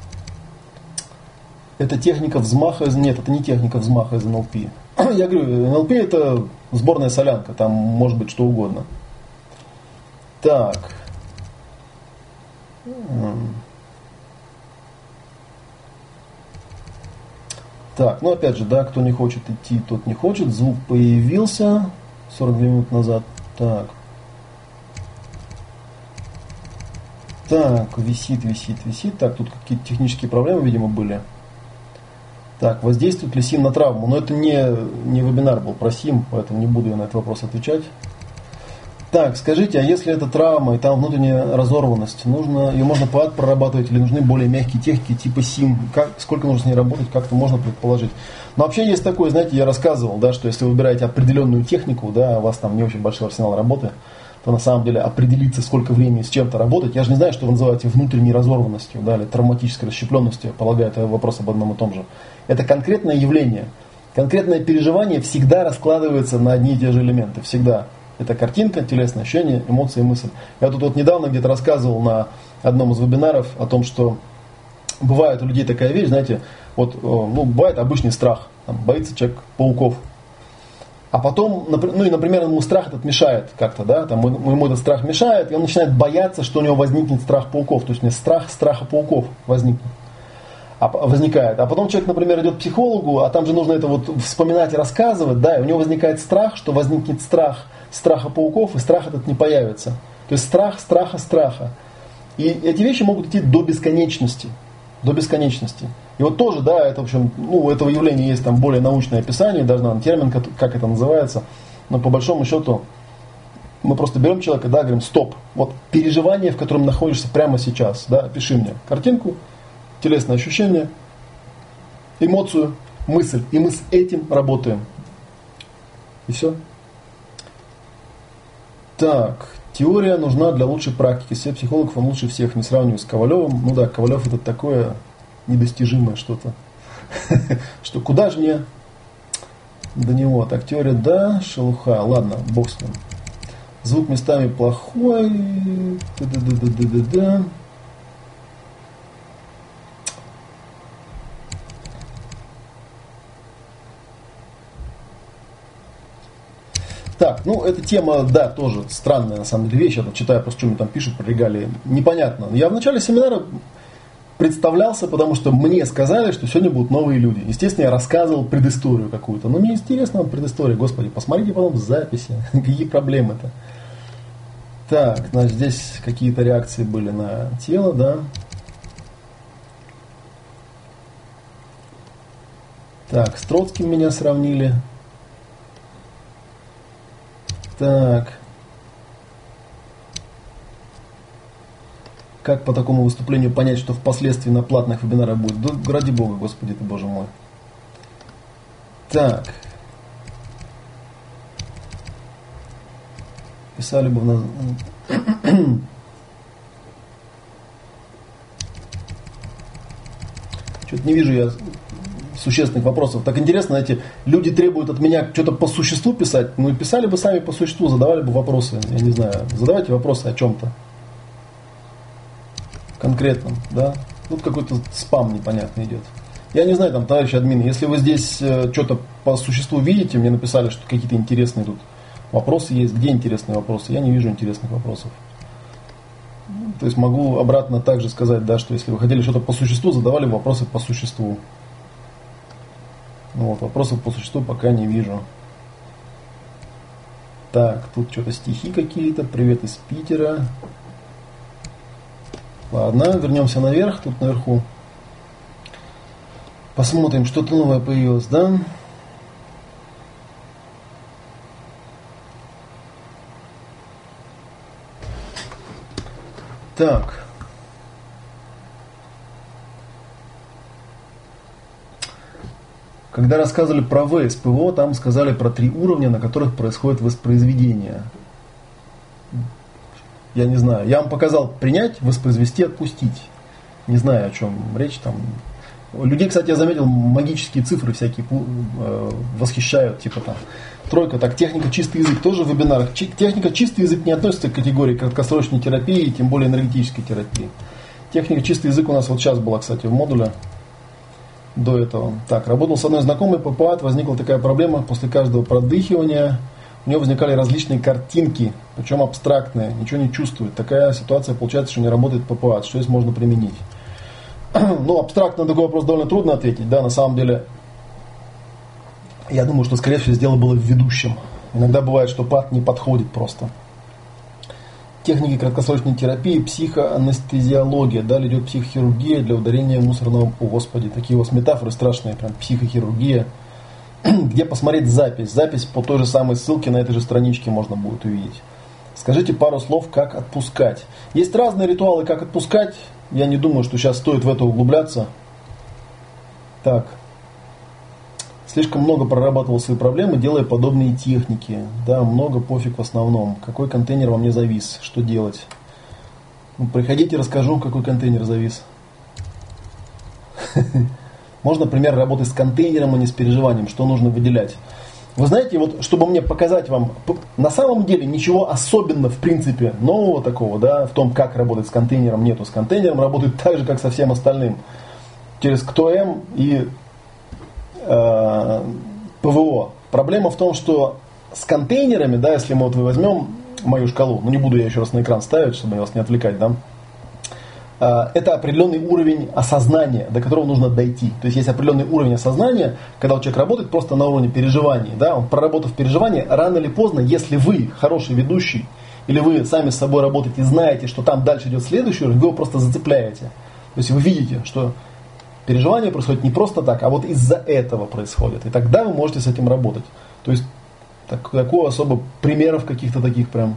Speaker 1: Это техника взмаха из... Нет, это не техника взмаха из эн эл пи. Я говорю, эн эл пи это сборная солянка, там может быть что угодно. Так. Так, ну опять же, да, кто не хочет идти, тот не хочет. Звук появился сорок две минут назад. Так. Так, висит, висит, висит. Так, тут какие-то технические проблемы, видимо, были. Так, воздействует ли СИМ на травму? Но это не, не вебинар был про СИМ, поэтому не буду я на этот вопрос отвечать. Так, скажите, а если это травма и там внутренняя разорванность, нужно, ее можно прорабатывать или нужны более мягкие техники типа СИМ? Как, сколько нужно с ней работать, как-то можно предположить? Но вообще есть такое, знаете, я рассказывал, да, что если вы выбираете определенную технику, да, у вас там не очень большой арсенал работы, то на самом деле определиться, сколько времени с чем-то работать. Я же не знаю, что вы называете внутренней разорванностью, да, или травматической расщепленностью, полагаю, это вопрос об одном и том же. Это конкретное явление. Конкретное переживание всегда раскладывается на одни и те же элементы. Всегда. Это картинка, телесное ощущение, эмоции, мысль. Я тут вот недавно где-то рассказывал на одном из вебинаров о том, что бывает у людей такая вещь, знаете, вот, ну, бывает обычный страх. Там, боится человек пауков. А потом, ну и, например, ему страх этот мешает как-то, да, там, ему этот страх мешает, и он начинает бояться, что у него возникнет страх пауков. То есть у него страх страха пауков возникнет. а, возникает. А потом человек, например, идет к психологу, а там же нужно это вот вспоминать и рассказывать, да, и у него возникает страх, что возникнет страх страха пауков, и страх этот не появится. То есть страх страха страха. И эти вещи могут идти до бесконечности. До бесконечности. И вот тоже, да, это, в общем, ну, у этого явления есть там более научное описание, даже наверное, термин, как, как это называется. Но по большому счету мы просто берем человека, да, говорим, стоп, вот переживание, в котором находишься прямо сейчас, да, опиши мне картинку, телесное ощущение, эмоцию, мысль, и мы с этим работаем. И все. Так, теория нужна для лучшей практики. Все психологов он лучше всех, не сравниваю с Ковалевым. Ну да, Ковалев это такое недостижимое что-то. Что куда же мне до него? Так, теория, да, шелуха. Ладно, бог с ним. Звук местами плохой. Да-да-да-да-да-да. Так, ну эта тема, да, тоже странная на самом деле вещь. Я читаю просто, что мне там пишут про регалии. Непонятно. Я в начале семинара представлялся, потому что мне сказали, что сегодня будут новые люди. Естественно, я рассказывал предысторию какую-то. Но мне интересна предыстория. Господи, посмотрите потом в записи. Какие проблемы-то. Так, значит, здесь какие-то реакции были на тело, да. Так, с Троцким меня сравнили. Так. Как по такому выступлению понять, что впоследствии на платных вебинарах будет? Да, ради Бога, Господи ты, Боже мой. Так. Писали бы в нас... Что-то не вижу я существенных вопросов. Так интересно, эти люди требуют от меня что-то по существу писать. Ну и писали бы сами по существу, задавали бы вопросы. Я не знаю, задавайте вопросы о чем-то конкретном, да. Тут какой-то спам непонятный идет. Я не знаю, там, товарищ админ, если вы здесь э, что-то по существу видите, мне написали, что какие-то интересные тут вопросы есть. Где интересные вопросы? Я не вижу интересных вопросов. То есть могу обратно также сказать, да, что если вы хотели что-то по существу, задавали вопросы по существу. Ну вот, вопросов по существу пока не вижу. Так, тут что-то стихи какие-то. Привет из Питера. Ладно, вернемся наверх. Тут наверху посмотрим, что-то новое появилось, да? Так. Когда рассказывали про вэ эс пэ о, там сказали про три уровня, на которых происходит воспроизведение. Я не знаю. Я вам показал принять, воспроизвести, отпустить. Не знаю, о чем речь там. Людей, кстати, я заметил, магические цифры всякие э, восхищают. Типа там тройка, так, техника чистый язык тоже в вебинарах. Чи- техника чистый язык не относится к категории краткосрочной терапии, тем более энергетической терапии. Техника чистый язык у нас вот сейчас была, кстати, в модуле. До этого. Так, работал с одной знакомой, ППАТ, возникла такая проблема, после каждого продыхивания у нее возникали различные картинки, причем абстрактные, ничего не чувствует. Такая ситуация получается, что не работает ППАТ. Что здесь можно применить? Ну, абстрактно на такой вопрос довольно трудно ответить, да, на самом деле. Я думаю, что, скорее всего, дело было в ведущем. Иногда бывает, что ПАТ не подходит просто. Техники краткосрочной терапии, психоанестезиология. Далее идет психохирургия для удаления мусорного... О, Господи, такие у вас метафоры страшные, прям психохирургия. Где посмотреть запись? Запись по той же самой ссылке на этой же страничке можно будет увидеть. Скажите пару слов, как отпускать. Есть разные ритуалы, как отпускать. Я не думаю, что сейчас стоит в это углубляться. Так. Слишком много прорабатывал свои проблемы, делая подобные техники. Да, много, пофиг в основном. Какой контейнер во мне завис? Что делать? Ну, приходите, расскажу, какой контейнер завис. Можно, например, работать с контейнером, а не с переживанием. Что нужно выделять? Вы знаете, вот, чтобы мне показать вам, на самом деле ничего особенно, в принципе, нового такого, да, в том, как работать с контейнером, нету. С контейнером работают так же, как со всем остальным. Через КТОМ и ПВО. Проблема в том, что с контейнерами, да, если мы вот возьмем мою шкалу, ну не буду я еще раз на экран ставить, чтобы вас не отвлекать, да, это определенный уровень осознания, до которого нужно дойти. То есть есть определенный уровень осознания, когда вот человек работает просто на уровне переживаний. Да, он, проработав переживания, рано или поздно, если вы хороший ведущий, или вы сами с собой работаете и знаете, что там дальше идет следующий уровень, вы его просто зацепляете. То есть вы видите, что переживание происходит не просто так, а вот из-за этого происходит. И тогда вы можете с этим работать. То есть так, такого особо примеров каких-то таких прям...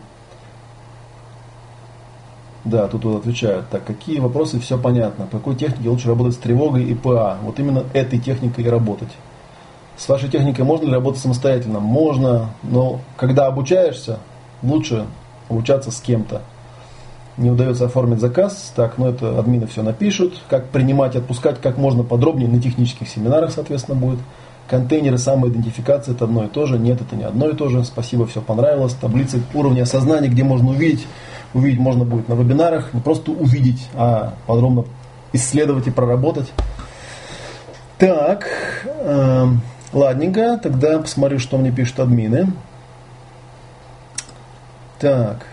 Speaker 1: Да, тут вот отвечают. Так, какие вопросы, все понятно. По какой технике лучше работать с тревогой и ПА? Вот именно этой техникой и работать. С вашей техникой можно ли работать самостоятельно? Можно, но когда обучаешься, лучше обучаться с кем-то. Не удается оформить заказ, так, ну это админы все напишут. Как принимать и отпускать, как можно подробнее на технических семинарах, соответственно, будет. Контейнеры самоидентификации, это одно и то же. Нет, это не одно и то же. Спасибо, все понравилось. Таблицы уровня осознания, где можно увидеть. Увидеть можно будет на вебинарах, не просто увидеть, а подробно исследовать и проработать. Так, э, ладненько, тогда посмотрю, что мне пишут админы. Так.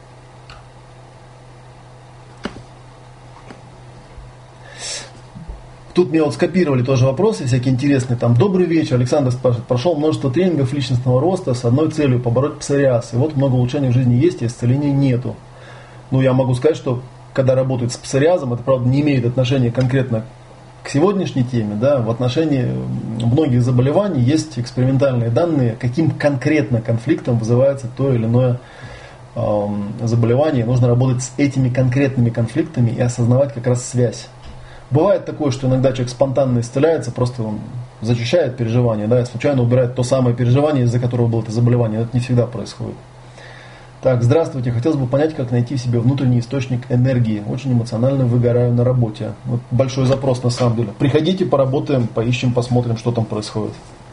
Speaker 1: Тут мне вот скопировали тоже вопросы всякие интересные. Там, добрый вечер, Александр спрашивает. Прошел множество тренингов личностного роста с одной целью – побороть псориаз. И вот много улучшений в жизни есть, а исцеления нету. Ну, я могу сказать, что когда работают с псориазом, это, правда, не имеет отношения конкретно к сегодняшней теме. Да, в отношении многих заболеваний есть экспериментальные данные, каким конкретно конфликтом вызывается то или иное э, заболевание. Нужно работать с этими конкретными конфликтами и осознавать как раз связь. Бывает такое, что иногда человек спонтанно исцеляется, просто он зачищает переживание, да, и случайно убирает то самое переживание, из-за которого было это заболевание. Это не всегда происходит. Так, здравствуйте. Хотелось бы понять, как найти в себе внутренний источник энергии. Очень эмоционально выгораю на работе. Вот большой запрос на самом деле. Приходите, поработаем, поищем, посмотрим, что там происходит.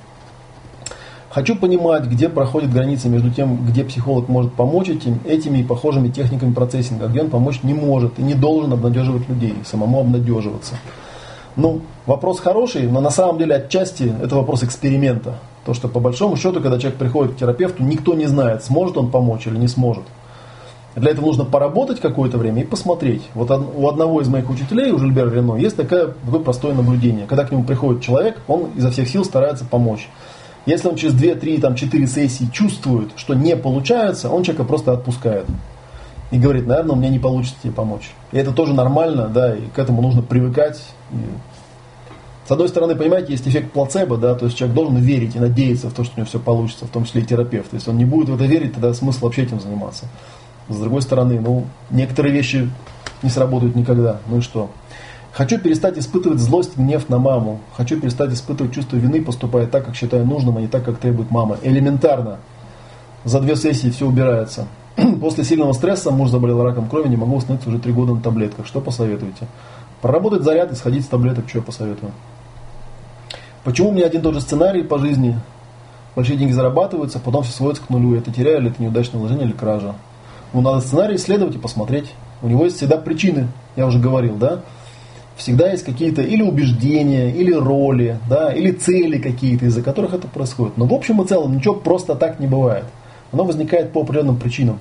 Speaker 1: Хочу понимать, где проходит граница между тем, где психолог может помочь этим, этими и похожими техниками процессинга, где он помочь не может и не должен обнадеживать людей, самому обнадеживаться. Ну, вопрос хороший, но на самом деле отчасти это вопрос эксперимента. То, что по большому счету, когда человек приходит к терапевту, никто не знает, сможет он помочь или не сможет. Для этого нужно поработать какое-то время и посмотреть. Вот у одного из моих учителей, у Жильбера Рено, есть такое, такое простое наблюдение. Когда к нему приходит человек, он изо всех сил старается помочь. Если он через две, три, четыре сессии чувствует, что не получается, он человека просто отпускает. И говорит, наверное, у меня не получится тебе помочь. И это тоже нормально, да, и к этому нужно привыкать. И... С одной стороны, понимаете, есть эффект плацебо, да, то есть человек должен верить и надеяться в то, что у него все получится, в том числе и терапевт. Если он не будет в это верить, тогда смысл вообще этим заниматься. С другой стороны, ну, некоторые вещи не сработают никогда. Ну и что? Хочу перестать испытывать злость, гнев на маму. Хочу перестать испытывать чувство вины, поступая так, как считаю нужным, а не так, как требует мама. Элементарно. За две сессии все убирается. После сильного стресса муж заболел раком крови, не могу восстановиться уже три года на таблетках. Что посоветуете? Проработать заряд и сходить с таблеток, что я посоветую. Почему у меня один и тот же сценарий по жизни? Большие деньги зарабатываются, потом все сводится к нулю. Это теряю, или это неудачное вложение, или кража? Ну, надо сценарий исследовать и посмотреть. У него есть всегда причины, я уже говорил, да? Всегда есть какие-то или убеждения, или роли, да, или цели какие-то, из-за которых это происходит. Но в общем и целом ничего просто так не бывает. Оно возникает по определенным причинам.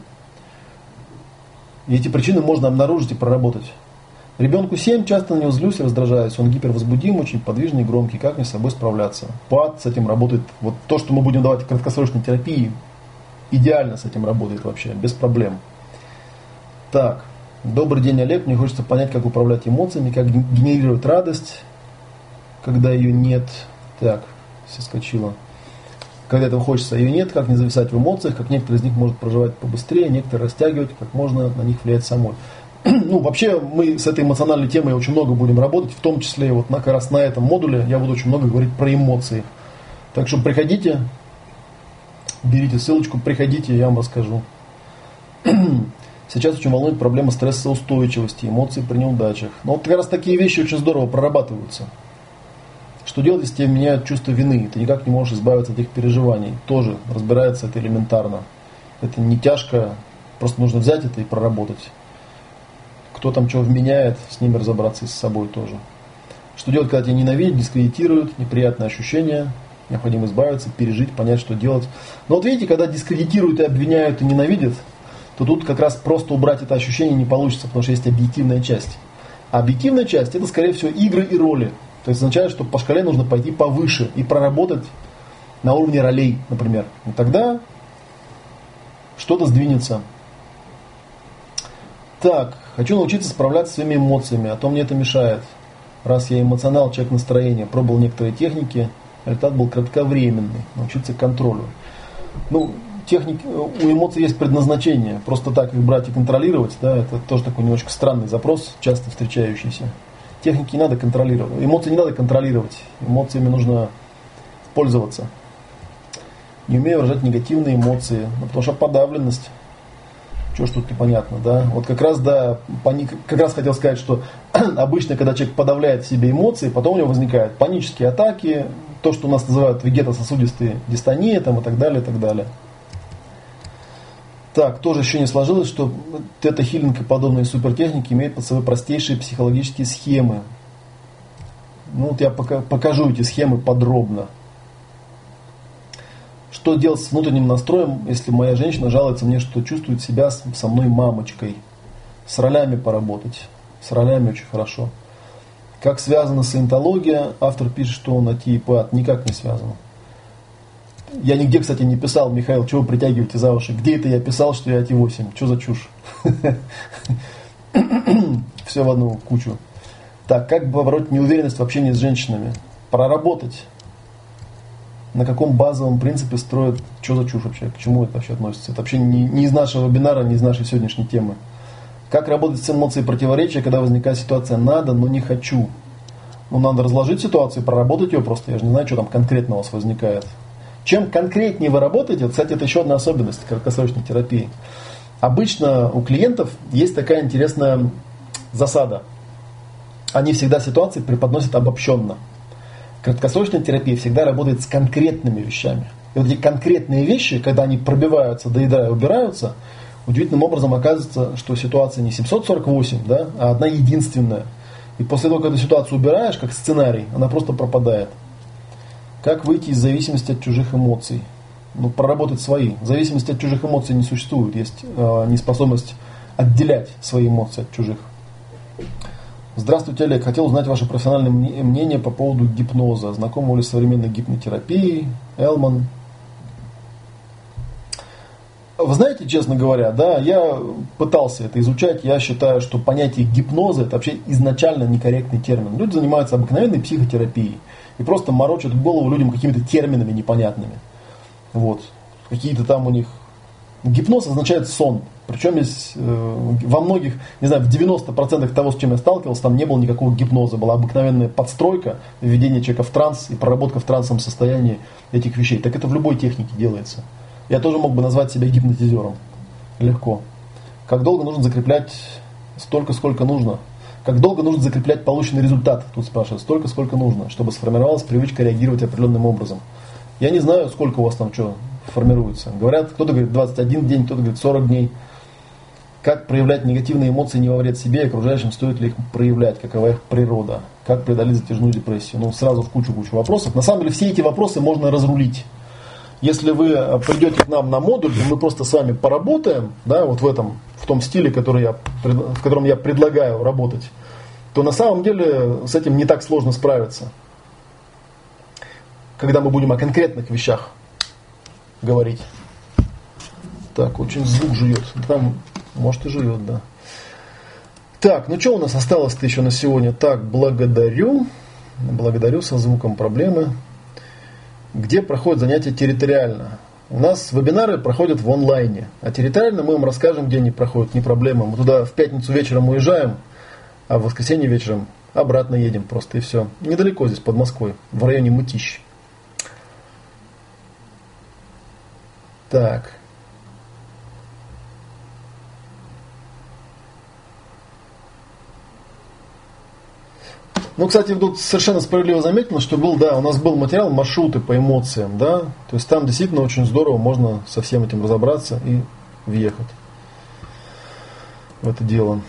Speaker 1: И эти причины можно обнаружить и проработать. Ребенку семь, часто на него злюсь и раздражаюсь. Он гипервозбудим, очень подвижный, громкий. Как мне с собой справляться? ПАД с этим работает. Вот то, что мы будем давать в краткосрочной терапии, идеально с этим работает вообще, без проблем. Так. Добрый день, Олег. Мне хочется понять, как управлять эмоциями, как генерировать радость, когда ее нет. Так, соскочила. Когда этого хочется, ее нет, как не зависать в эмоциях, как некоторые из них может проживать побыстрее, некоторые растягивать, как можно на них влиять самой. Ну, вообще, мы с этой эмоциональной темой очень много будем работать, в том числе вот на, как раз на этом модуле я буду очень много говорить про эмоции. Так что приходите, берите ссылочку, приходите, я вам расскажу. Сейчас очень волнует проблема стрессоустойчивости, эмоций при неудачах. Но вот как раз такие вещи очень здорово прорабатываются. Что делать, если тебя меняют чувство вины? Ты никак не можешь избавиться от этих переживаний. Тоже разбирается это элементарно. Это не тяжко, просто нужно взять это и проработать. Кто там что вменяет, с ними разобраться и с собой тоже. Что делать, когда тебя ненавидят, дискредитируют, неприятные ощущения, необходимо избавиться, пережить, понять, что делать. Но вот видите, когда дискредитируют и обвиняют и ненавидят, то тут как раз просто убрать это ощущение не получится, потому что есть объективная часть. А объективная часть – это, скорее всего, игры и роли. То есть означает, что по шкале нужно пойти повыше и проработать на уровне ролей, например. И тогда что-то сдвинется. Так, хочу научиться справляться со своими эмоциями, а то мне это мешает. Раз я эмоционал, человек настроения, пробовал некоторые техники, результат был кратковременный. Научиться контролю. Ну, техники, у эмоций есть предназначение. Просто так их брать и контролировать, да, это тоже такой немножко странный запрос, часто встречающийся. Техники не надо контролировать. Эмоции не надо контролировать. Эмоциями нужно пользоваться. Не умею выражать негативные эмоции, ну, потому что подавленность. Чего ж тут непонятно, да? Вот как раз, да, пани... как раз хотел сказать, что обычно, когда человек подавляет в себе эмоции, потом у него возникают панические атаки, то, что у нас называют вегетососудистые дистонии, там, и так далее, и так далее. Так, тоже еще не сложилось, что тета-хилинг и подобные супертехники имеют под собой простейшие психологические схемы. Ну вот я пока покажу эти схемы подробно. Что делать с внутренним настроем, если моя женщина жалуется мне, что чувствует себя со мной мамочкой? С ролями поработать. С ролями очень хорошо. Как связана саентология? Автор пишет, что он атеипат. Никак не связано. Я нигде, кстати, не писал, Михаил, чего вы притягиваете за уши? Где это я писал, что я ати восемь? Что за чушь? Все в одну кучу. Так, как побороть неуверенность в общении с женщинами? Проработать. На каком базовом принципе строят, что за чушь вообще, к чему это вообще относится? Это вообще не, не из нашего вебинара, не из нашей сегодняшней темы. Как работать с эмоцией противоречия, когда возникает ситуация «надо, но не хочу»? Ну, надо разложить ситуацию, проработать ее просто. Я же не знаю, что там конкретно у вас возникает. Чем конкретнее вы работаете, кстати, это еще одна особенность краткосрочной терапии. Обычно у клиентов есть такая интересная засада. Они всегда ситуации преподносят обобщенно. Краткосрочная терапия всегда работает с конкретными вещами. И вот эти конкретные вещи, когда они пробиваются, доедая, убираются, удивительным образом оказывается, что ситуация не семьсот сорок восемь, да, а одна единственная. И после того, когда ситуацию убираешь, как сценарий, она просто пропадает. Как выйти из зависимости от чужих эмоций? Ну, проработать свои. Зависимости от чужих эмоций не существует. Есть э, неспособность отделять свои эмоции от чужих. Здравствуйте, Олег. Хотел узнать ваше профессиональное мнение по поводу гипноза. Знакомы ли с современной гипнотерапией? Элман. Вы знаете, честно говоря, да, я пытался это изучать. Я считаю, что понятие гипноза – это вообще изначально некорректный термин. Люди занимаются обыкновенной психотерапией. И просто морочат голову людям какими-то терминами непонятными. Вот. Какие-то там у них... Гипноз означает сон. Причем есть, э, во многих, не знаю, в девяноста процентах того, с чем я сталкивался, там не было никакого гипноза. Была обыкновенная подстройка, введение человека в транс и проработка в трансовом состоянии этих вещей. Так это в любой технике делается. Я тоже мог бы назвать себя гипнотизером. Легко. Как долго нужно закреплять? Столько, сколько нужно. Как долго нужно закреплять полученный результат? Тут спрашивают. Столько, сколько нужно, чтобы сформировалась привычка реагировать определенным образом. Я не знаю, сколько у вас там что формируется. Говорят, кто-то говорит двадцать один день, кто-то говорит сорок дней. Как проявлять негативные эмоции не во вред себе и окружающим, стоит ли их проявлять, какова их природа, как преодолеть затяжную депрессию. Ну, сразу в кучу-кучу вопросов. На самом деле все эти вопросы можно разрулить. Если вы придете к нам на модуль, мы просто с вами поработаем, да, вот в этом, в том стиле, который я, в котором я предлагаю работать, то на самом деле с этим не так сложно справиться. Когда мы будем о конкретных вещах говорить. Так, очень звук жует. Там, может, и живет, да. Так, ну что у нас осталось-то еще на сегодня? Так, благодарю. Благодарю, со звуком проблемы. Где проходят занятия территориально? У нас вебинары проходят в онлайне. А территориально мы вам расскажем, где они проходят, не проблема. Мы туда в пятницу вечером уезжаем, а в воскресенье вечером обратно едем просто и все. Недалеко здесь, под Москвой, в районе Мытищ. Так. Ну, кстати, тут совершенно справедливо заметно, что был, да, у нас был материал «Маршруты по эмоциям», да, то есть там действительно очень здорово можно со всем этим разобраться и въехать в это дело.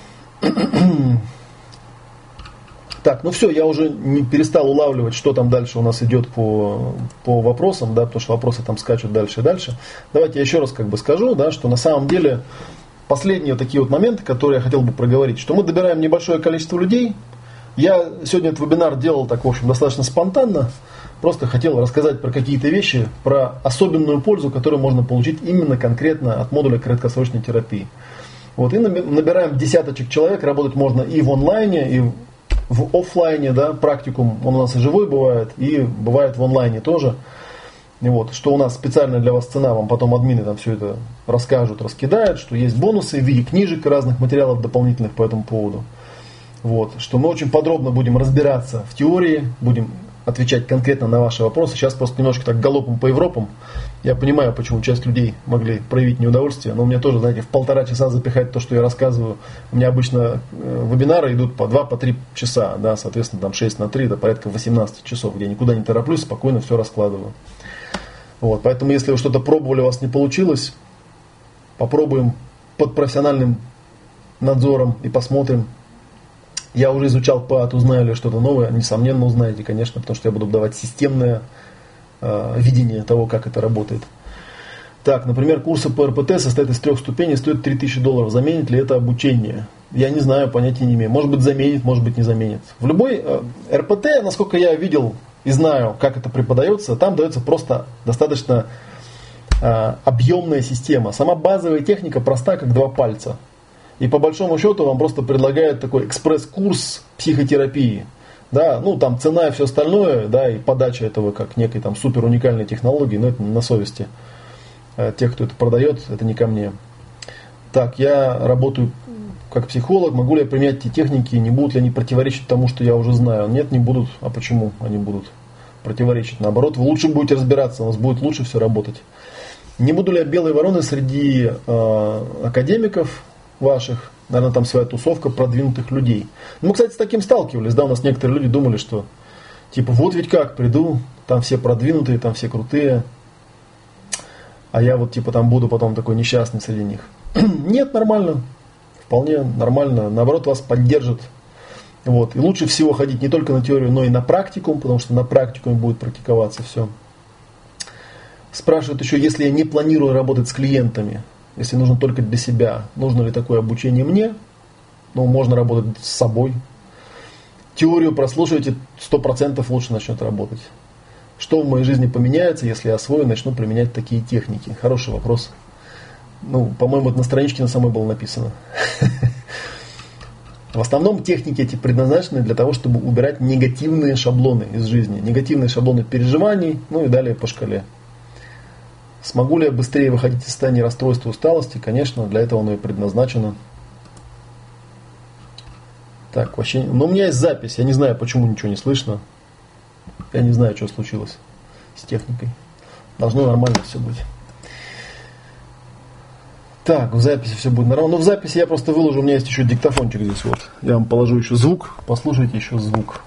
Speaker 1: Так, ну все, я уже не перестал улавливать, что там дальше у нас идет по, по вопросам, да, потому что вопросы там скачут дальше и дальше. Давайте я еще раз как бы скажу, да, что на самом деле последние вот такие вот моменты, которые я хотел бы проговорить, что мы добираем небольшое количество людей. Я сегодня этот вебинар делал так, в общем, достаточно спонтанно. Просто хотел рассказать про какие-то вещи, про особенную пользу, которую можно получить именно конкретно от модуля краткосрочной терапии. Вот, и набираем десяточек человек, работать можно и в онлайне, и в офлайне, да, практикум, он у нас и живой бывает, и бывает в онлайне тоже. И вот, что у нас специально для вас цена, вам потом админы там все это расскажут, раскидают, что есть бонусы в виде книжек и разных материалов дополнительных по этому поводу. Вот, что мы очень подробно будем разбираться в теории, будем отвечать конкретно на ваши вопросы. Сейчас просто немножко так галопом по Европам. Я понимаю, почему часть людей могли проявить неудовольствие, но у меня тоже, знаете, в полтора часа запихать то, что я рассказываю. У меня обычно вебинары идут по два, по три часа, да, соответственно, там шесть на три, это порядка восемнадцать часов, где я никуда не тороплюсь, спокойно все раскладываю. Вот, поэтому, если вы что-то пробовали, у вас не получилось, попробуем под профессиональным надзором и посмотрим. Я уже изучал ПАД, узнаю ли что-то новое, несомненно узнаете, конечно, потому что я буду давать системное э, видение того, как это работает. Так, например, курсы по эр пэ тэ состоят из трех ступеней, стоят три тысячи долларов. Заменит ли это обучение? Я не знаю, понятия не имею. Может быть заменит, может быть не заменит. В любой э, эр пэ тэ, насколько я видел и знаю, как это преподается, там дается просто достаточно э, объемная система. Сама базовая техника проста, как два пальца. И по большому счету вам просто предлагают такой экспресс-курс психотерапии. Да, ну там цена и все остальное, да, и подача этого как некой там супер уникальной технологии, но это на совести тех, кто это продает, это не ко мне. Так, я работаю как психолог, могу ли я применять эти техники, не будут ли они противоречить тому, что я уже знаю? Нет, не будут. А почему они будут противоречить? Наоборот, вы лучше будете разбираться, у вас будет лучше все работать. Не буду ли я белой вороной среди э, академиков ваших, наверное, там своя тусовка продвинутых людей. Мы, кстати, с таким сталкивались, да, у нас некоторые люди думали, что типа вот ведь как, приду, там все продвинутые, там все крутые, а я вот типа там буду потом такой несчастный среди них. Нет, нормально, вполне нормально, наоборот, вас поддержат. Вот. И лучше всего ходить не только на теорию, но и на практикум, потому что на практикуме будет практиковаться все. Спрашивают еще, если я не планирую работать с клиентами, если нужно только для себя, нужно ли такое обучение мне? Ну, можно работать с собой. Теорию прослушайте, сто процентов лучше начнет работать. Что в моей жизни поменяется, если я освою и начну применять такие техники? Хороший вопрос. Ну, по-моему, это на страничке на самой было написано. В основном техники эти предназначены для того, чтобы убирать негативные шаблоны из жизни. Негативные шаблоны переживаний, ну и далее по шкале. Смогу ли я быстрее выходить из состояния расстройства и усталости? Конечно, для этого оно и предназначено. Так, вообще... Но у меня есть запись, я не знаю, почему ничего не слышно. Я не знаю, что случилось с техникой. Должно нормально все быть. Так, в записи все будет нормально. Но в записи я просто выложу, у меня есть еще диктофончик здесь вот. Я вам положу еще звук, послушайте еще звук.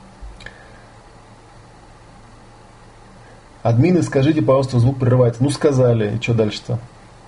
Speaker 1: Админы, скажите, пожалуйста, звук прерывается. Ну, сказали. И что дальше-то?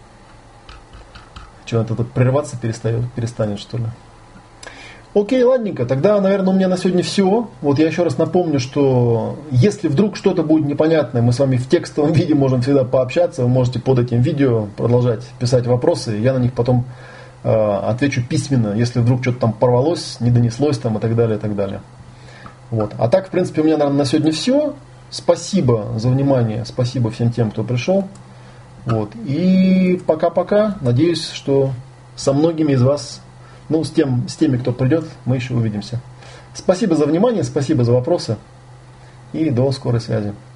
Speaker 1: Что, это тут прерываться перестает, перестанет, что ли? Окей, ладненько. Тогда, наверное, у меня на сегодня все. Вот я еще раз напомню, что если вдруг что-то будет непонятное, мы с вами в текстовом виде можем всегда пообщаться. Вы можете под этим видео продолжать писать вопросы. Я на них потом э, отвечу письменно, если вдруг что-то там порвалось, не донеслось там и так далее, и так далее. Вот. А так, в принципе, у меня, наверное, на сегодня все. Спасибо за внимание, спасибо всем тем, кто пришел. Вот. И пока-пока. Надеюсь, что со многими из вас, ну, с, тем, с теми, кто придет, мы еще увидимся. Спасибо за внимание, спасибо за вопросы. И до скорой связи.